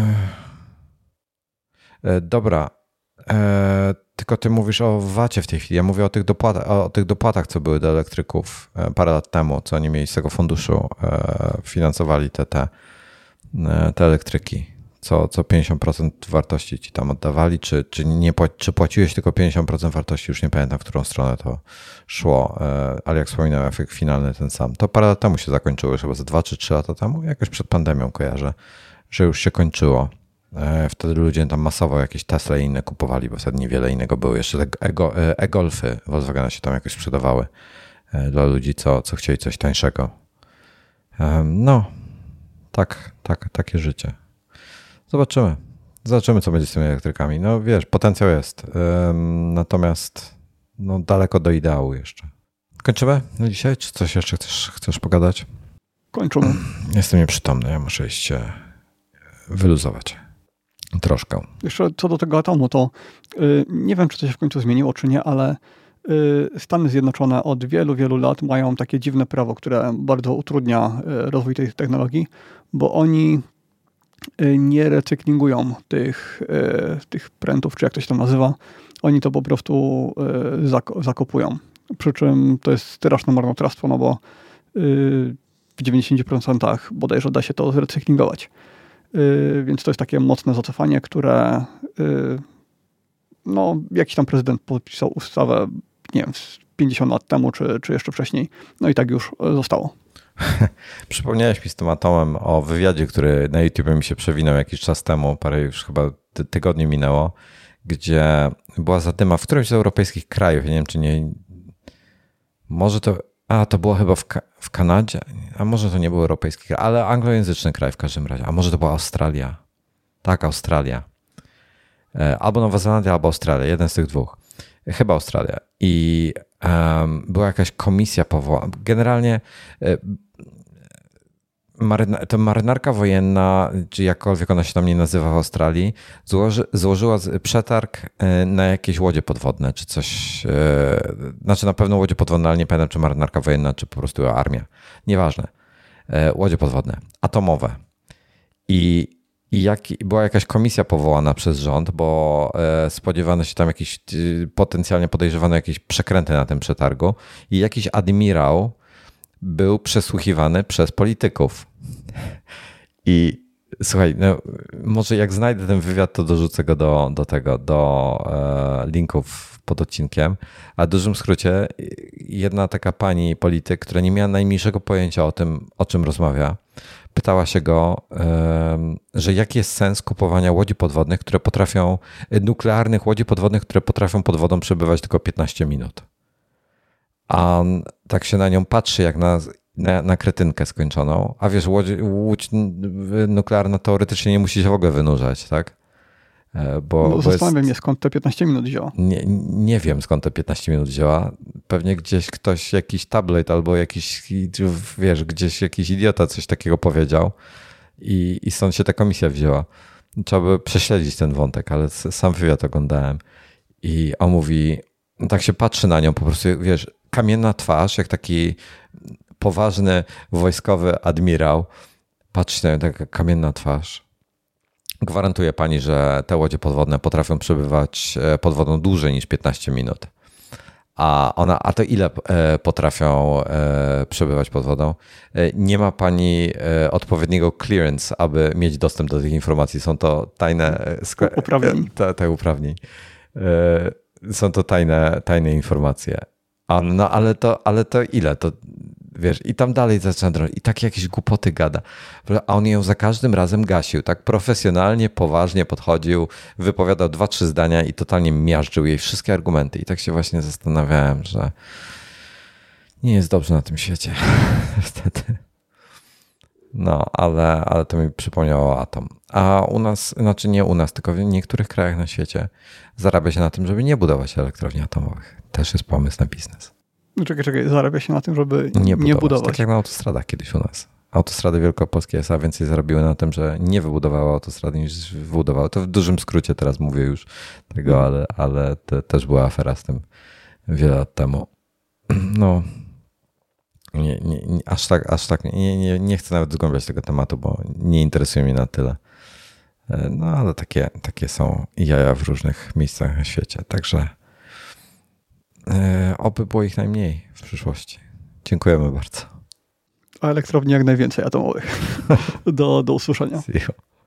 e, dobra. E, tylko ty mówisz o vacie w tej chwili. Ja mówię o tych, dopłatach, o tych dopłatach, co były do elektryków parę lat temu, co oni mieli z tego funduszu, e, finansowali te, te te elektryki, co, co pięćdziesiąt procent wartości ci tam oddawali, czy, czy, nie, czy płaciłeś tylko pięćdziesiąt procent wartości, już nie pamiętam, w którą stronę to szło, ale jak wspominałem, efekt finalny ten sam. To parę lat temu się zakończyło, chyba za dwa czy trzy lata temu, jakoś przed pandemią kojarzę, że już się kończyło. Wtedy ludzie tam masowo jakieś Tesla i inne kupowali, bo wtedy niewiele innego było. Jeszcze te e-golfy Volkswagena się tam jakoś sprzedawały dla ludzi, co, co chcieli coś tańszego. No, Tak, tak, takie życie. Zobaczymy. Zobaczymy, co będzie z tymi elektrykami. No wiesz, potencjał jest. Ym, natomiast no, daleko do ideału jeszcze. Kończymy na dzisiaj? Czy coś jeszcze chcesz, chcesz pogadać? Kończymy. Jestem nieprzytomny. Ja muszę iść się wyluzować. Troszkę. Jeszcze co do tego atomu, to yy, nie wiem, czy to się w końcu zmieniło, czy nie, ale Stany Zjednoczone od wielu, wielu lat mają takie dziwne prawo, które bardzo utrudnia rozwój tej technologii, bo oni nie recyklingują tych, tych prętów, czy jak to się tam nazywa. Oni to po prostu zakopują. Przy czym to jest straszne marnotrawstwo, no bo w dziewięćdziesięciu procentach bodajże da się to zrecyklingować. Więc to jest takie mocne zacofanie, które no, jakiś tam prezydent podpisał ustawę, nie wiem, pięćdziesiąt lat temu, czy, czy jeszcze wcześniej. No i tak już zostało. Przypomniałeś mi z tym Atomem o wywiadzie, który na YouTube mi się przewinął jakiś czas temu, parę już chyba ty- tygodni minęło, gdzie była zadyma w którymś z europejskich krajów, ja nie wiem czy nie, może to, a to było chyba w, Ka- w Kanadzie, a może to nie był europejski kraj, ale anglojęzyczny kraj w każdym razie, a może to była Australia. Tak, Australia. Albo Nowa Zelandia, albo Australia, jeden z tych dwóch. Chyba Australia. I um, była jakaś komisja powołana. Generalnie maryna, to marynarka wojenna, czy jakkolwiek ona się tam nie nazywa w Australii, złoży, złożyła przetarg na jakieś łodzie podwodne, czy coś. Znaczy na pewno łodzie podwodne, ale nie pamiętam, czy marynarka wojenna, czy po prostu armia. Nieważne. Łodzie podwodne, atomowe. I I jak, była jakaś komisja powołana przez rząd, bo spodziewano się tam jakiś potencjalnie podejrzewano jakieś przekręty na tym przetargu i jakiś admirał był przesłuchiwany przez polityków. I słuchaj, no, może jak znajdę ten wywiad, to dorzucę go do, do tego, do e, linków pod odcinkiem. A w dużym skrócie jedna taka pani polityk, która nie miała najmniejszego pojęcia o tym, o czym rozmawia, pytała się go, że jaki jest sens kupowania łodzi podwodnych, które potrafią, nuklearnych łodzi podwodnych, które potrafią pod wodą przebywać tylko piętnaście minut. A on tak się na nią patrzy jak na, na, na kretynkę skończoną, a wiesz, łódź, łódź nuklearna teoretycznie nie musi się w ogóle wynurzać, tak? Bo, no, bo zastanawiam jest, się, skąd te piętnaście minut wzięła. Nie, nie wiem, skąd te piętnaście minut wzięła. Pewnie gdzieś ktoś, jakiś tablet albo jakiś, wiesz, gdzieś jakiś idiota coś takiego powiedział i, i stąd się ta komisja wzięła. Trzeba by prześledzić ten wątek, ale sam wywiad oglądałem i on mówi, tak się patrzy na nią, po prostu, wiesz, kamienna twarz, jak taki poważny wojskowy admirał, patrzy na nią, taka kamienna twarz. Gwarantuję pani, że te łodzie podwodne potrafią przebywać pod wodą dłużej niż piętnaście minut. A ona, a to ile potrafią przebywać pod wodą? Nie ma pani odpowiedniego clearance, aby mieć dostęp do tych informacji. Są to tajne uprawnień. Te, te uprawnień. Są to tajne, tajne informacje. A, no ale to, ale to ile? To wiesz, i tam dalej zaczyna drążyć. I takie jakieś głupoty gada. A on ją za każdym razem gasił. Tak profesjonalnie, poważnie podchodził, wypowiadał dwa, trzy zdania i totalnie miażdżył jej wszystkie argumenty. I tak się właśnie zastanawiałem, że nie jest dobrze na tym świecie. Niestety. No, ale, ale to mi przypomniało Atom. A u nas, znaczy nie u nas, tylko w niektórych krajach na świecie zarabia się na tym, żeby nie budować elektrowni atomowych. Też jest pomysł na biznes. Czekaj, czekaj, zarabia się na tym, żeby nie, nie budować. budować. Tak jak na autostradach kiedyś u nas. Autostrady wielkopolskie S A więcej zarobiły na tym, że nie wybudowały autostrady niż wybudowały. To w dużym skrócie teraz mówię już tego, hmm. ale, ale to też była afera z tym wiele lat temu. No, nie, nie, nie, aż tak, aż tak nie, nie, nie chcę nawet zgłębiać tego tematu, bo nie interesuje mnie na tyle. No, ale takie, takie są jaja w różnych miejscach na świecie. Także oby było ich najmniej w przyszłości. Dziękujemy bardzo. A elektrowni jak najwięcej atomowych. Do, do usłyszenia. See you.